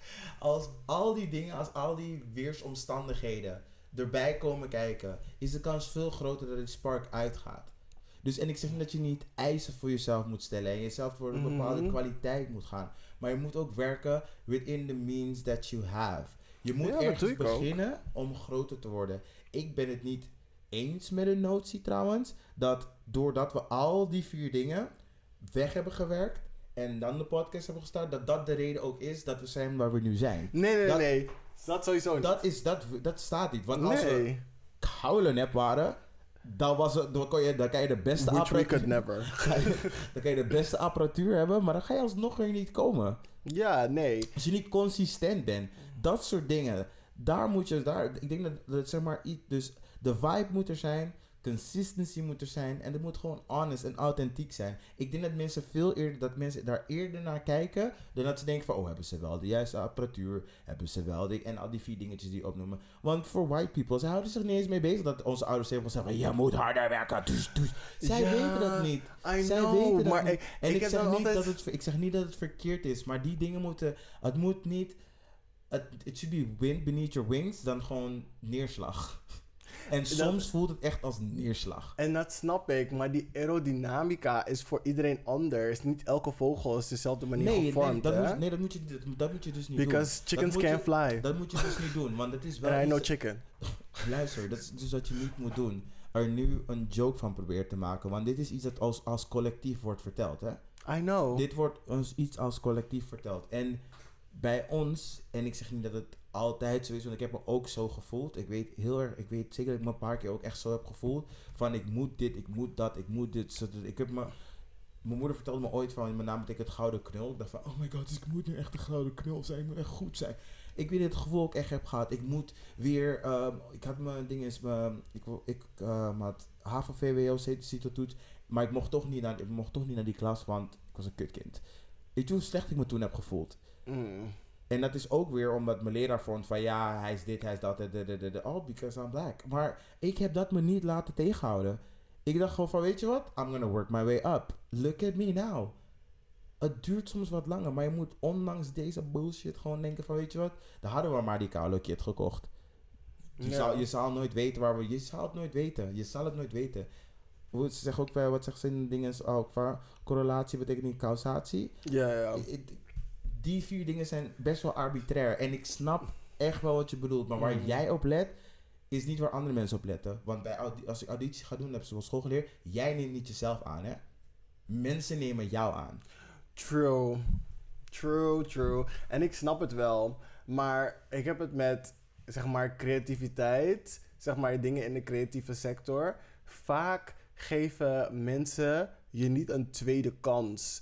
Als al die dingen, als al die weersomstandigheden erbij komen kijken, is de kans veel groter dat die spark uitgaat. Dus, en ik zeg niet dat je niet eisen voor jezelf moet stellen en jezelf voor een bepaalde Mhm. kwaliteit moet gaan. Maar je moet ook werken within the means that you have. Je moet Ja, dat ergens doe ik ook. beginnen om groter te worden. Ik ben het niet eens met een notie trouwens, dat doordat we al die vier dingen weg hebben gewerkt en dan de podcast hebben gestart, dat dat de reden ook is dat we zijn waar we nu zijn. Nee, nee, Dat- nee. Dat sowieso niet. Dat, is, dat, dat staat niet. Want als we nee. koulenep waren, dan, was het, dan, kon je, dan kan je de beste Which we apparatuur... could never. Dan kan je de beste apparatuur hebben, maar dan ga je alsnog weer niet komen. Ja, nee. Als je niet consistent bent. Dat soort dingen. Daar moet je... Daar, ik denk dat, dat zeg maar... i- Dus de vibe moet er zijn. Consistency moet er zijn. En het moet gewoon honest en authentiek zijn. Ik denk dat mensen veel eerder... Dat mensen daar eerder naar kijken. Dan dat ze denken van... Oh, hebben ze wel de juiste apparatuur? Hebben ze wel die... En al die vier dingetjes die je opnoemen. Want voor white people... Ze houden zich niet eens mee bezig. Dat onze ouders tegen ons zeggen... Je moet harder werken. Dus, dus. Zij Ja, weten dat niet. I Zij know, weten dat maar niet. ik, En ik ik, heb zeg dan niet altijd... dat het, ik zeg niet dat het verkeerd is, maar die dingen moeten... Het moet niet... Het it should be wind beneath your wings dan gewoon neerslag. En soms voelt het echt als neerslag. En dat snap ik, maar die aerodynamica is voor iedereen anders. Niet elke vogel is dezelfde manier Nee, gevormd, nee, dat hè? moet, nee dat, moet je, dat, dat moet je dus niet Because doen. chickens Dat moet can't je- fly. Dat moet je dus niet doen, want het is wel... And I know iets- chicken. Luister, dat is dus wat je niet moet doen. Er nu een joke van proberen te maken, want dit is iets dat als, als collectief wordt verteld, hè? I know. Dit wordt als iets als collectief verteld. En bij ons, en ik zeg niet dat het altijd zo is, want ik heb me ook zo gevoeld. Ik weet heel erg, ik weet zeker dat ik me een paar keer ook echt zo heb gevoeld. Van ik moet dit, ik moet dat, ik moet dit. zodat- Ik heb me, mijn moeder vertelde me ooit van, mijn naam betekent gouden knul. Ik dacht van, oh my god, dus ik moet nu echt een gouden knul zijn. Ik moet echt goed zijn. Ik weet het gevoel ook echt heb gehad. Ik moet weer, ehm, ik had mijn ding is, mijn, ik, wil- ik ehm, had H A V O, V W O, CITO-toets. Maar ik mocht, toch niet naar, ik mocht toch niet naar die klas, want ik was een kutkind. Weet je hoe slecht ik me toen heb gevoeld? Mm. En dat is ook weer omdat mijn leraar vond van ja, hij is dit, hij is dat, de, de, de, de, all because I'm black. Maar ik heb dat me niet laten tegenhouden. Ik dacht gewoon van, weet je wat? I'm gonna work my way up. Look at me now. Het duurt soms wat langer, maar je moet ondanks deze bullshit gewoon denken van, weet je wat? Dan hadden we maar die koude kit gekocht. Je, Ja. zal, je zal nooit weten waar we... Je zal het nooit weten. Je zal het nooit weten. Hoe- Ze zeggen ook, bij- wat zeggen ze in dingen ook van correlatie betekent niet causatie. Ja, ja. I- i- Die vier dingen zijn best wel arbitrair. En ik snap echt wel wat je bedoelt. Maar waar Mhm. jij op let, is niet waar andere mensen op letten. Want bij audi- als ik auditie ga doen, hebben ze wel school geleerd. Jij neemt niet jezelf aan, hè. Mensen nemen jou aan. True. True, true. En ik snap het wel. Maar ik heb het met, zeg maar, creativiteit. Zeg maar, dingen in de creatieve sector. Vaak geven mensen je niet een tweede kans.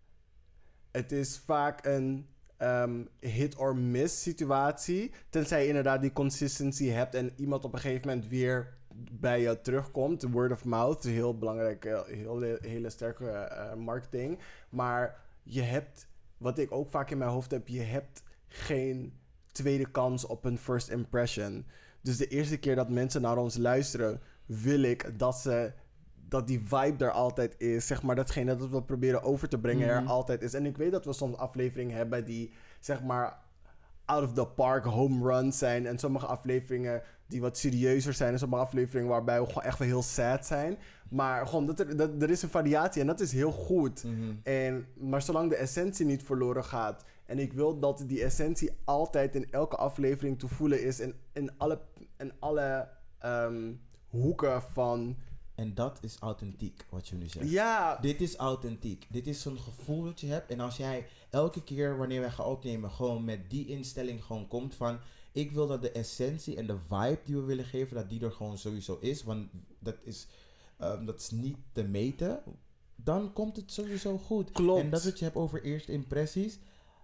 Het is vaak een ehm, hit-or-miss situatie. Tenzij je inderdaad die consistency hebt en iemand op een gegeven moment weer bij je terugkomt. Word of mouth is heel belangrijk, eh, heel, hele sterke eh, marketing. Maar je hebt, wat ik ook vaak in mijn hoofd heb, je hebt geen tweede kans op een first impression. Dus de eerste keer dat mensen naar ons luisteren, wil ik dat ze... dat die vibe er altijd is. Zeg maar, datgene dat we proberen over te brengen Mhm. er altijd is. En ik weet dat we soms afleveringen hebben die, zeg maar, out of the park home runs zijn. En sommige afleveringen die wat serieuzer zijn. En sommige afleveringen waarbij we gewoon echt wel heel sad zijn. Maar gewoon, dat er, dat, er is een variatie en dat is heel goed. Mhm. En, maar zolang de essentie niet verloren gaat... en ik wil dat die essentie altijd in elke aflevering te voelen is... in, in alle, in alle ehm, hoeken van... En dat is authentiek, wat je nu zegt. Ja, Dit is authentiek. Dit is zo'n gevoel dat je hebt. En als jij elke keer wanneer wij gaan opnemen... gewoon met die instelling gewoon komt van... ik wil dat de essentie en de vibe die we willen geven... dat die er gewoon sowieso is. Want dat is, um, dat is niet te meten. Dan komt het sowieso goed. Klopt. En dat wat je hebt over eerste impressies...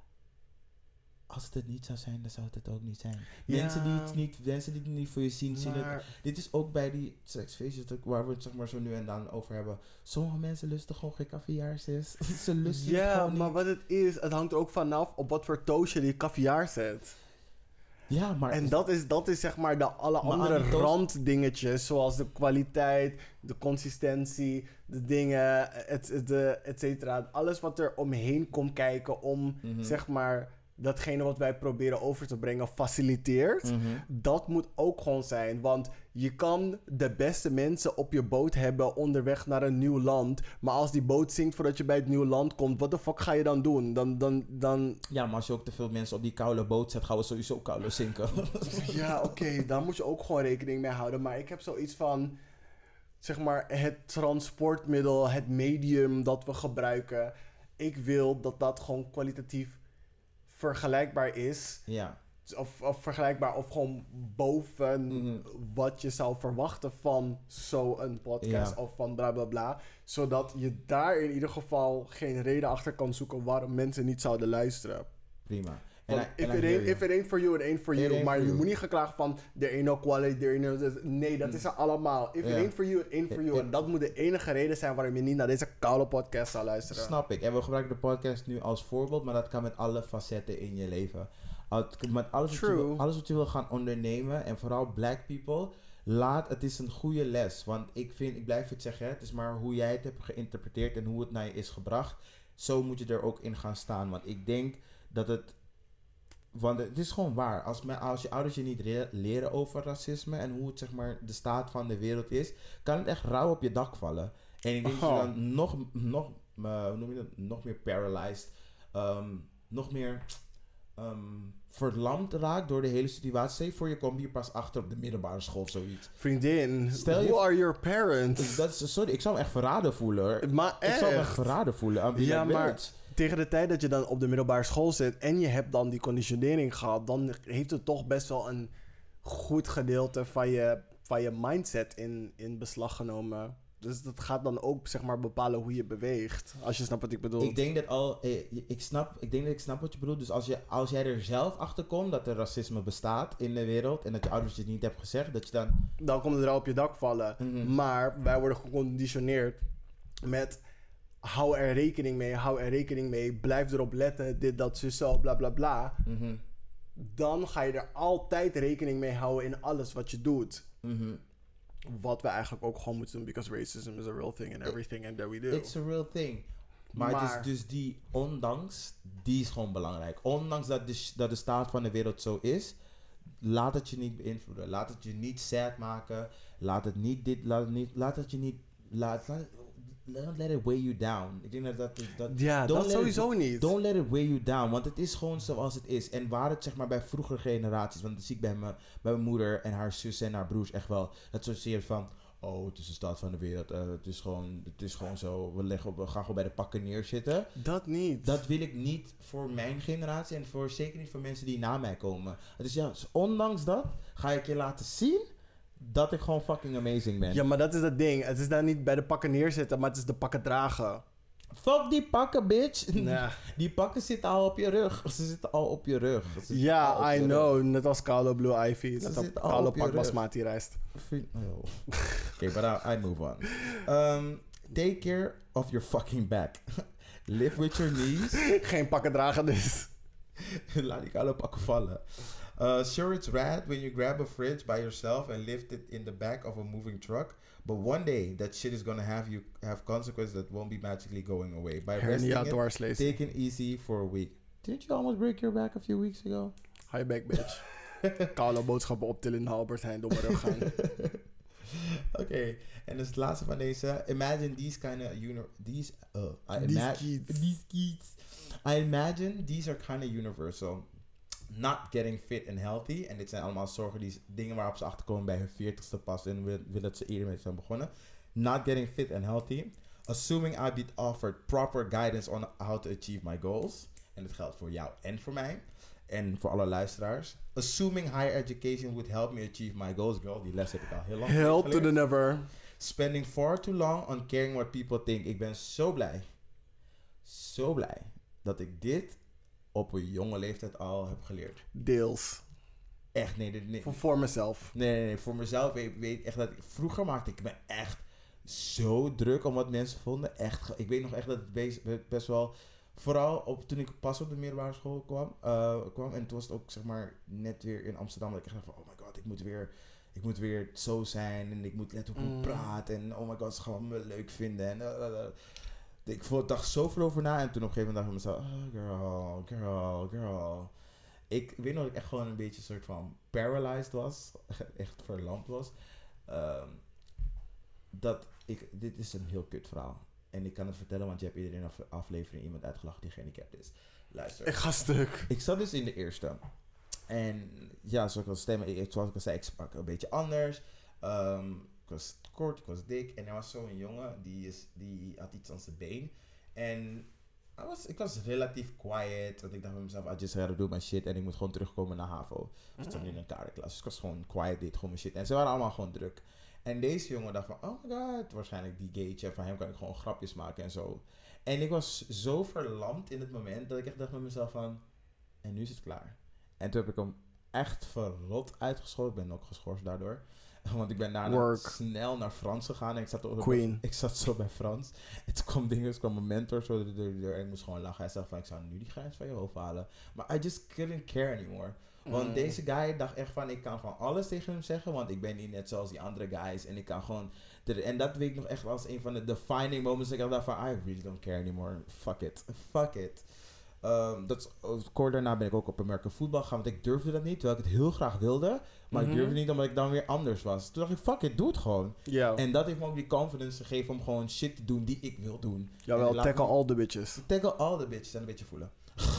als het het niet zou zijn, dan zou het het ook niet zijn. Ja. Mensen, die het niet, mensen die het niet voor je zien, zien het. maar... Dit is ook bij die seksfeestjes dat- waar we het zeg maar zo nu en dan over hebben. Sommige mensen lusten gewoon geen caviar, sis. Ze lusten het Ja, gewoon maar niet. wat het is, het hangt er ook vanaf op wat voor toast je die caviar zet. Ja, maar... En dat is, dat is zeg maar de alle Maar andere aan die toast- randdingetjes, zoals de kwaliteit, de consistentie, de dingen, et, et, de, et cetera. Alles wat er omheen komt kijken om, Mhm. zeg maar, datgene wat wij proberen over te brengen faciliteert. Mhm. Dat moet ook gewoon zijn, want je kan de beste mensen op je boot hebben onderweg naar een nieuw land. Maar als die boot zinkt voordat je bij het nieuwe land komt, wat de fuck ga je dan doen? Dan, dan, dan... Ja, maar als je ook te veel mensen op die koude boot zet, gaan we sowieso koude zinken. Ja, oké, daar moet je ook gewoon rekening mee houden. Maar ik heb zoiets van, zeg maar, het transportmiddel, het medium dat we gebruiken. Ik wil dat dat gewoon kwalitatief vergelijkbaar is. Ja. Of, of vergelijkbaar of gewoon boven Mhm. wat je zou verwachten van zo'n podcast Ja. of van bla bla bla. Zodat je daar in ieder geval geen reden achter kan zoeken waarom mensen niet zouden luisteren. Prima. Want I- if, and I it hear ain't, you. if it ain't for you, it ain't for It you. ain't Maar for je you. moet niet geklaagd van, there ain't no quality, there ain't no... this. Nee, dat is er allemaal. If Ja. it ain't for you, it ain't for It- you. it- En dat moet de enige reden zijn waarom je niet naar deze koude podcast zou luisteren. Snap ik. En we gebruiken de podcast nu als voorbeeld, maar dat kan met alle facetten in je leven. Al- Met alles wat, je True. wil, alles wat je wil gaan ondernemen, en vooral black people, laat, het is een goede les. Want ik vind, ik blijf het zeggen, hè, het is maar hoe jij het hebt geïnterpreteerd en hoe het naar je is gebracht. Zo moet je er ook in gaan staan. Want ik denk dat het, want het is gewoon waar. Als, me, als je ouders je niet re- leren over racisme en hoe het zeg maar de staat van de wereld is, kan het echt rauw op je dak vallen. En ik denk dat je Oh. dan nog, nog, uh, hoe noem je dat? Nog meer paralyzed, ehm, nog meer ehm, verlamd raakt door de hele situatie. Stel je voor, je komt hier pas achter op de middelbare school of zoiets. Vriendin, Stel je- who are your parents? Dat is, sorry, ik zou me echt verraden voelen. hoor. Maar Ik zou me echt echt. verraden voelen. Aan wie Ja, dat maar- weet. Tegen de tijd dat je dan op de middelbare school zit en je hebt dan die conditionering gehad, dan heeft het toch best wel een goed gedeelte van je, van je mindset in, in beslag genomen. Dus dat gaat dan ook, zeg maar, bepalen hoe je beweegt. Als je snapt wat ik bedoel. Ik denk dat al, eh, ik snap, ik denk dat ik snap wat je bedoelt. Dus als, je, als jij er zelf achter komt dat er racisme bestaat in de wereld en dat je ouders je het niet hebben gezegd, dat je dan... Dan komt het er al op je dak vallen. Mhm. Maar wij worden geconditioneerd met hou er rekening mee, hou er rekening mee, blijf erop letten, dit, dat, zo, zo, bla bla bla. Mhm, Dan ga je er altijd rekening mee houden in alles wat je doet. mhm. Wat we eigenlijk ook gewoon moeten doen, because racism is a real thing in everything and that we do. It's a real thing. Maar, Maar- het is dus die ondanks, die is gewoon belangrijk. Ondanks dat de, sh- dat de staat van de wereld zo is, laat het je niet beïnvloeden. Laat het je niet sad maken. Laat het niet dit, laat het niet, laat het je niet, laat, laat don't let it weigh you down. Ik denk dat dat, dat Ja, don't dat let it- sowieso niet. Don't let it weigh you down, want het is gewoon zoals het is. En waar het zeg maar bij vroegere generaties, want dat zie ik bij, me, bij mijn moeder en haar zus en haar broers echt wel, dat ze zeer van, oh, het is de staat van de wereld, eh, het, is gewoon, het is gewoon zo, we, leggen, op- we gaan gewoon bij de pakken neerzitten. Dat niet. Dat wil ik niet voor mijn generatie en voor, zeker niet voor mensen die na mij komen. Dus ja, dus ondanks dat ga ik je laten zien dat ik gewoon fucking amazing ben. Ja, maar dat is het ding. Het is daar niet bij de pakken neerzitten, maar het is de pakken dragen. Fuck die pakken, bitch. Ja, Die pakken zitten al op je rug. Ze zitten al op je rug. Ze zitten al ja op I je know. rug. Net als Carlo Blue Ivy. Ze Net als zitten al Carlo op je Pak rug. Basmati rijst. Vriend- oh. Oké, but I, I move on. Um, take care of your fucking back. Live with your knees. Geen pakken dragen dus. Laat die koude pakken vallen. Uh, sure, it's rad when you grab a fridge by yourself and lift it in the back of a moving truck. But one day, that shit is gonna have you have consequences that won't be magically going away. By resting Hernia it, dwarslees. take it easy for a week. Didn't you almost break your back a few weeks ago? Hi back, bitch. Koude boodschappen optillen in de Albert Heijn door mijn rug gaan. Oké, okay. En dus het laatste van deze. Imagine these kind of uni- these uh, I These ima- kids. these kids. I imagine these are kind of universal. Not getting fit and healthy. En dit zijn allemaal zorgen die dingen waarop ze achterkomen bij hun veertigste pas en willen wil dat ze eerder mee zijn begonnen. Not getting fit and healthy. Assuming I'd be offered proper guidance on how to achieve my goals. En dat geldt voor jou en voor mij. En voor alle luisteraars. Assuming higher education would help me achieve my goals. Girl, die les heb ik al heel lang Hell to geleerd. the never. Spending far too long on caring what people think. Ik ben zo blij. Zo blij. Dat ik dit op een jonge leeftijd al heb geleerd. Deels. Echt, nee. nee, nee. Voor, voor mezelf. Nee, nee, nee. Voor mezelf weet, weet ik echt dat ik... Vroeger maakte ik me echt zo druk om wat mensen vonden. Echt. Ik weet nog echt dat het best, best wel... Vooral op, toen ik pas op de middelbare school kwam, uh, kwam. En toen was het ook zeg maar net weer in Amsterdam. Dat ik echt dacht van, oh my god, ik moet weer... Ik moet weer zo zijn. En ik moet letten op hoe ik Mm. praat. En oh my god, ze gaan me leuk vinden. En... Uh, uh, uh. Ik voel- dacht zoveel over na. En toen op een gegeven moment dacht ik mezelf... Oh, girl, girl, girl. Ik weet nog dat ik echt gewoon een beetje een soort van paralyzed was. Echt verlamd was. Um, dat ik... Dit is een heel kut verhaal. En ik kan het vertellen, want je hebt eerder in een af- aflevering iemand uitgelachen die gehandicapt is. Luister. Ik ga stuk. Ik zat dus in de eerste. En ja, zoals ik al stemmen, ik, zoals ik al zei, ik sprak een beetje anders. Um, ik was kort, ik was dik. En er was zo'n jongen, die, is, die had iets aan zijn been. En I was, ik was relatief quiet. Want ik dacht bij mezelf, I just gotta do my shit. En ik moet gewoon terugkomen naar HAVO. Ik stond in een kaderklas. Dus ik was gewoon quiet, deed gewoon mijn shit. En ze waren allemaal gewoon druk. En deze jongen dacht van, oh my god, waarschijnlijk die gaytje. Van hem kan ik gewoon grapjes maken en zo. En ik was zo verlamd in het moment, dat ik echt dacht met mezelf van, en nu is het klaar. En toen heb ik hem echt verrot uitgeschoten. Ik ben ook geschorst daardoor. Want ik ben daarna Work. snel naar Frans gegaan. En ik zat, op, Queen. ik zat zo bij Frans. En toen kwam dingen, toen kwam mijn mentor zo door de deur. En ik moest gewoon lachen. Hij zei van, ik zou nu die grijns van je hoofd halen. Maar I just couldn't care anymore. Want Mm. deze guy dacht echt van, ik kan gewoon alles tegen hem zeggen. Want ik ben niet net zoals die andere guys. En ik kan gewoon... En dat weet ik nog echt als een van de defining moments. Dat ik dacht van, I really don't care anymore. Fuck it. Fuck it. Um, dat is, kort daarna ben ik ook op American voetbal gegaan. Want ik durfde dat niet. Terwijl ik het heel graag wilde. Maar Mhm. ik durfde niet omdat ik dan weer anders was. Toen dacht ik, fuck it, doe het gewoon. Ja. En dat heeft me ook die confidence gegeven om gewoon shit te doen die ik wil doen. Jawel, En laat tackle me- all the bitches. Tackle all the bitches en een beetje voelen.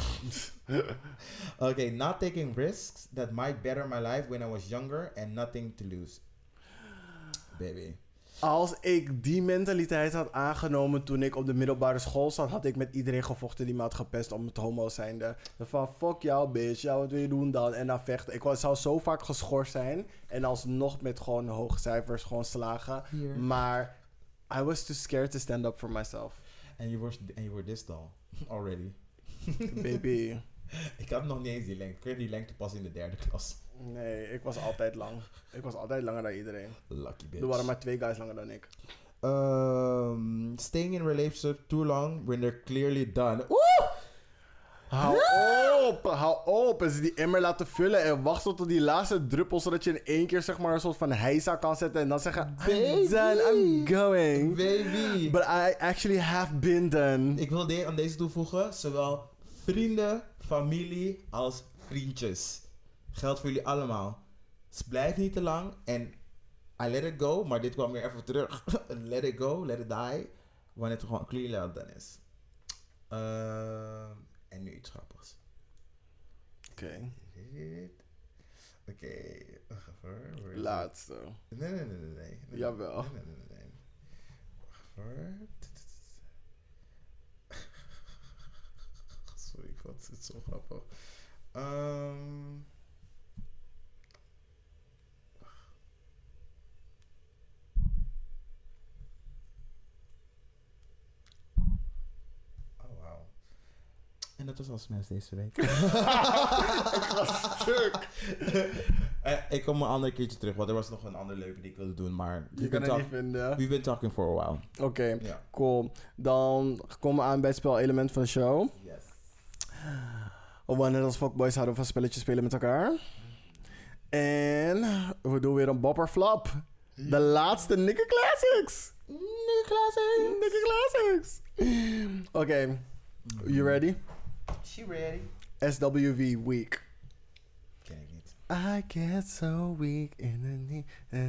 Oké, okay, not taking risks that might better my life when I was younger and nothing to lose. Baby. Als ik die mentaliteit had aangenomen toen ik op de middelbare school zat, had ik met iedereen gevochten die me had gepest om het homo zijnde. Van fuck jou bitch, ja wat wil je doen dan? En dan vechten. Ik was, zou zo vaak geschorst zijn en alsnog met gewoon hoge cijfers gewoon slagen. Hier. Maar I was too scared to stand up for myself. En je wordt en je wordt this tall. Already. Baby. Ik had nog niet eens die lengte. Ik kreeg die lengte pas in de derde klas. Nee, ik was altijd lang. Ik was altijd langer dan iedereen. Lucky bitch. Er waren maar twee guys langer dan ik. Um, staying in a relationship too long when they're clearly done. Oeh! Hou op, hou op. En ze die emmer laten vullen en wachten tot die laatste druppel, zodat je in één keer zeg maar een soort van heisa kan zetten en dan zeggen, Baby. I'm done, I'm going. Baby. But I actually have been done. Ik wil de- aan deze toevoegen, zowel vrienden, familie als vriendjes. Geldt voor jullie allemaal. Dus blijf niet te lang en I let it go, maar dit kwam weer even terug. Let it go, let it die, wanneer het gewoon clearly done is. Uh, en nu iets grappigs. Oké, okay. Oké, okay. Wacht even. Waar is laatste. het? Nee, nee, nee, nee, nee. nee. Jawel. Nee, nee, nee, nee, nee. Wacht even. Sorry, ik vond het zo grappig. Um, oh, wauw. En dat was alles mensen deze week. Ik ga stuk. Eh, ik kom een ander keertje terug, want er was nog een andere leuke die ik wilde doen, maar... Je kan het niet vinden. We've been talking for a while. Oké, okay, Ja. cool. Dan komen we aan bij het spelelement van de show. Yes. Wanneer als fuckboys houden van spelletjes spelen met elkaar. En we doen weer een bopper flop. De laatste Nikke Classics. Nikke Classics. Nikke Classics. Oké, okay. You ready? She ready. S W V Week. Ken ik niet. I get so weak in the knee.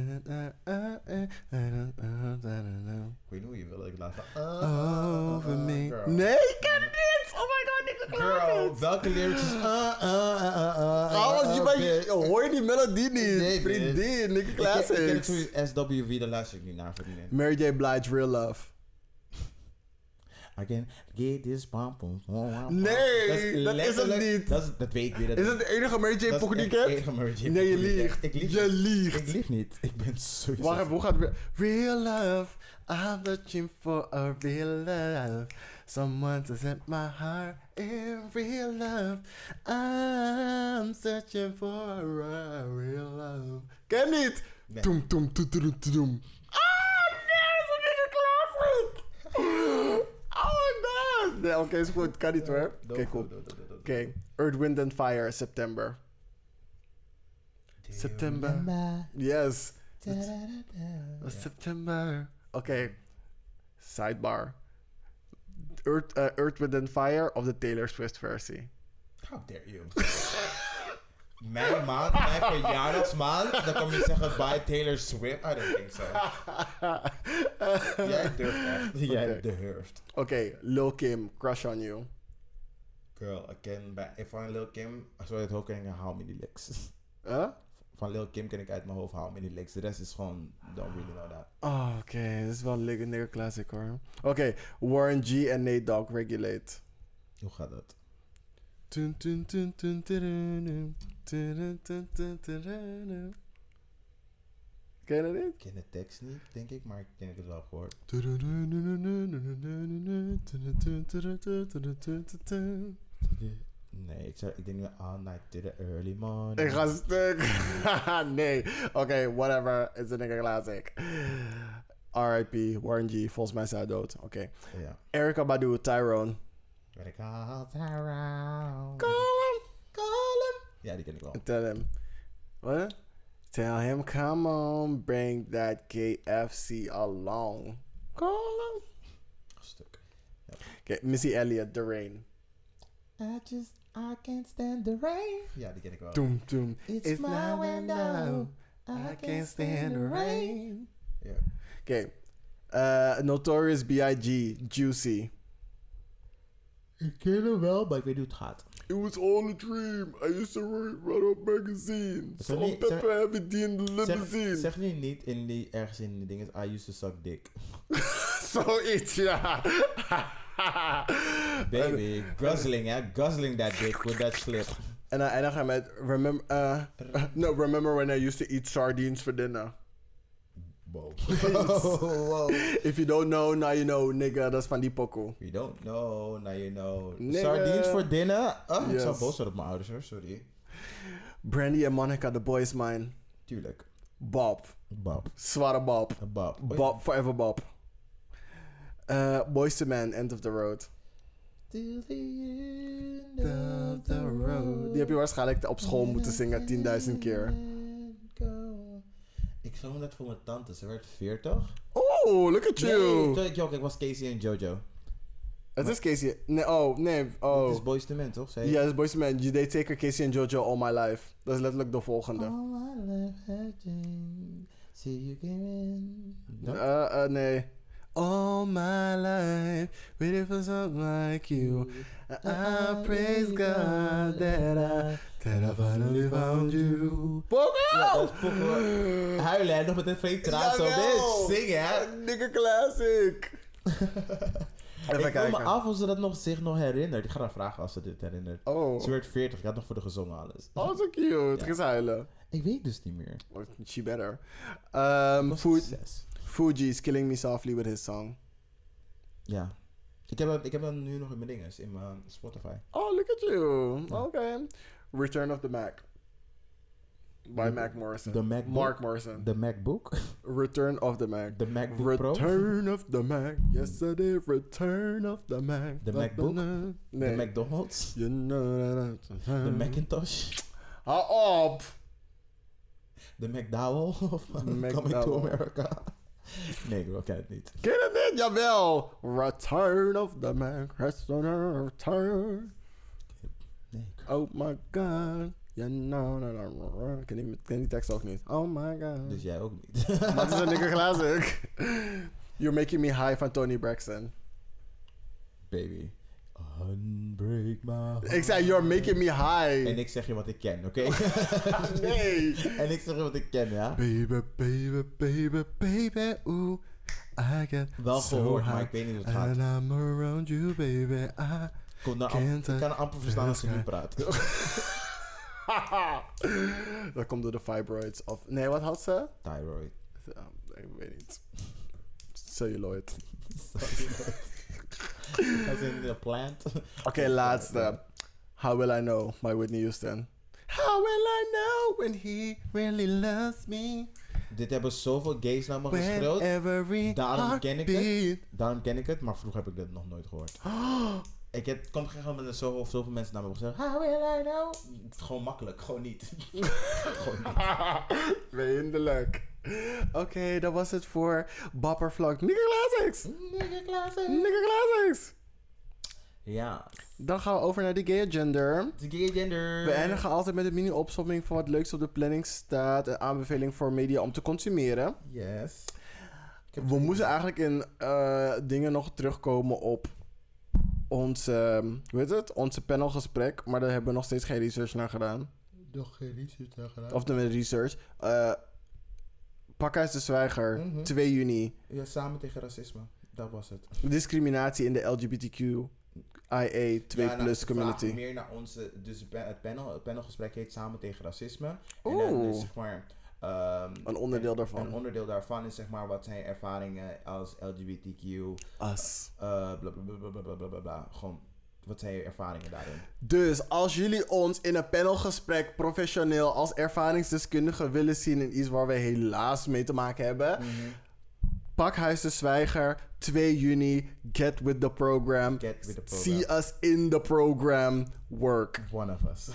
Ik weet niet hoe je wil dat ik laat Over me. Nee, ik ken het niet. Oh my god, Nikke Classics. Girl, welke lyrics is... Uh, uh, uh, uh, uh, Oh, je, uh, bent- bitch. hoor je die melodie niet? Nee, bitch. Vriendin, Nikke Ik ken- Ik ken het Classics. sowieso S W V, daar luister ik niet naar voor die nee. Mary J. Blige, Real Love. I can get this pom pom. Nee, dat is het niet. Dat, is, dat weet ik weer. Dat Is het de enige Mary J. dat is pokoe die ik echt de heb? enige Mary J. Nee, je pokoe die ik liegt. heb. Ik lieg Je niet. liegt. Ik lieg niet. Ik ben sowieso... Wacht even, hoe gaat het weer? Real love, I'm searching for a real love. Someone to set my heart in real love. I'm searching for a real love. Ken niet? Nee. Toem, toem, toem, toem, toem. Ah, nee, dat is een Nikke Classic. Oh my god. Nee, oké, okay, is goed. Kan niet hoor. Oké, okay, cool. Oké, okay. Earth, Wind and Fire, September. September. Yes. September. Oké. Okay. Sidebar. Earth, uh, Earth, Wind and Fire of de Taylor Swift versie. How dare you? Mijn maand, mijn verjaardagsmaand, dan kom je zeggen bye Taylor Swift. I don't think so. Jij durft echt. Jij Okay. durft. Oké, okay, Lil Kim, Crush on You. Girl, ik ken bij, van Lil Kim, als we het ook kennen, How Many Licks. Huh? Van Lil Kim ken ik uit mijn hoofd How Many Licks. De rest is gewoon, don't really know that. Oh, oké, okay. Dit is wel een legendary classic hoor. Oké, okay. Warren G en Nate Dogg, Regulate. Hoe gaat dat? Tun, tun, tun, tun, tun, tun, tun, tun, tun. Ken je dat niet? Ik ken de tekst niet, denk ik, maar ik denk dat ik het wel heb gehoord. Nee, ik, zou, ik denk nu all night to the early morning. Ik ga stuk. Nee. Oké, okay, whatever. It's a nigga classic. R I P Warren G. Volgens mij is hij dood. Oké. Okay. Ja. Erykah Badu, Tyrone. Ben ik altijd around. Call him. Call him. Ja, die ken ik wel. Tell him. What? Tell him, come on, bring that K F C along. Call him. Stuk. Ja. Oké, okay, Missy Elliott, The Rain. I just, I can't stand the rain. Ja, die ken ik wel. Doom, doom. It's, It's my window. I can't stand the rain. Ja. Oké. Okay. Uh, Notorious B I G, Juicy. Ik ken hem wel, maar ik weet niet hoe het gaat. It was all a dream. I used to run up magazine. Zeg Salt, niet- pepper, zeg- heavy D in the limousine. Zeg, zeg nu niet in die, ergens in die dingen, I used to suck dick. Zoiets, ja. Baby, guzzling, hè? Guzzling that dick with that slip. En dan eindig hij met, remember, uh, no, remember when I used to eat sardines for dinner. Wow. wow. If you don't know, now you know, nigga. Dat is van die pokoe. You don't know, now you know. Nigga. Sardines for dinner? Oh, ik Yes. zou boos worden op mijn ouders, hoor. Sorry. Brandy en Monica, The Boys Mine. Tuurlijk. Bob. Bob. Zware Bob. Bob. Oh, ja. Bob, forever Bob. Uh, Boys to Men, End of the Road. Till the end of the road. Die heb je waarschijnlijk op school moeten zingen tienduizend keer. Ik zong dat voor mijn tante. Ze werd veertig. Oh, look at you. Nee, toen ik jong, ik was Casey en Jojo. Het is Casey. Nee, oh, nee. Oh. Het is Boyz two Men, toch? Zei je? Ja, het is Boys to Men. Je deed zeker Casey en Jojo All My Life. Dat is letterlijk de volgende. All my life had changed. See you came in. No? Uh, uh, nee. All my life, waiting for something like you. I praise God that I, that I finally found you. Poco! Ja, dat is Poco. Huilen, hè? Nog met een fake traat zo. Jawel! Dit zingen, hè? Dikke classic. Even Ik vroeg kijken. me af of ze dat nog, zich nog herinnert. Ik ga haar vragen als ze dit herinnert. Oh. Ze werd veertig, ik had nog voor de gezongen alles. Oh, zo cute. Ja. Ga ze huilen. Ik weet dus niet meer. Oh, she better. Um, Was Fu- zes. Fuji's Killing Me Softly with his song. Ja. Ik heb, dat- ik heb dat nu nog in mijn dinges, in mijn Spotify. Oh, look at you. Ja. Okay. Return of the Mac. By De- Mac Morrison. de MacBook? Mark Morrison. De MacBook. Return of the Mac. De MacBook Pro. Return of the Mac. Yes, I did. Return of the Mac. De MacBook? Nee. De McDonald's. You know that I- De Macintosh. Hou op. De McDowell of Coming McDowell. to America? Nee, ik ken het niet. Ken je het niet? Jawel! Return of the Mac. Return. Nee, ik- Oh my god. Ja, no, no, no. Ik ken die, ken die tekst ook niet. Oh my god. Dus jij ook niet. Wat is een dikke glazen? You're making me high van Tony Braxton. Baby. Unbreak my heart. Ik zei, you're making me high. En ik zeg je wat ik ken, oké? Nee. En ik zeg je wat ik ken, ja? Baby, baby, baby, baby, ooh. I get Wel so gehoord, high. maar ik weet niet hoe het gaat. And I'm around you, baby. I Kom, nou, can't ik kan amper verstaan als ze nu touch- praat. Dat komt door de fibroids. Of, nee, wat had ze? Thyroid. Ja, ik weet niet. Celluloid. Als in een plant. Oké, laatste. How Will I Know by Whitney Houston. How will I know when he really loves me? Dit hebben zoveel gays naar me geschreeuwd. When every Daarom ken ik het. heartbeat. Daarom ken ik het, maar vroeger heb ik dit nog nooit gehoord. Ik heb, kom gegeven moment zoveel, zoveel mensen naar me hebben gezegd. How will I know? Het is gewoon makkelijk, gewoon niet. Gewoon niet. Weindelijk. Oké, okay, dat was het voor Bopper Vlog. Nigger Classics! Nigger classic. Nigger Classics! Ja. Dan gaan we over naar de gay agenda. De gay gender. We eindigen altijd met een mini-opsomming van wat leuks op de planning staat. Een aanbeveling voor media om te consumeren. Yes. Ik heb We moesten eigenlijk in uh, dingen nog terugkomen op ons, uh, hoe heet het? Onze panelgesprek. Maar daar hebben we nog steeds geen research naar gedaan. nog geen research naar gedaan. Of de research. Uh, Pakhuis de Zwijger, Mhm. twee juni. Ja, samen tegen racisme. Dat was het. Discriminatie in de L G B T Q I A twee Ja, nou, plus ik community. vraag meer naar onze... Dus het pa- het, panel, het panelgesprek heet Samen tegen racisme. En Oeh. dan is zeg maar... ehm, Een onderdeel daarvan. Een onderdeel daarvan is zeg maar wat zijn ervaringen als L G B T Q. As. Uh, bla, bla, bla, bla, bla, bla, bla, bla. Gewoon, wat zijn je ervaringen daarin? Dus als jullie ons in een panelgesprek professioneel als ervaringsdeskundige willen zien in iets waar we helaas mee te maken hebben, Mm-hmm. Pakhuis de Zwijger, twee juni, get with the program. Get with the program. See us in the program. Work. One of us.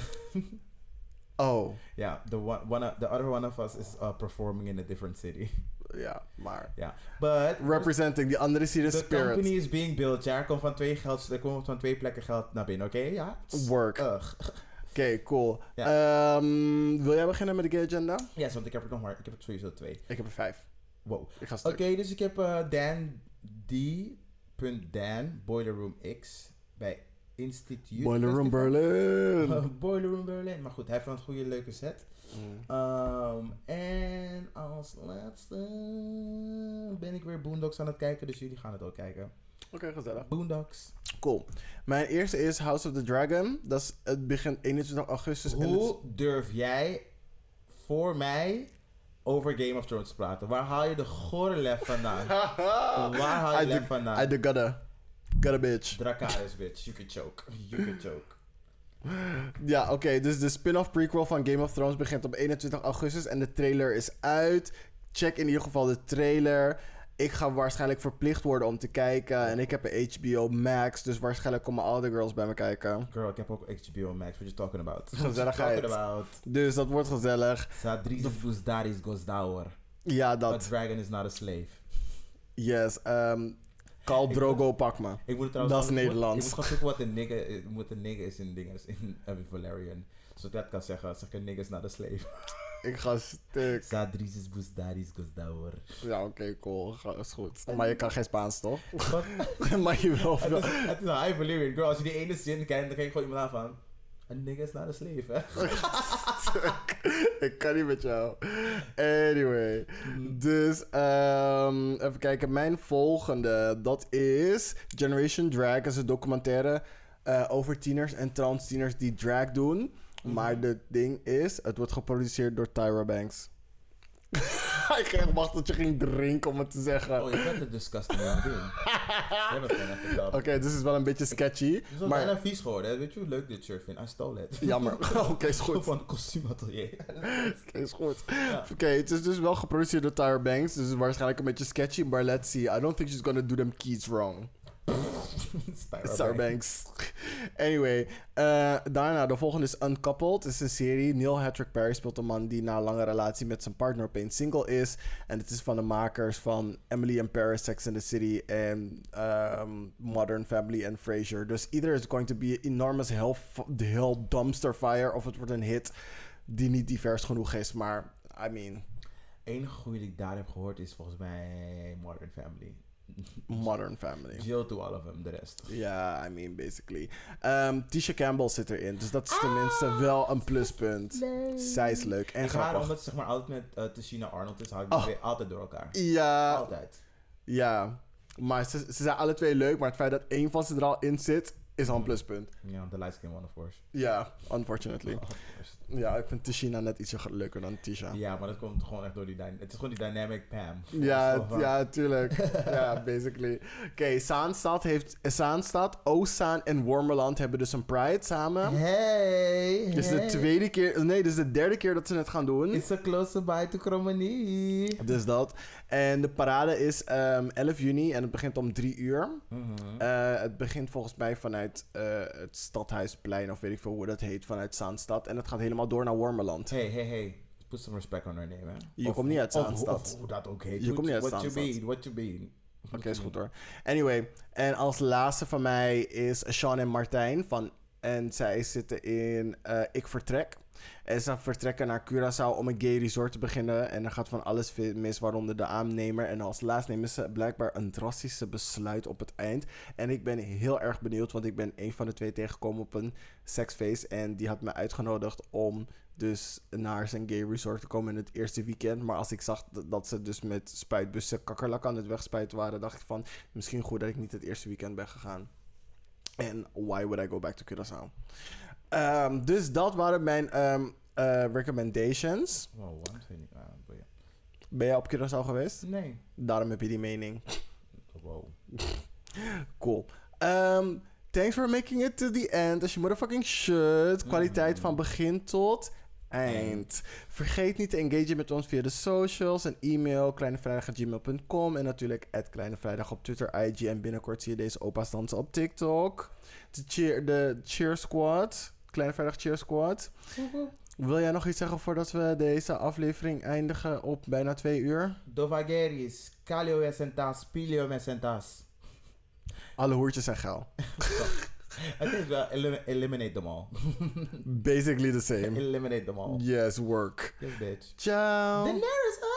Oh, Ja, the, one, one, of- the other one of us is uh, performing in a different city. ja, maar. Ja, but... Representing the andere city The spirit. company is being built, ja. Er komt van twee, geld, er komt van twee plekken geld naar binnen, oké? Ja? Work. Oké, Ugh. cool. Ehm, wil jij beginnen met de gay agenda? Ja, want ik heb er nog maar... Ik heb er sowieso twee. Ik heb er vijf. Wow. Ik ga Oké, stuk. dus ik heb uh, Dan D. Dan, Boiler Room X, bij Institute Boiler Room Festival. Berlin. Boiler Room Berlin. Maar goed, hij heeft wel een goede leuke set. Mm. Um, en als laatste ben ik weer Boondocks aan het kijken, dus jullie gaan het ook kijken. Oké, gezellig. Boondocks. Cool. Mijn eerste is House of the Dragon. Dat is het begin eenentwintig augustus. En het Hoe durf jij voor mij over Game of Thrones te praten? Waar haal je de gore lef vandaan? Waar haal je I lef the- vandaan? I the gutter. Gutter bitch. Dracarys, bitch. You can choke. You can choke. Ja, oké. dus de spin-off prequel van Game of Thrones begint op eenentwintig augustus. En de trailer is uit. Check in ieder geval de trailer. Ik ga waarschijnlijk verplicht worden om te kijken. En ik heb een H B O Max. Dus waarschijnlijk komen al de girls bij me kijken. Girl, ik heb ook H B O Max. What you talking about? Gezelligheid. What you talking about? Dus dat wordt gezellig. Sadrizis Buzdaris goes down. Ja, A dat. dragon is not a slave. Yes. Um, Khal Drogo, pak me. Ik moet trouwens... Dat is ik moet- Nederlands. Ik moet gewoon zoeken wat een nigger is, wat een nigger is in dingen in uh, Valerian. Zodat ik dat kan zeggen. Zeg ik, een nigger is not a slave. Ik ga stuk. Sadrizis Buzdaris goes down. Ja, oké, cool. Ga- Is goed. Maar je kan geen Spaans, toch? Wat? maar je wil Het wel. is, het is een high Valerian. Girl, als je die ene zin kent, dan kijk je gewoon iemand aan van... Een nigger is not a slave, hè? Ik kan niet met jou. Anyway. Dus, um, even kijken. Mijn volgende, dat is Generation Drag. Dat is een documentaire uh, over tieners en trans tieners die drag doen. Maar het ding is, het wordt geproduceerd door Tyra Banks. Ik kreeg wacht dat je ging drinken om het te zeggen. Oh, je bent een disgusting ding. Jij bent gewoon echt een Oké, dus het is wel een beetje sketchy. Het is wel Maar bijna vies geworden, hè? Weet je hoe leuk dit shirt vind? I stole it. jammer. Oké, is goed. Van het kostuumatelier. Oké, is goed. Ja. Oké, het is dus wel geproduceerd door Tyra Banks. Dus het is waarschijnlijk een beetje sketchy. Maar let's see. I don't think she's gonna do them keys wrong. Star Banks. Anyway, uh, daarna de volgende is Uncoupled. Het is een serie. Neil Patrick Harris speelt een man die na een lange relatie met zijn partner opeens single is. En het is van de makers van Emily in Paris, Sex and the City en um, Modern Family en Frasier. Dus either is going to be an enormous hell, hell dumpster fire of het wordt een hit die niet divers genoeg is. Maar, I mean... Het enige goede die ik daar heb gehoord is volgens mij Modern Family. Modern Family. Jill to all of them, de rest. Ja, yeah, I mean, basically. Um, Tisha Campbell zit erin, dus dat is tenminste ah, wel een pluspunt. Nee. Zij is leuk en ik grappig. Haar, omdat ze zeg maar altijd met uh, Tashina Arnold is, hou ik oh. weer altijd door elkaar. Ja. Altijd. Ja, maar ze, ze zijn alle twee leuk, maar het feit dat één van ze er al in zit, is al een pluspunt. Ja, de light skin one, of course. Ja, unfortunately. Oh, ja, ik vind Tashina net ietsje leuker dan Tisha. Ja, maar dat komt gewoon echt door die... Dy- het is gewoon die dynamic Pam. Ja, t- ja, tuurlijk. Ja, basically. Oké, okay, Zaanstad heeft... Zaanstad, Oostzaan en Wormerland hebben dus een Pride samen. Hey, Dit is hey. de tweede keer... Nee, dit is de derde keer dat ze het gaan doen. It's a closer by to Cromanie. Dus dat. En de parade is um, elf juni en het begint om drie uur. Mm-hmm. Uh, het begint volgens mij vanuit uh, het Stadhuisplein of weet ik veel hoe dat heet, vanuit Zaanstad. En het gaat helemaal door naar Wormerland. Hey, hey, hey. Put some respect on her name, hè. Je of, komt niet uit Zaanstad. Of, of, of hoe dat ook heet. Je komt niet uit what Zaanstad. You mean, what you mean. Oké, okay, is goed hoor. Anyway, en als laatste van mij is Sean en Martijn van... En zij zitten in uh, Ik Vertrek. En ze vertrekken naar Curaçao om een gay resort te beginnen. En er gaat van alles mis, waaronder de aannemer. En als laatste nemen ze blijkbaar een drastische besluit op het eind. En ik ben heel erg benieuwd, want ik ben een van de twee tegengekomen op een seksfeest. En die had me uitgenodigd om dus naar zijn gay resort te komen in het eerste weekend. Maar als ik zag dat ze dus met spuitbussen kakkerlak aan het wegspuiten waren, dacht ik van, misschien goed dat ik niet het eerste weekend ben gegaan. En why would I go back to Curaçao? Um, dus dat waren mijn um, uh, recommendations. Wow, waarom zei je niet? Ah, boeien. Ben jij op Curaçao geweest? Nee. Daarom heb je die mening. Wow. Cool. Um, thanks for making it to the end. As you motherfucking should. Kwaliteit mm. van begin tot eind. Vergeet niet te engagen met ons via de socials en e-mail kleinevrijdag at gmail dot com en natuurlijk at kleinevrijdag op Twitter, I G en binnenkort zie je deze opa's dansen op TikTok. De cheer, de cheer Squad. Kleine Vrijdag Cheer Squad. Mm-hmm. Wil jij nog iets zeggen voordat we deze aflevering eindigen op bijna twee uur? Dovageris, Calio me sentas, Pilio me sentas. Alle hoertjes zijn geil. I think uh, elim- eliminate them all. Basically the same. Eliminate them all. Yes, work. Yes, bitch. Ciao. Daenerys,